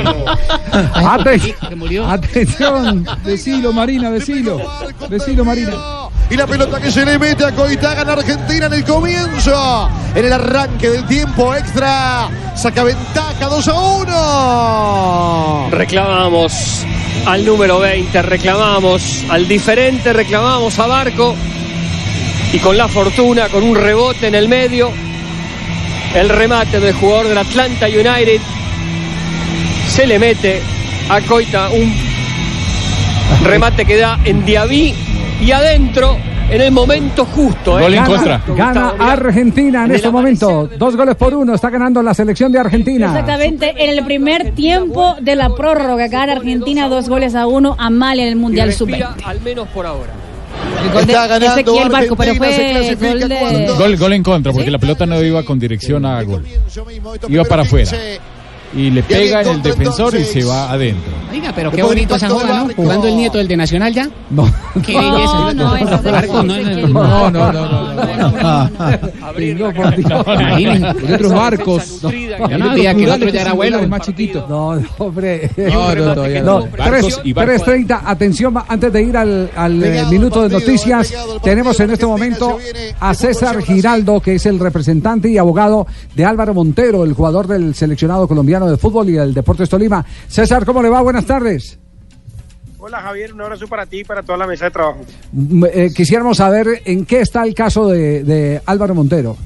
[SPEAKER 5] Atención, decilo Marina, decilo. Decilo Marina.
[SPEAKER 19] Y la pelota que se le mete a Coitá, gana Argentina en el comienzo. En el arranque del tiempo extra. Saca ventaja dos a uno.
[SPEAKER 3] Reclamamos al número veinte, reclamamos al diferente, reclamamos a Barco. Y con la fortuna, con un rebote en el medio, el remate del jugador del Atlanta United se le mete a Coita un remate que da en Diaby y adentro en el momento justo. ¿eh?
[SPEAKER 7] Gol en contra. Gana Argentina en este momento. Dos goles por uno. Está ganando la selección de Argentina.
[SPEAKER 9] Exactamente. En el primer tiempo de la prórroga gana Argentina dos goles a uno a Mali en el Mundial sub veinte.
[SPEAKER 3] Al menos por ahora.
[SPEAKER 9] El gol de Ezequiel Barco, pero fue gol de...
[SPEAKER 17] Gol, gol en contra, porque ¿sí? La pelota no iba con dirección a gol. Iba para afuera. Y le pega en el defensor y se va adentro.
[SPEAKER 8] Oiga, pero qué bonito esa joda, ¿no? Jugando el nieto del de Nacional ya.
[SPEAKER 7] No.
[SPEAKER 8] Qué belleza.
[SPEAKER 9] No, no, eso de
[SPEAKER 8] Barco, no,
[SPEAKER 18] no, no, no, no.
[SPEAKER 8] Imagínense.
[SPEAKER 18] Otros barcos.
[SPEAKER 8] Yo no sabía que el otro ya era bueno.
[SPEAKER 18] El más chiquito.
[SPEAKER 7] No, hombre.
[SPEAKER 18] No, no, todavía
[SPEAKER 7] no. tres treinta, atención, antes de ir al, al eh, minuto de noticias, tenemos en este momento a César Giraldo, que es el representante y abogado de Álvaro Montero, el jugador del seleccionado colombiano de fútbol y del Deportes Tolima. César, ¿cómo le va? Buenas tardes.
[SPEAKER 23] Hola Javier, un abrazo para ti y para toda la mesa de trabajo.
[SPEAKER 7] Eh, quisiéramos saber en qué está el caso de, de Álvaro Montero.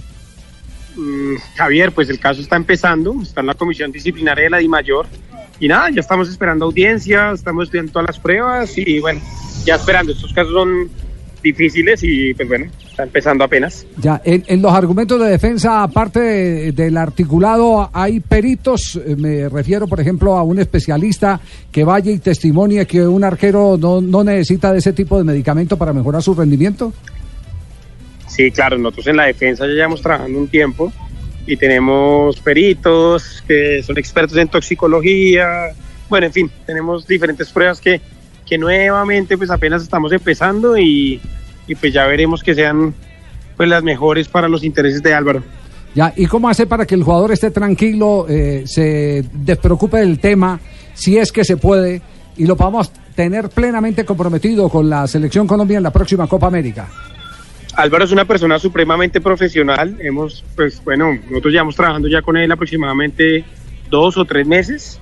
[SPEAKER 23] Mm, Javier, pues el caso está empezando, está en la comisión disciplinaria de la DIMAYOR y nada, ya estamos esperando audiencia, estamos estudiando todas las pruebas y bueno, ya esperando. Estos casos son difíciles y pues bueno, está empezando apenas.
[SPEAKER 7] Ya, en, en los argumentos de defensa, aparte de, del articulado, hay peritos, eh, me refiero por ejemplo a un especialista que vaya y testimonie que un arquero no, no necesita de ese tipo de medicamento para mejorar su rendimiento.
[SPEAKER 23] Sí, claro, nosotros en la defensa ya llevamos trabajando un tiempo y tenemos peritos que son expertos en toxicología, bueno, en fin, tenemos diferentes pruebas que que nuevamente pues apenas estamos empezando y, y pues ya veremos que sean pues las mejores para los intereses de Álvaro.
[SPEAKER 7] Ya, ¿y cómo hace para que el jugador esté tranquilo, eh, se despreocupe del tema, si es que se puede, y lo podamos tener plenamente comprometido con la selección Colombia en la próxima Copa América?
[SPEAKER 23] Álvaro es una persona supremamente profesional. Hemos, pues bueno, nosotros llevamos trabajando ya con él aproximadamente dos o tres meses.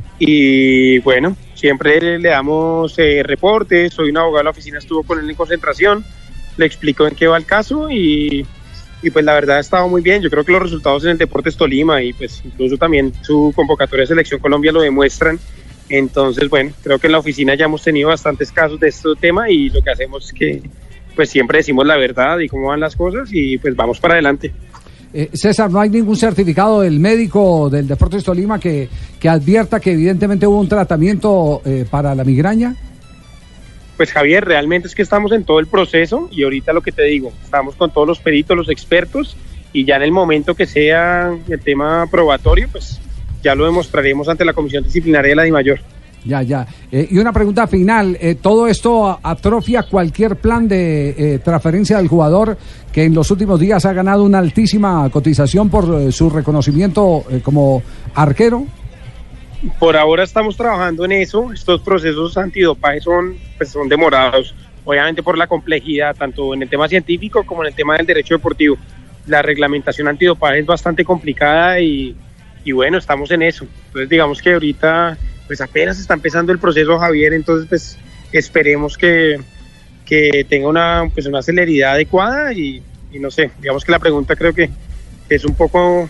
[SPEAKER 23] Y bueno, siempre le damos eh, reportes. Soy un abogado de la oficina, estuvo con él en concentración, le explicó en qué va el caso y, y pues la verdad ha estado muy bien. Yo creo que los resultados en el Deportes Tolima y pues incluso también su convocatoria de Selección Colombia lo demuestran. Entonces, bueno, creo que en la oficina ya hemos tenido bastantes casos de este tema y lo que hacemos es que pues siempre decimos la verdad y cómo van las cosas y pues vamos para adelante.
[SPEAKER 7] Eh, César, ¿no hay ningún certificado del médico del Deportes Tolima que, que advierta que evidentemente hubo un tratamiento eh, para la migraña?
[SPEAKER 23] Pues Javier, realmente es que estamos en todo el proceso y ahorita lo que te digo, estamos con todos los peritos, los expertos y ya en el momento que sea el tema probatorio, pues ya lo demostraremos ante la Comisión Disciplinaria de la DIMAYOR.
[SPEAKER 7] Ya, ya. Eh, y una pregunta final. Eh, ¿Todo esto atrofia cualquier plan de eh, transferencia del jugador que en los últimos días ha ganado una altísima cotización por eh, su reconocimiento eh, como arquero?
[SPEAKER 23] Por ahora estamos trabajando en eso. Estos procesos antidopaje son, pues, son demorados, obviamente por la complejidad, tanto en el tema científico como en el tema del derecho deportivo. La reglamentación antidopaje es bastante complicada y, y bueno, estamos en eso. Entonces digamos que ahorita pues apenas está empezando el proceso, Javier, entonces pues esperemos que, que tenga una, pues, una celeridad adecuada y, y no sé, digamos que la pregunta creo que es un poco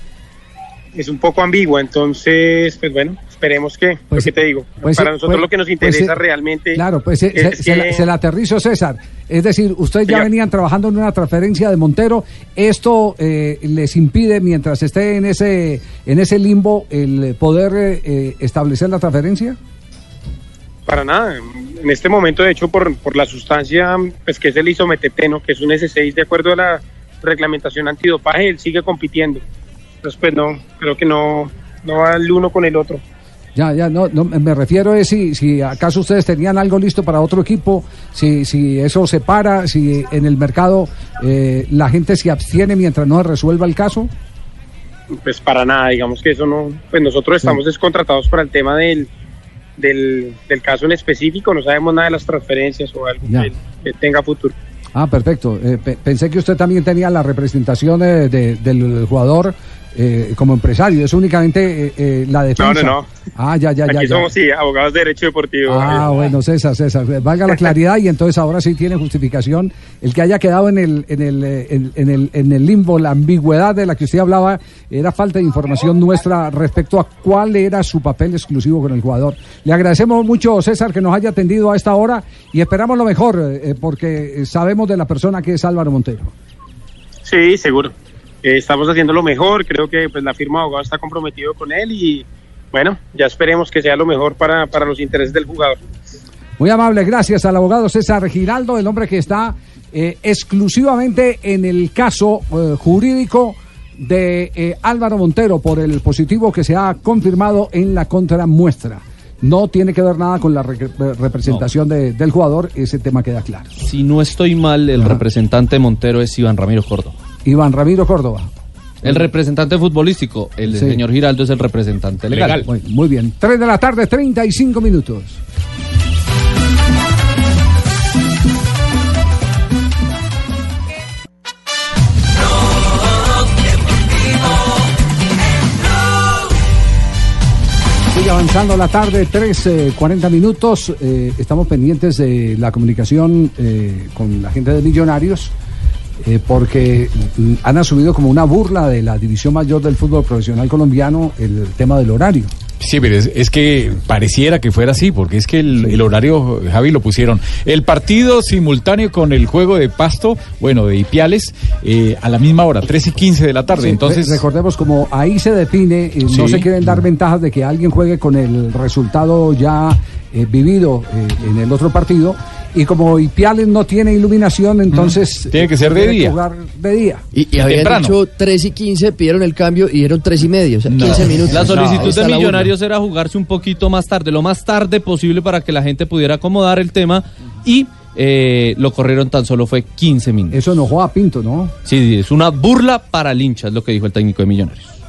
[SPEAKER 23] es un poco ambigua, entonces pues bueno, esperemos que, pues, ¿qué te digo?
[SPEAKER 7] Pues,
[SPEAKER 23] para nosotros
[SPEAKER 7] pues,
[SPEAKER 23] lo que nos interesa
[SPEAKER 7] pues,
[SPEAKER 23] realmente
[SPEAKER 7] claro, pues se,
[SPEAKER 23] es
[SPEAKER 7] se,
[SPEAKER 23] que...
[SPEAKER 7] se, se la aterrizo, César. Es decir, ustedes ya
[SPEAKER 23] Señor.
[SPEAKER 7] venían trabajando en una transferencia de Montero. ¿Esto eh, les impide, mientras esté en ese en ese limbo, el poder eh, establecer la transferencia?
[SPEAKER 23] Para nada. En este momento, de hecho, por, por la sustancia, pues que es el isometeteno, que es un ese seis de acuerdo a la reglamentación antidopaje, él sigue compitiendo. Entonces, pues no, creo que no, no va el uno con el otro.
[SPEAKER 7] Ya, ya, no, no me refiero a si, si acaso ustedes tenían algo listo para otro equipo, si, si eso se para, si en el mercado eh, la gente se abstiene mientras no se resuelva el caso.
[SPEAKER 23] Pues para nada, digamos que eso no, pues nosotros estamos sí. descontratados para el tema del, del, del caso en específico, no sabemos nada de las transferencias o algo que, que tenga futuro.
[SPEAKER 7] Ah, perfecto. Eh, pe pensé que usted también tenía la representación eh, de, del jugador eh, como empresario. Es únicamente eh, eh, la defensa.
[SPEAKER 23] No, no, no.
[SPEAKER 7] Ah, ya, ya,
[SPEAKER 23] Aquí
[SPEAKER 7] ya.
[SPEAKER 23] Aquí somos,
[SPEAKER 7] ya.
[SPEAKER 23] sí, abogados de derecho deportivo.
[SPEAKER 7] Ah,
[SPEAKER 23] eh.
[SPEAKER 7] bueno, César, César. Valga la claridad y entonces ahora sí tiene justificación el que haya quedado en el, en el, en, en el, en el limbo, la ambigüedad de la que usted hablaba, era falta de información nuestra respecto a cuál era su papel exclusivo con el jugador. Le agradecemos mucho, César, que nos haya atendido a esta hora y esperamos lo mejor, eh, porque sabemos de la persona que es Álvaro Montero.
[SPEAKER 23] Sí, seguro. Eh, estamos haciendo lo mejor, creo que pues la firma de abogado está comprometido con él y bueno, ya esperemos que sea lo mejor para, para los intereses del jugador.
[SPEAKER 7] Muy amable, gracias al abogado César Giraldo, el hombre que está eh, exclusivamente en el caso eh, jurídico de eh, Álvaro Montero por el positivo que se ha confirmado en la contramuestra. No tiene que ver nada con la re representación no. de, del jugador, ese tema queda claro.
[SPEAKER 12] Si no estoy mal, el Ajá. representante de Montero es Iván Ramiro Córdoba.
[SPEAKER 7] Iván Ramiro Córdoba.
[SPEAKER 12] El representante futbolístico, el sí. señor Giraldo es el representante legal. legal.
[SPEAKER 7] Muy, muy bien. tres de la tarde, treinta y cinco minutos. Sigue avanzando la tarde, tres, cuarenta minutos. Eh, estamos pendientes de la comunicación eh, con la gente de Millonarios. Eh, porque han asumido como una burla de la división mayor del fútbol profesional colombiano el tema del horario.
[SPEAKER 17] Sí, pero es, es que pareciera que fuera así, porque es que el, el horario, Javi, lo pusieron. El partido simultáneo con el juego de Pasto, bueno, de Ipiales, eh, a la misma hora, tres y quince de la tarde. Sí, entonces
[SPEAKER 7] re recordemos, como ahí se define, eh, sí. no se quieren dar ventajas de que alguien juegue con el resultado ya eh, vivido eh, en el otro partido. Y como Ipiales no tiene iluminación, entonces...
[SPEAKER 17] Mm. Tiene que ser de día.
[SPEAKER 7] Jugar de día.
[SPEAKER 14] Y, y habían temprano. dicho tres y quince, pidieron el cambio y dieron tres y medio, o sea, no. quince minutos.
[SPEAKER 12] La solicitud no, de Millonarios era jugarse un poquito más tarde, lo más tarde posible para que la gente pudiera acomodar el tema y... Eh, lo corrieron tan solo fue quince minutos.
[SPEAKER 7] Eso enojó a Pinto, ¿no?
[SPEAKER 12] Sí, es una burla para el hincha, es lo que dijo el técnico de Millonarios.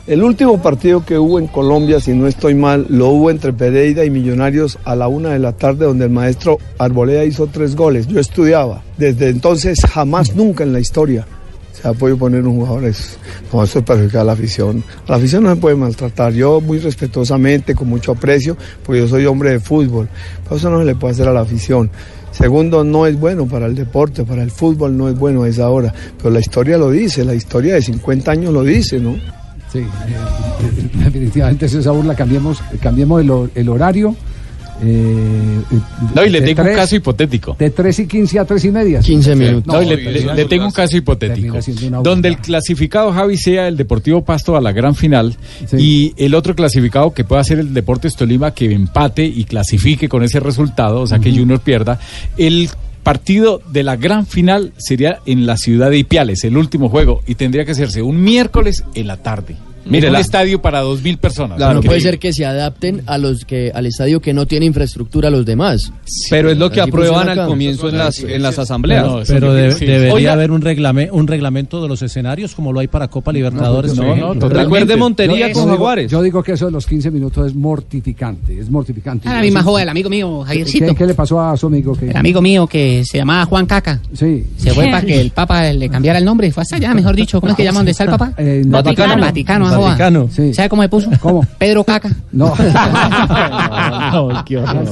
[SPEAKER 1] El último partido que hubo en Colombia, si no estoy mal, lo hubo entre Pereira y Millonarios a la una de la tarde, donde el maestro Arboleda hizo tres goles. Yo estudiaba. Desde entonces, jamás, nunca en la historia se ha podido poner un jugador. Es, no, eso es perjudicar a la afición. A la afición no se puede maltratar. Yo, muy respetuosamente, con mucho aprecio, porque yo soy hombre de fútbol. Pero eso no se le puede hacer a la afición. Segundo, no es bueno para el deporte, para el fútbol no es bueno a esa hora. Pero la historia lo dice, la historia de cincuenta años lo dice, ¿no?
[SPEAKER 7] Sí, eh, definitivamente es esa burla. Cambiemos, cambiemos el, el horario. Eh,
[SPEAKER 17] no, y le tengo
[SPEAKER 7] tres,
[SPEAKER 17] un caso hipotético.
[SPEAKER 7] De tres y quince a tres y media.
[SPEAKER 14] quince minutos.
[SPEAKER 17] No, no, y le, le, le tengo un caso hipotético. Donde el clasificado, Javi, sea el Deportivo Pasto a la gran final, sí, y el otro clasificado que pueda ser el Deportes Tolima, que empate y clasifique con ese resultado, o sea, uh-huh, que Junior pierda. El partido de la gran final sería en la ciudad de Ipiales, el último juego, y tendría que hacerse un miércoles en la tarde. Mire, el estadio para dos mil personas.
[SPEAKER 14] Claro, no puede ser que se adapten a los que al estadio que no tiene infraestructura a los demás.
[SPEAKER 12] Sí, pero es lo que aprueban al comienzo en las en las asambleas.
[SPEAKER 20] No, pero de, sí, debería Oiga, haber un reglamento un reglamento de los escenarios como lo hay para Copa Libertadores.
[SPEAKER 12] No, no, no, recuerde Montería con Jaguares.
[SPEAKER 7] Yo digo que eso de los quince minutos es mortificante, es mortificante.
[SPEAKER 8] Ah, la misma joda, el amigo mío, Javiercito.
[SPEAKER 7] ¿Qué, ¿Qué le pasó a su amigo? ¿Qué?
[SPEAKER 8] El amigo mío que se llamaba Juan Caca.
[SPEAKER 7] Sí.
[SPEAKER 8] Se fue para que el Papa le cambiara el nombre, fue hasta allá, mejor dicho. ¿Cómo es que llama donde está el Papa?
[SPEAKER 7] Eh,
[SPEAKER 8] no, Vaticano. Vaticano, Vaticano,
[SPEAKER 7] Vaticano. Sí.
[SPEAKER 8] ¿Sabe cómo se puso?
[SPEAKER 7] ¿Cómo?
[SPEAKER 8] Pedro Caca.
[SPEAKER 7] No.
[SPEAKER 8] No, qué horror.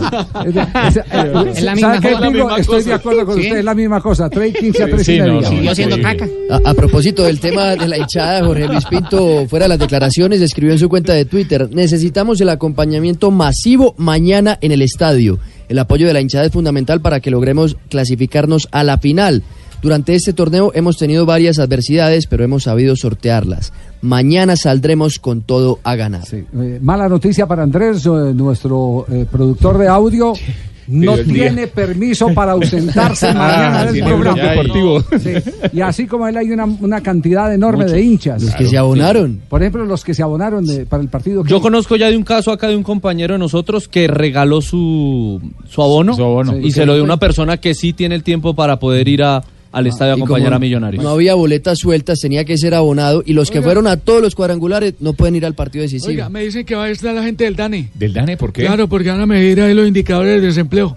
[SPEAKER 7] Es la misma cosa. Estoy de acuerdo con ¿sí? usted, es la misma cosa. tres y quince a tres
[SPEAKER 8] sí,
[SPEAKER 7] y media.
[SPEAKER 8] No, no, siguió siendo sí. Caca.
[SPEAKER 14] A, a propósito del tema de la hinchada, Jorge Luis Pinto, fuera de las declaraciones, escribió en su cuenta de Twitter: necesitamos el acompañamiento masivo mañana en el estadio. El apoyo de la hinchada es fundamental para que logremos clasificarnos a la final. Durante este torneo hemos tenido varias adversidades, pero hemos sabido sortearlas. Mañana saldremos con todo a ganar.
[SPEAKER 7] Sí. Eh, mala noticia para Andrés, eh, nuestro eh, productor de audio. No tiene permiso para ausentarse ah, mañana del programa deportivo. Sí. Y así como él hay una, una cantidad enorme Muchos. de hinchas.
[SPEAKER 14] Los que claro, se abonaron.
[SPEAKER 7] Sí. Por ejemplo, los que se abonaron de, para el partido.
[SPEAKER 12] Yo conozco ya de un caso acá de un compañero de nosotros que regaló su, su abono, su abono. Sí, y se lo dio a una persona que sí tiene el tiempo para poder ir a al estadio ah, a acompañar a Millonarios.
[SPEAKER 14] No había boletas sueltas, tenía que ser abonado, y los Oiga. que fueron a todos los cuadrangulares no pueden ir al partido decisivo.
[SPEAKER 13] Oiga, me dicen que va a estar la gente del DANE.
[SPEAKER 17] ¿Del DANE? ¿Por qué?
[SPEAKER 13] Claro, porque van a medir ahí los indicadores del desempleo.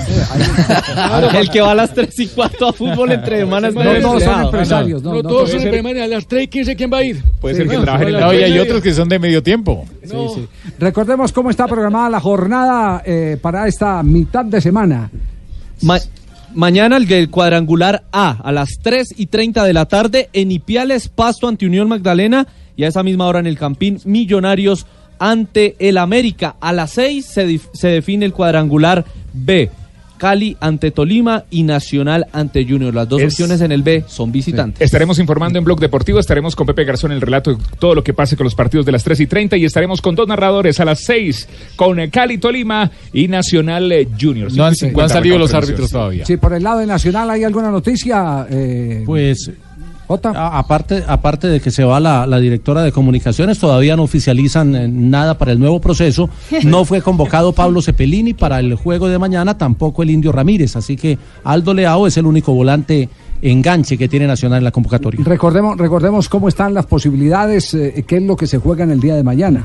[SPEAKER 12] El que va a las tres y cuatro a fútbol entre semanas.
[SPEAKER 7] No, no todos son empresarios. No,
[SPEAKER 13] no, no todos son empresarios. A las tres y quince, ¿quién va a ir?
[SPEAKER 17] Puede sí, ser que no, trabajen en la olla y otros que son de medio tiempo.
[SPEAKER 7] Sí, no. sí. Recordemos cómo está programada la jornada eh, para esta mitad de semana.
[SPEAKER 12] Ma Mañana el, el cuadrangular A, a las tres y treinta de la tarde en Ipiales, Pasto ante Unión Magdalena, y a esa misma hora en el Campín, Millonarios ante el América. A las seis se, se define el cuadrangular B, Cali ante Tolima y Nacional ante Junior. Las dos es... opciones en el B son visitantes.
[SPEAKER 10] Sí. Estaremos informando en Blog Deportivo, estaremos con Pepe Garzón en el relato de todo lo que pase con los partidos de las tres y treinta, y estaremos con dos narradores a las seis con Cali Tolima y Nacional eh, Junior.
[SPEAKER 17] No han, no han salido los árbitros todavía.
[SPEAKER 7] Sí, por el lado de Nacional, ¿hay alguna noticia? Eh...
[SPEAKER 20] Pues... A, aparte, aparte de que se va la, la directora de comunicaciones, todavía no oficializan eh, nada para el nuevo proceso. No fue convocado Pablo Cepelini para el juego de mañana, tampoco el Indio Ramírez. Así que Aldo Leao es el único volante enganche que tiene Nacional en la convocatoria.
[SPEAKER 7] Recordemos, recordemos cómo están las posibilidades, eh, qué es lo que se juega en el día de mañana.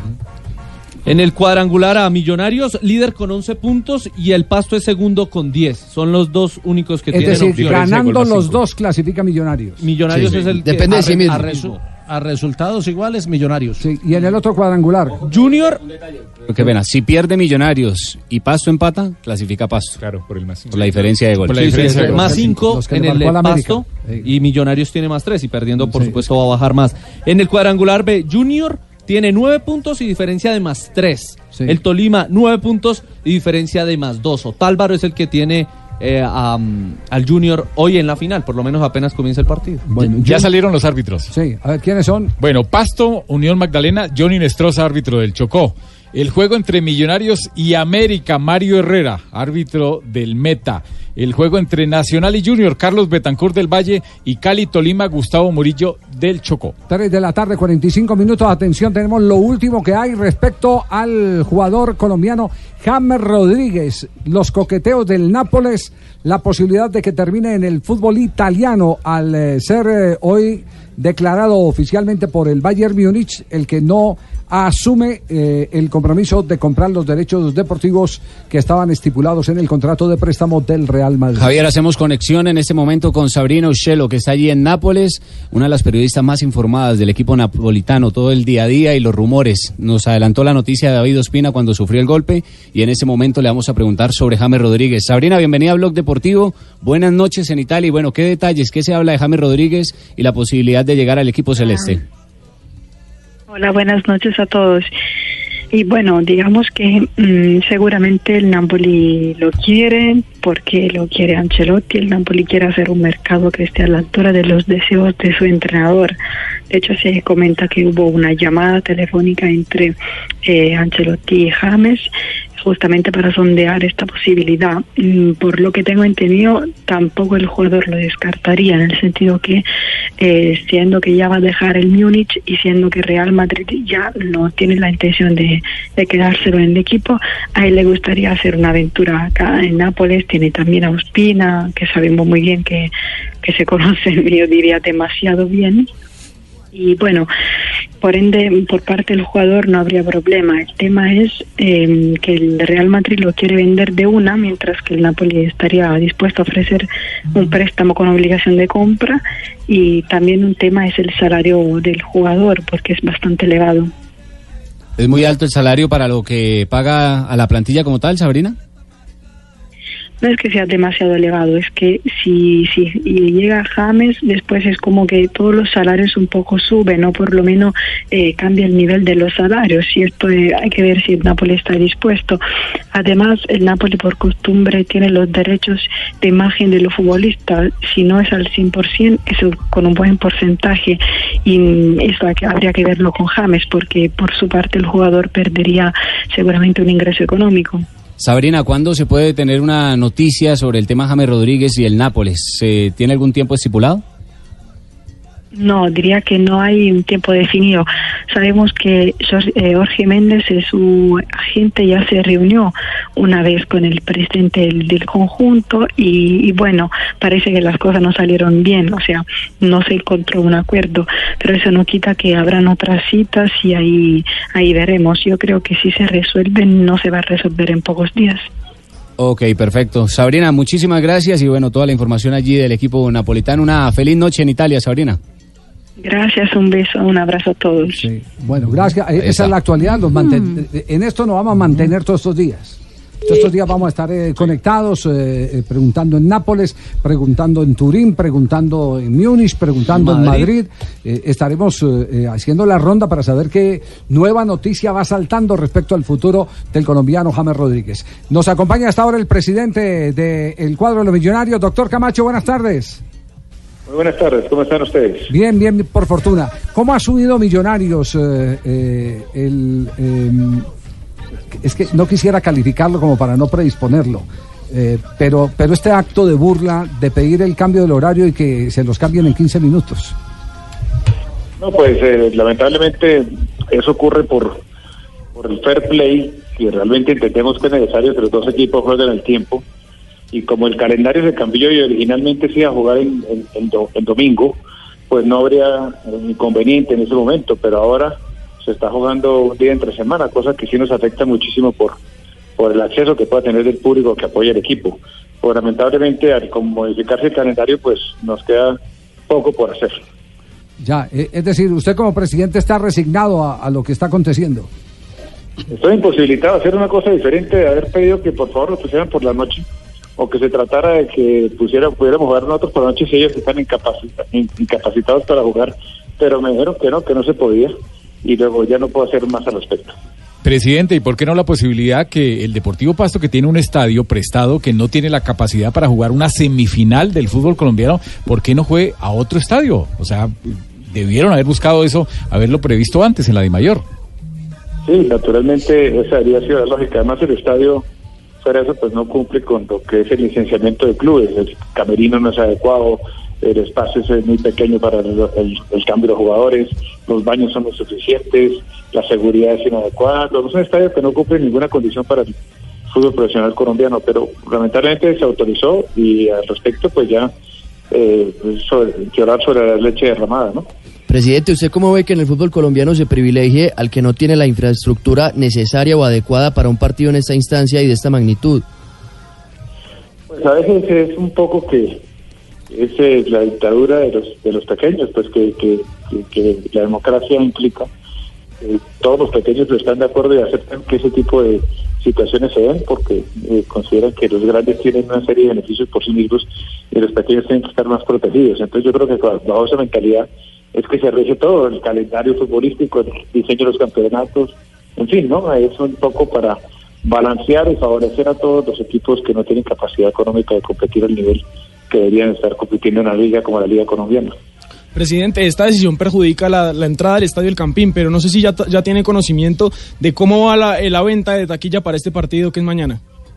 [SPEAKER 12] En el cuadrangular a Millonarios, líder con once puntos, y el Pasto es segundo con diez. Son los dos únicos que
[SPEAKER 7] es
[SPEAKER 12] tienen
[SPEAKER 7] decir,
[SPEAKER 12] opciones.
[SPEAKER 7] Ganando los dos clasifica Millonarios.
[SPEAKER 12] Millonarios sí, sí. es el
[SPEAKER 14] Depende
[SPEAKER 12] que
[SPEAKER 14] de sí mismo.
[SPEAKER 12] A, resu a resultados iguales, Millonarios.
[SPEAKER 7] Sí, y en el otro cuadrangular,
[SPEAKER 12] Junior.
[SPEAKER 6] Porque ven, si pierde Millonarios y Pasto empata, clasifica Pasto.
[SPEAKER 10] Claro, por el más cinco.
[SPEAKER 6] Por la diferencia de goles.
[SPEAKER 12] Sí, diferencia sí, de más cinco en el Pasto, y Millonarios tiene más tres, y perdiendo por sí. supuesto va a bajar más. En el cuadrangular B, Junior tiene nueve puntos y diferencia de más tres. Sí. El Tolima, nueve puntos y diferencia de más dos. Otálvaro es el que tiene eh, um, al Junior hoy en la final, por lo menos apenas comienza el partido.
[SPEAKER 17] Bueno, ya yo... salieron los árbitros.
[SPEAKER 7] Sí, a ver, ¿quiénes son?
[SPEAKER 17] Bueno, Pasto, Unión Magdalena, Johnny Nestroza, árbitro del Chocó. El juego entre Millonarios y América, Mario Herrera, árbitro del Meta. el juego entre Nacional y Junior, Carlos Betancur del Valle, y Cali Tolima, Gustavo Murillo del Chocó.
[SPEAKER 7] tres de la tarde, cuarenta y cinco minutos. Atención, tenemos lo último que hay respecto al jugador colombiano James Rodríguez. Los coqueteos del Nápoles, la posibilidad de que termine en el fútbol italiano al eh, ser eh, hoy declarado oficialmente por el Bayern Múnich el que no asume eh, el compromiso de comprar los derechos deportivos que estaban estipulados en el contrato de préstamo del Real Madrid.
[SPEAKER 6] Javier, hacemos conexión en este momento con Sabrina Ushelo, que está allí en Nápoles, una de las periodistas más informadas del equipo napolitano, todo el día a día y los rumores. Nos adelantó la noticia de David Ospina cuando sufrió el golpe y en ese momento le vamos a preguntar sobre James Rodríguez. Sabrina, bienvenida a Blog Deportivo, buenas noches en Italia y bueno, ¿qué detalles, qué se habla de James Rodríguez y la posibilidad de llegar al equipo celeste?
[SPEAKER 2] Hola, buenas noches a todos. Y bueno, digamos que mmm, seguramente el Napoli lo quiere porque lo quiere Ancelotti. El Napoli quiere hacer un mercado que esté a la altura de los deseos de su entrenador. De hecho, se comenta que hubo una llamada telefónica entre eh, Ancelotti y James justamente para sondear esta posibilidad. Por lo que tengo entendido, tampoco el jugador lo descartaría, en el sentido que eh, siendo que ya va a dejar el Múnich y siendo que Real Madrid ya no tiene la intención de, de quedárselo en el equipo, a él le gustaría hacer una aventura acá en Nápoles. Tiene también a Ospina, que sabemos muy bien que, que se conocen, yo diría, demasiado bien. Y bueno, por ende, por parte del jugador no habría problema. El tema es eh, que el Real Madrid lo quiere vender de una, mientras que el Napoli estaría dispuesto a ofrecer un préstamo con obligación de compra. Y también un tema es el salario del jugador, porque es bastante elevado.
[SPEAKER 6] ¿Es muy alto el salario para lo que paga a la plantilla como tal, Sabrina?
[SPEAKER 2] No es que sea demasiado elevado, es que si, si llega James, después es como que todos los salarios un poco suben, o por lo menos eh, cambia el nivel de los salarios, y esto eh, hay que ver si el Napoli está dispuesto. Además, el Napoli por costumbre tiene los derechos de imagen de los futbolistas, si no es al cien por ciento, es con un buen porcentaje, y eso hay que, habría que verlo con James, porque por su parte el jugador perdería seguramente un ingreso económico.
[SPEAKER 6] Sabrina, ¿cuándo se puede tener una noticia sobre el tema James Rodríguez y el Nápoles? ¿Se tiene algún tiempo estipulado?
[SPEAKER 2] No, diría que no hay un tiempo definido. Sabemos que Jorge Méndez, su agente, ya se reunió una vez con el presidente del, del conjunto y, y bueno, parece que las cosas no salieron bien, o sea, no se encontró un acuerdo, pero eso no quita que habrán otras citas y ahí, ahí veremos. Yo creo que si se resuelven, no se va a resolver en pocos días.
[SPEAKER 6] Ok, perfecto. Sabrina, muchísimas gracias y bueno, toda la información allí del equipo napolitano. Una feliz noche en Italia, Sabrina.
[SPEAKER 2] Gracias, un beso, un abrazo a todos.
[SPEAKER 7] Sí. Bueno, gracias. Ahí Esa está. Es la actualidad. Los manten... mm. En esto nos vamos a mantener todos estos días. Todos estos días vamos a estar eh, conectados, eh, eh, preguntando en Nápoles, preguntando en Turín, preguntando en Múnich, preguntando Madrid. en Madrid. Eh, estaremos eh, haciendo la ronda para saber qué nueva noticia va saltando respecto al futuro del colombiano James Rodríguez. Nos acompaña hasta ahora el presidente del cuadro de los Millonarios, doctor Camacho. Buenas tardes.
[SPEAKER 4] Muy buenas tardes, ¿cómo están ustedes?
[SPEAKER 7] Bien, bien, por fortuna. ¿Cómo ha subido Millonarios eh, eh, el... Eh, es que no quisiera calificarlo como para no predisponerlo, eh, pero, pero este acto de burla, de pedir el cambio del horario y que se los cambien en quince minutos?
[SPEAKER 4] No, pues eh, lamentablemente eso ocurre por, por el fair play, que realmente entendemos que es necesario que los dos equipos jueguen el tiempo. Y como el calendario se cambió y originalmente se iba a jugar en, en, en, do, en domingo, pues no habría inconveniente en ese momento, pero ahora se está jugando un día entre semana, cosa que sí nos afecta muchísimo por, por el acceso que pueda tener el público que apoya el equipo. Pues lamentablemente, al modificarse el calendario, pues nos queda poco por hacer.
[SPEAKER 7] Ya, es decir, usted como presidente está resignado a, a lo que está aconteciendo.
[SPEAKER 4] Estoy imposibilitado de hacer una cosa diferente, de haber pedido que por favor lo pusieran por la noche, o que se tratara de que pusiera, pudiéramos jugar nosotros por la noche si ellos están incapacita, incapacitados para jugar, pero me dijeron que no, que no se podía, y luego ya no puedo hacer más al respecto.
[SPEAKER 17] Presidente, ¿y por qué no la posibilidad que el Deportivo Pasto, que tiene un estadio prestado, que no tiene la capacidad para jugar una semifinal del fútbol colombiano, por qué no juegue a otro estadio? O sea, debieron haber buscado eso, haberlo previsto antes en la DIMAYOR.
[SPEAKER 4] Sí, naturalmente esa habría sido la lógica. Además, el estadio fuera de eso, pues no cumple con lo que es el licenciamiento de clubes. El camerino no es adecuado, el espacio es muy pequeño para el, el, el cambio de jugadores, los baños son insuficientes, la seguridad es inadecuada. Es un estadio que no cumple ninguna condición para el fútbol profesional colombiano, pero lamentablemente se autorizó y al respecto pues ya eh, sobre, llorar sobre la leche derramada, ¿no?
[SPEAKER 14] Presidente, ¿usted cómo ve que en el fútbol colombiano se privilegie al que no tiene la infraestructura necesaria o adecuada para un partido en esta instancia y de esta magnitud?
[SPEAKER 4] Pues a veces es un poco que es eh, la dictadura de los de los pequeños, pues que, que, que, que la democracia implica. Eh, todos los pequeños están de acuerdo y aceptan que ese tipo de situaciones se den porque eh, consideran que los grandes tienen una serie de beneficios por sí mismos y los pequeños tienen que estar más protegidos. Entonces yo creo que bajo esa mentalidad es que se rige todo, el calendario futbolístico, el diseño de los campeonatos, en fin, ¿no? Es un poco para balancear y favorecer a todos los equipos que no tienen capacidad económica de competir al nivel que deberían estar compitiendo en una liga como la Liga Colombiana.
[SPEAKER 5] Presidente, esta decisión perjudica la, la entrada al Estadio El Campín, pero no sé si ya, ya tiene conocimiento de cómo va la, la venta de taquilla para este partido que es mañana.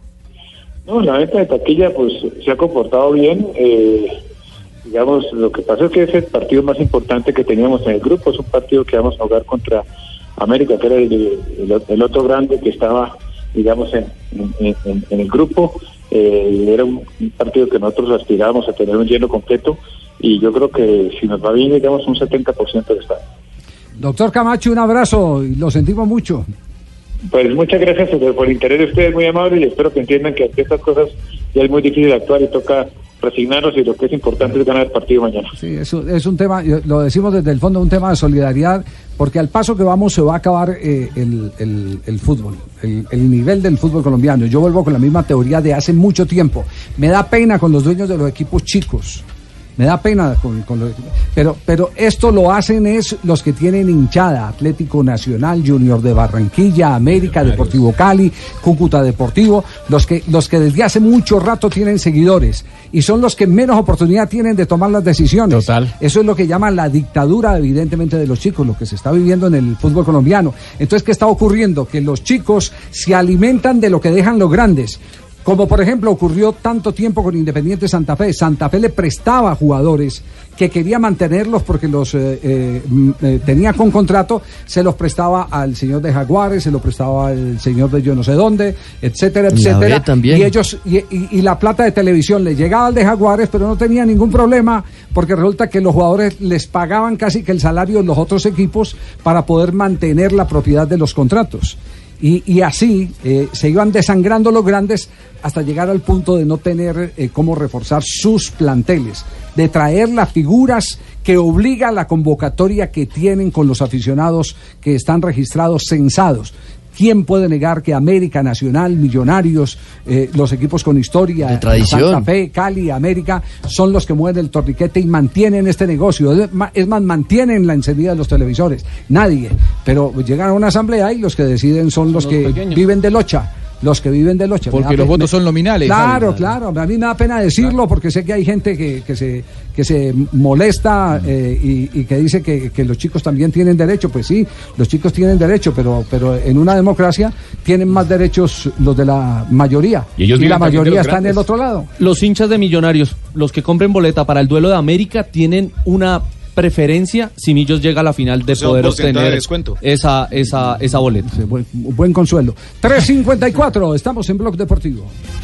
[SPEAKER 4] No, la venta de taquilla pues se ha comportado bien, eh, digamos, lo que pasa es que es el partido más importante que teníamos en el grupo, es un partido que vamos a jugar contra América, que era el, el, el otro grande que estaba, digamos, en, en, en, en el grupo. Eh, era un, un partido que nosotros aspirábamos a tener un lleno completo y yo creo que si nos va bien llegamos un setenta por ciento del estadio.
[SPEAKER 7] Doctor Camacho, un abrazo y lo sentimos mucho.
[SPEAKER 4] Pues muchas gracias por el interés de ustedes, muy amable, y espero que entiendan que ante estas cosas ya es muy difícil actuar y toca resignarnos y lo que es importante es ganar el partido mañana.
[SPEAKER 7] Sí, eso es un tema, lo decimos desde el fondo, un tema de solidaridad, porque al paso que vamos se va a acabar eh, el, el, el fútbol, el, el nivel del fútbol colombiano. Yo vuelvo con la misma teoría de hace mucho tiempo. Me da pena con los dueños de los equipos chicos. Me da pena con, con los, pero pero esto lo hacen es los que tienen hinchada: Atlético Nacional, Junior de Barranquilla, América, Deportivo Cali, Cúcuta Deportivo, los que los que desde hace mucho rato tienen seguidores y son los que menos oportunidad tienen de tomar las decisiones.
[SPEAKER 6] Total.
[SPEAKER 7] Eso es lo que llaman la dictadura, evidentemente, de los chicos, lo que se está viviendo en el fútbol colombiano. Entonces, ¿qué está ocurriendo? Que los chicos se alimentan de lo que dejan los grandes. Como por ejemplo ocurrió tanto tiempo con Independiente Santa Fe. Santa Fe le prestaba jugadores que quería mantenerlos porque los eh, eh, eh, tenía con contrato, se los prestaba al señor de Jaguares, se los prestaba al señor de yo no sé dónde, etcétera, etcétera. Y ellos y, y, y la plata de televisión le llegaba al de Jaguares, pero no tenía ningún problema porque resulta que los jugadores les pagaban casi que el salario de los otros equipos para poder mantener la propiedad de los contratos. Y, y así eh, se iban desangrando los grandes hasta llegar al punto de no tener eh, cómo reforzar sus planteles, de traer las figuras que obliga la convocatoria que tienen con los aficionados que están registrados, censados. ¿Quién puede negar que América, Nacional, Millonarios, eh, los equipos con historia,
[SPEAKER 14] de tradición,
[SPEAKER 7] Santa Fe, Cali, América, son los que mueven el torniquete y mantienen este negocio? Es más, mantienen la encendida de los televisores. Nadie. Pero llegan a una asamblea y los que deciden son, son los, los que pequeños. Viven de locha. Los que viven de locha.
[SPEAKER 18] Porque los votos son nominales.
[SPEAKER 7] Claro, Javi. claro. A mí me da pena decirlo claro. porque sé que hay gente que, que, se, que se molesta eh, y, y que dice que, que los chicos también tienen derecho. Pues sí, los chicos tienen derecho, pero, pero en una democracia tienen más derechos los de la mayoría. Y, ellos y la mayoría está en el otro lado.
[SPEAKER 12] Los hinchas de Millonarios, los que compren boleta para el duelo de América, tienen una preferencia si Millos llega a la final de o sea, poder obtener de esa, esa, esa boleta.
[SPEAKER 7] Sí, buen, buen consuelo. tres cincuenta y cuatro, estamos en Blog Deportivo.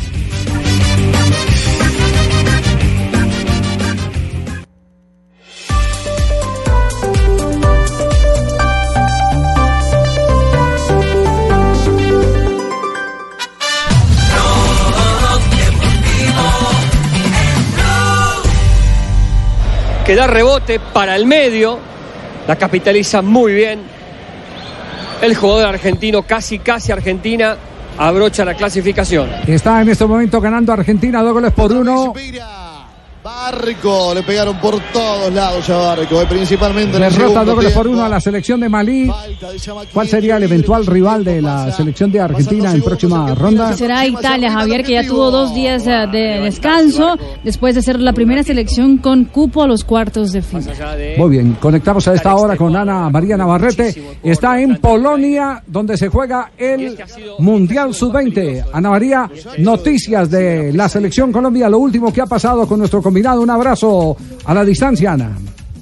[SPEAKER 3] Que da rebote para el medio, la capitaliza muy bien el jugador argentino, casi casi Argentina abrocha la clasificación.
[SPEAKER 7] Está en este momento ganando Argentina dos goles por uno.
[SPEAKER 19] Barco, le pegaron por todos lados a Barco, principalmente en el
[SPEAKER 7] derrota
[SPEAKER 19] segundo
[SPEAKER 7] doble por
[SPEAKER 19] tiempo.
[SPEAKER 7] uno a la selección de Malí. ¿Cuál sería el eventual rival de la selección de Argentina en próxima ronda?
[SPEAKER 9] Será Italia, Javier, que ya tuvo dos días de descanso después de ser la primera selección con cupo a los cuartos de final.
[SPEAKER 7] Muy bien, conectamos a esta hora con Ana María Navarrete. Está en Polonia, donde se juega el Mundial sub veinte. Ana María, noticias de la selección Colombia, lo último que ha pasado con nuestro combinado. Un abrazo a la distancia, Ana.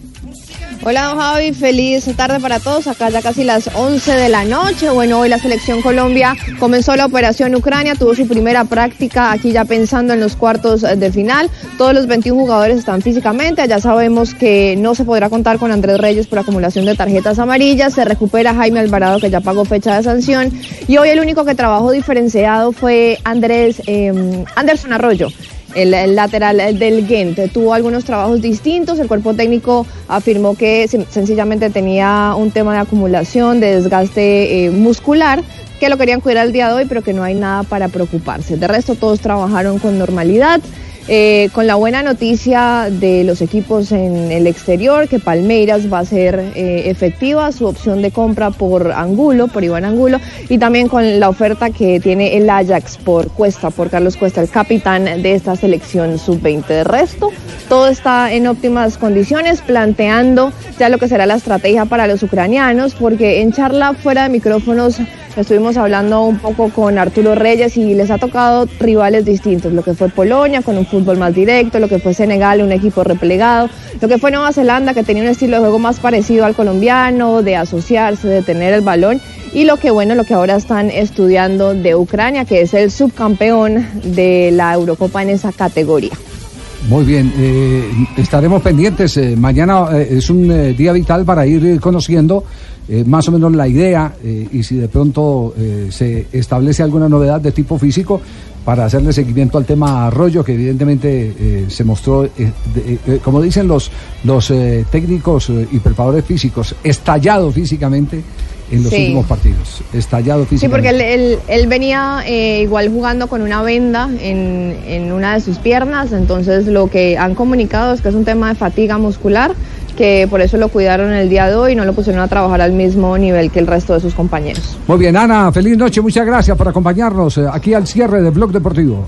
[SPEAKER 11] Hola, don Javi, feliz tarde para todos, acá ya casi las once de la noche. Bueno, hoy la selección Colombia comenzó la operación Ucrania, tuvo su primera práctica aquí ya pensando en los cuartos de final. Todos los veintiún jugadores están físicamente, ya sabemos que no se podrá contar con Andrés Reyes por acumulación de tarjetas amarillas, se recupera Jaime Alvarado, que ya pagó fecha de sanción, y hoy el único que trabajó diferenciado fue Andrés eh, Anderson Arroyo. El, el lateral del Ghent tuvo algunos trabajos distintos. El cuerpo técnico afirmó que sencillamente tenía un tema de acumulación, de desgaste eh, muscular, que lo querían cuidar el día de hoy, pero que no hay nada para preocuparse. De resto, todos trabajaron con normalidad. Eh, con la buena noticia de los equipos en el exterior, que Palmeiras va a ser eh, efectiva su opción de compra por Angulo, por Iván Angulo, y también con la oferta que tiene el Ajax por Cuesta, por Carlos Cuesta, el capitán de esta selección sub veinte. De resto, todo está en óptimas condiciones, planteando ya lo que será la estrategia para los ucranianos, porque en charla fuera de micrófonos estuvimos hablando un poco con Arturo Reyes y les ha tocado rivales distintos, lo que fue Polonia con un fútbol más directo, lo que fue Senegal, un equipo replegado, lo que fue Nueva Zelanda, que tenía un estilo de juego más parecido al colombiano, de asociarse, de tener el balón, y lo que bueno, lo que ahora están estudiando de Ucrania, que es el subcampeón de la Eurocopa en esa categoría.
[SPEAKER 7] Muy bien, eh, estaremos pendientes. Eh, mañana eh, es un eh, día vital para ir conociendo eh, más o menos la idea eh, y si de pronto eh, se establece alguna novedad de tipo físico para hacerle seguimiento al tema Arroyo, que evidentemente eh, se mostró, eh, de, eh, como dicen los, los eh, técnicos eh, y preparadores físicos, estallado físicamente en los sí. últimos partidos, estallado físicamente.
[SPEAKER 11] Sí, porque él, él, él venía eh, igual jugando con una venda en, en una de sus piernas, entonces lo que han comunicado es que es un tema de fatiga muscular, que por eso lo cuidaron el día de hoy y no lo pusieron a trabajar al mismo nivel que el resto de sus compañeros.
[SPEAKER 7] Muy bien, Ana, feliz noche, muchas gracias por acompañarnos aquí al cierre de Blog Deportivo.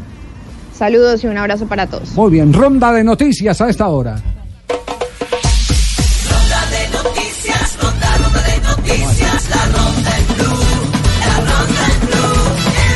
[SPEAKER 11] Saludos y un abrazo para todos.
[SPEAKER 7] Muy bien, ronda de noticias a esta hora.
[SPEAKER 16] Noticias, la ronda del Blue, la ronda del Blue,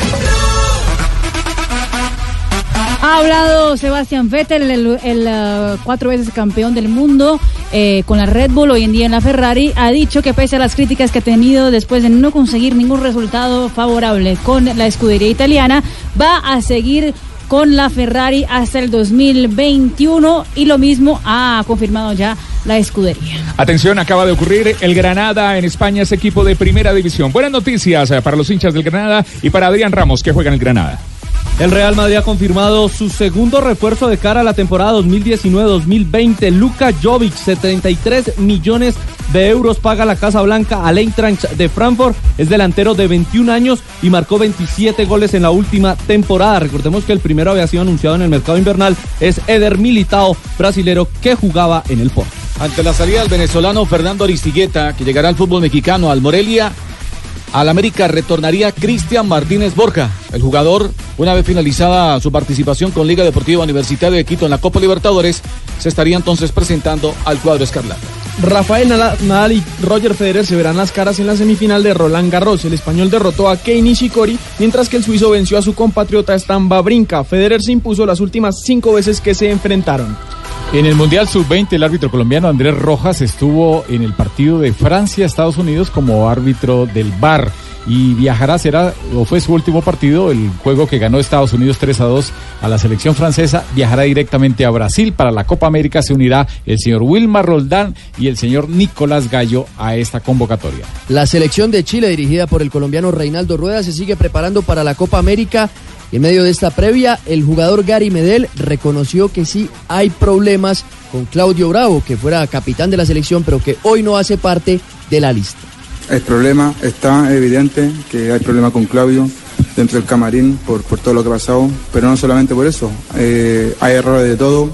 [SPEAKER 16] el Blue.
[SPEAKER 9] Ha hablado Sebastián Vettel, el, el, el uh, cuatro veces campeón del mundo eh, con la Red Bull, hoy en día en la Ferrari. Ha dicho que pese a las críticas que ha tenido después de no conseguir ningún resultado favorable con la escudería italiana, va a seguir con la Ferrari hasta el dos mil veintiuno, y lo mismo ha confirmado ya la escudería.
[SPEAKER 10] Atención, acaba de ocurrir, el Granada en España es equipo de primera división. Buenas noticias para los hinchas del Granada y para Adrián Ramos, que juega en el Granada.
[SPEAKER 12] El Real Madrid ha confirmado su segundo refuerzo de cara a la temporada dos mil diecinueve dos mil veinte. Luka Jovic, setenta y tres millones de euros paga la Casa Blanca al Eintracht de Frankfurt. Es delantero de veintiún años y marcó veintisiete goles en la última temporada. Recordemos que el primero había sido anunciado en el mercado invernal. Es Eder Militao, brasilero, que jugaba en el Porto.
[SPEAKER 22] Ante la salida del venezolano Fernando Aristigueta, que llegará al fútbol mexicano, al Morelia, al América retornaría Cristian Martínez Borja. El jugador, una vez finalizada su participación con Liga Deportiva Universitaria de Quito en la Copa Libertadores, se estaría entonces presentando al cuadro escarlata.
[SPEAKER 5] Rafael Nadal y Roger Federer se verán las caras en la semifinal de Roland Garros. El español derrotó a Kei Nishikori, mientras que el suizo venció a su compatriota Stan Wawrinka. Federer se impuso las últimas cinco veces que se enfrentaron.
[SPEAKER 17] En el Mundial sub veinte, el árbitro colombiano Andrés Rojas estuvo en el partido de Francia-Estados Unidos como árbitro del V A R y viajará, será o fue su último partido, el juego que ganó Estados Unidos tres a dos a la selección francesa. Viajará directamente a Brasil para la Copa América. Se unirá el señor Wilmar Roldán y el señor Nicolás Gallo a esta convocatoria.
[SPEAKER 14] La selección de Chile, dirigida por el colombiano Reinaldo Rueda, se sigue preparando para la Copa América. Y en medio de esta previa, el jugador Gary Medel reconoció que sí hay problemas con Claudio Bravo, que fuera capitán de la selección, pero que hoy no hace parte de la lista.
[SPEAKER 24] El problema está evidente, que hay problema con Claudio dentro del camarín por, por todo lo que ha pasado, pero no solamente por eso, eh, hay errores de todo,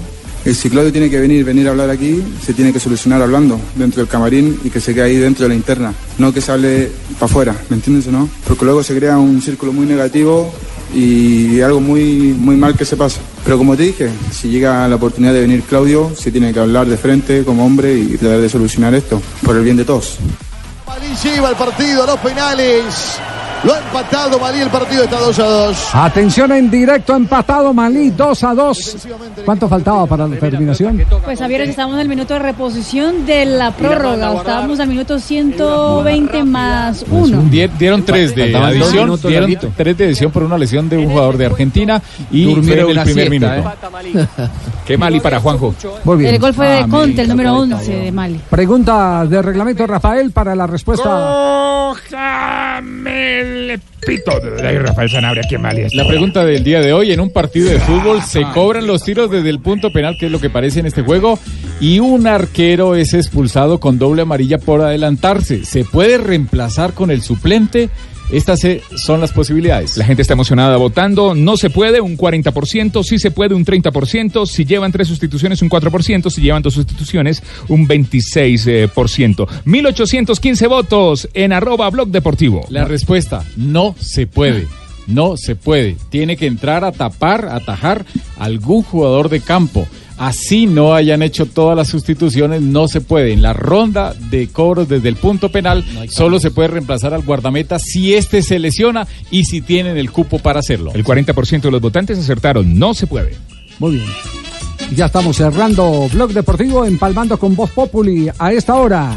[SPEAKER 24] Eh, si Claudio tiene que venir, venir a hablar aquí, se tiene que solucionar hablando dentro del camarín y que se quede ahí dentro de la interna, no que se hable para afuera, ¿me entiendes o no? Porque luego se crea un círculo muy negativo y algo muy, muy mal que se pasa. Pero como te dije, si llega la oportunidad de venir Claudio, se tiene que hablar de frente como hombre y tratar de solucionar esto, por el bien de todos.
[SPEAKER 19] Malí lleva el partido a los penales. Lo ha empatado Malí, el partido está dos a dos.
[SPEAKER 7] Atención, en directo, empatado Malí, dos a dos. ¿Cuánto faltaba para la terminación?
[SPEAKER 9] Pues Javier, estamos en el minuto de reposición de la prórroga. Estábamos al minuto ciento veinte más uno.
[SPEAKER 10] Dieron tres de adición, dieron tres de adición por una lesión de un jugador de Argentina y durmieron el primer minuto. ¿eh? Qué Malí para Juanjo.
[SPEAKER 7] Muy bien.
[SPEAKER 9] El gol fue de Conte, el número once de Malí.
[SPEAKER 7] Pregunta de reglamento, Rafael, para la respuesta.
[SPEAKER 10] Cójame el pito de Rafael Sanabria, qué Malí es. La pregunta del día de hoy: en un partido de fútbol se cobran los tiros desde el punto penal, que es lo que parece en este juego, y un arquero es expulsado con doble amarilla por adelantarse. ¿Se puede reemplazar con el suplente? Estas son las posibilidades. La gente está emocionada votando. No se puede, un cuarenta por ciento. Sí se puede, un treinta por ciento. Si llevan tres sustituciones, un cuatro por ciento. Si llevan dos sustituciones, un veintiséis por ciento. mil ochocientos quince votos en arroba Blog Deportivo. La respuesta: no se puede. No se puede. Tiene que entrar a tapar, a atajar a algún jugador de campo. Así no hayan hecho todas las sustituciones, no se puede. En la ronda de cobros desde el punto penal, no solo se puede reemplazar al guardameta si éste se lesiona y si tienen el cupo para hacerlo. El cuarenta por ciento de los votantes acertaron, no se puede.
[SPEAKER 7] Muy bien. Ya estamos cerrando Blog Deportivo, empalmando con Voz Populi a esta hora.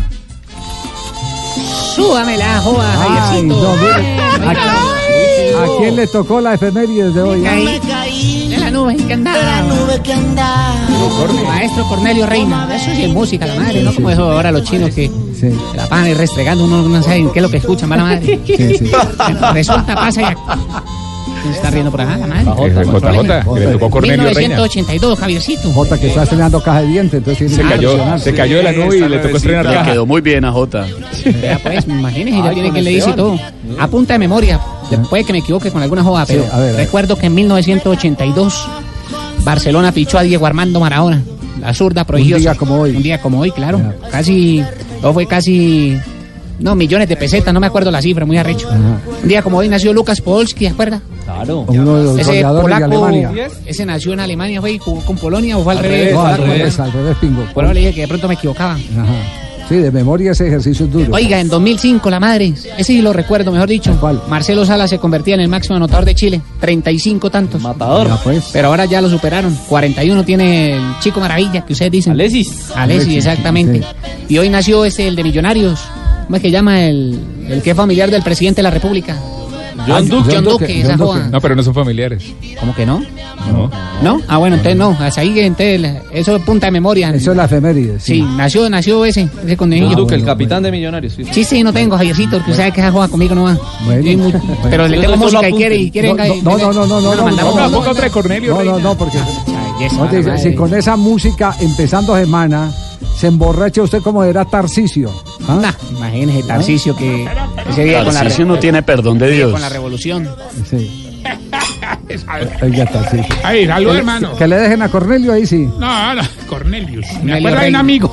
[SPEAKER 8] Súbame la joda, Javiercito.
[SPEAKER 7] ¿A quién le tocó la efemérides de hoy?
[SPEAKER 8] Me caí de la nube que andaba. De la nube que andaba. Maestro Cornelio Reina. Eso sí es música, la madre, ¿no? Como eso ahora los chinos que sí. la pagan y restregando, uno no sabe qué es lo que escuchan, mala madre. Sí, sí. Resulta, pasa ya. ¿Quién se está riendo por acá? La madre.
[SPEAKER 10] J J, que le tocó Cornelio Reina.
[SPEAKER 8] mil novecientos ochenta y dos, Javiercito.
[SPEAKER 7] J, que está estrenando caja de dientes, entonces
[SPEAKER 10] se cayó, se cayó de la nube y le tocó estrenar caja.
[SPEAKER 6] Le quedó muy bien a J.
[SPEAKER 8] Ya pues, imagínese, ya tiene que le dice y todo. A punta de memoria. Puede que me equivoque con alguna joda, pero sí, a ver, a ver. Recuerdo que en mil novecientos ochenta y dos Barcelona fichó a Diego Armando Maradona, la zurda prodigiosa.
[SPEAKER 7] Un día como hoy.
[SPEAKER 8] Un día como hoy, claro. Ya. Casi, no fue casi, no, millones de pesetas, no me acuerdo la cifra, muy arrecho. Ajá. Un día como hoy nació Lucas Podolski, ¿se acuerda?
[SPEAKER 7] Claro. Uno de los
[SPEAKER 8] ese
[SPEAKER 7] polaco, de Alemania.
[SPEAKER 8] Ese nació en Alemania, fue y jugó con Polonia o fue al, al revés.
[SPEAKER 7] No, al revés, al revés, pingo.
[SPEAKER 8] Por eso le dije que de pronto me equivocaba.
[SPEAKER 7] Ajá. Sí, de memoria ese ejercicio es duro.
[SPEAKER 8] Oiga, en dos mil cinco, la madre, ese sí lo recuerdo, mejor dicho. ¿Cuál? Marcelo Salas se convertía en el máximo anotador de Chile, treinta y cinco tantos.
[SPEAKER 12] Matador.
[SPEAKER 7] Ya, pues.
[SPEAKER 8] Pero ahora ya lo superaron, cuarenta y uno tiene el chico maravilla, que ustedes dicen.
[SPEAKER 12] Alexis.
[SPEAKER 8] Alexis, exactamente. Sí. Y hoy nació ese, el de Millonarios, ¿cómo es que llama? El, el que es familiar del presidente de la República.
[SPEAKER 12] John Duque.
[SPEAKER 8] John Duque, esa joda.
[SPEAKER 10] No, pero no son familiares.
[SPEAKER 8] ¿Cómo que no?
[SPEAKER 10] No.
[SPEAKER 8] ¿No? Ah, bueno, entonces no. Hasta ahí, entonces, eso es punta de memoria.
[SPEAKER 7] Eso es la efeméride.
[SPEAKER 8] Sí, sí nació, nació ese, ese conejillo.
[SPEAKER 12] John Duque, el capitán de Millonarios. Sí,
[SPEAKER 8] sí, sí no tengo, Javiercito, porque sabe que esa joda conmigo no va. Bueno, muy, bueno. Pero le tengo música y quiere, y quiere
[SPEAKER 7] no,
[SPEAKER 8] venga.
[SPEAKER 7] No, no, no, no, no.
[SPEAKER 10] No, no, no, otra de Cornelio.
[SPEAKER 7] No, no, no, porque. Si con esa música empezando semana se emborracha usted como era Tarcisio.
[SPEAKER 8] ¿Ah? Nah, imagínese Tarcisio que ese día con la
[SPEAKER 6] Tarcisio no tiene perdón de Dios.
[SPEAKER 8] Con la revolución.
[SPEAKER 7] Sí. Ahí está, sí.
[SPEAKER 1] Ahí, salud, hermano.
[SPEAKER 7] Que le dejen a Cornelio ahí, sí.
[SPEAKER 1] No, no, Cornelius. Me acuerdo de un amigo.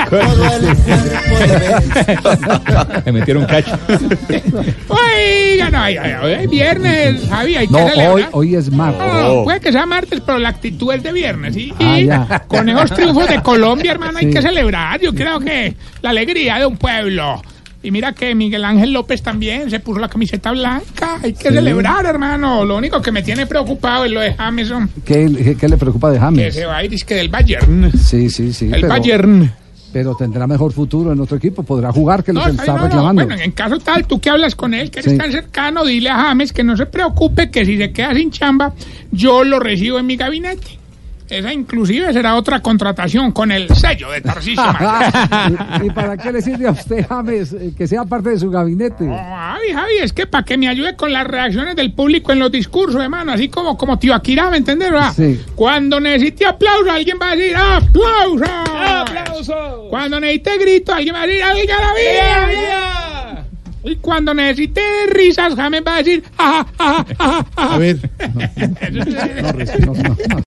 [SPEAKER 10] Me metieron un cacho.
[SPEAKER 1] Oiga, no, hoy es viernes, Javi, hay que
[SPEAKER 7] no,
[SPEAKER 1] celebrar.
[SPEAKER 7] hoy, hoy es martes.
[SPEAKER 1] No, puede que sea martes, pero la actitud es de viernes, ¿sí? Y ah, con esos triunfos de Colombia, hermano, sí. hay que celebrar. Yo creo que la alegría de un pueblo. Y mira que Miguel Ángel López también se puso la camiseta blanca. Hay que sí. celebrar, hermano. Lo único que me tiene preocupado es lo de Jameson.
[SPEAKER 7] ¿Qué, qué, qué le preocupa de James?
[SPEAKER 1] Que se va a ir, es que del Bayern.
[SPEAKER 7] Sí, sí, sí.
[SPEAKER 1] El
[SPEAKER 7] pero,
[SPEAKER 1] Bayern.
[SPEAKER 7] Pero tendrá mejor futuro en otro equipo. Podrá jugar, que es
[SPEAKER 1] no,
[SPEAKER 7] lo que está
[SPEAKER 1] no,
[SPEAKER 7] reclamando.
[SPEAKER 1] No. Bueno, en caso tal, tú que hablas con él, que eres sí. tan cercano, dile a James que no se preocupe, que si se queda sin chamba, yo lo recibo en mi gabinete. Esa inclusive será otra contratación con el sello de Tarcisio Maya.
[SPEAKER 7] ¿Y, ¿Y para qué le sirve a usted, James, que sea parte de su gabinete?
[SPEAKER 1] Oh, Javi, Javi, es que para que me ayude con las reacciones del público en los discursos, hermano, así como, como tío Akira, ¿me entiendes? Sí. Cuando necesite aplauso, alguien va a decir ¡aplauso! ¡Aplauso! Cuando necesite grito, alguien va a decir ¡algarabía! Y cuando necesite risas, James va a decir ¡ah, ah, ah, ah! A ver. No, no, no, no, no.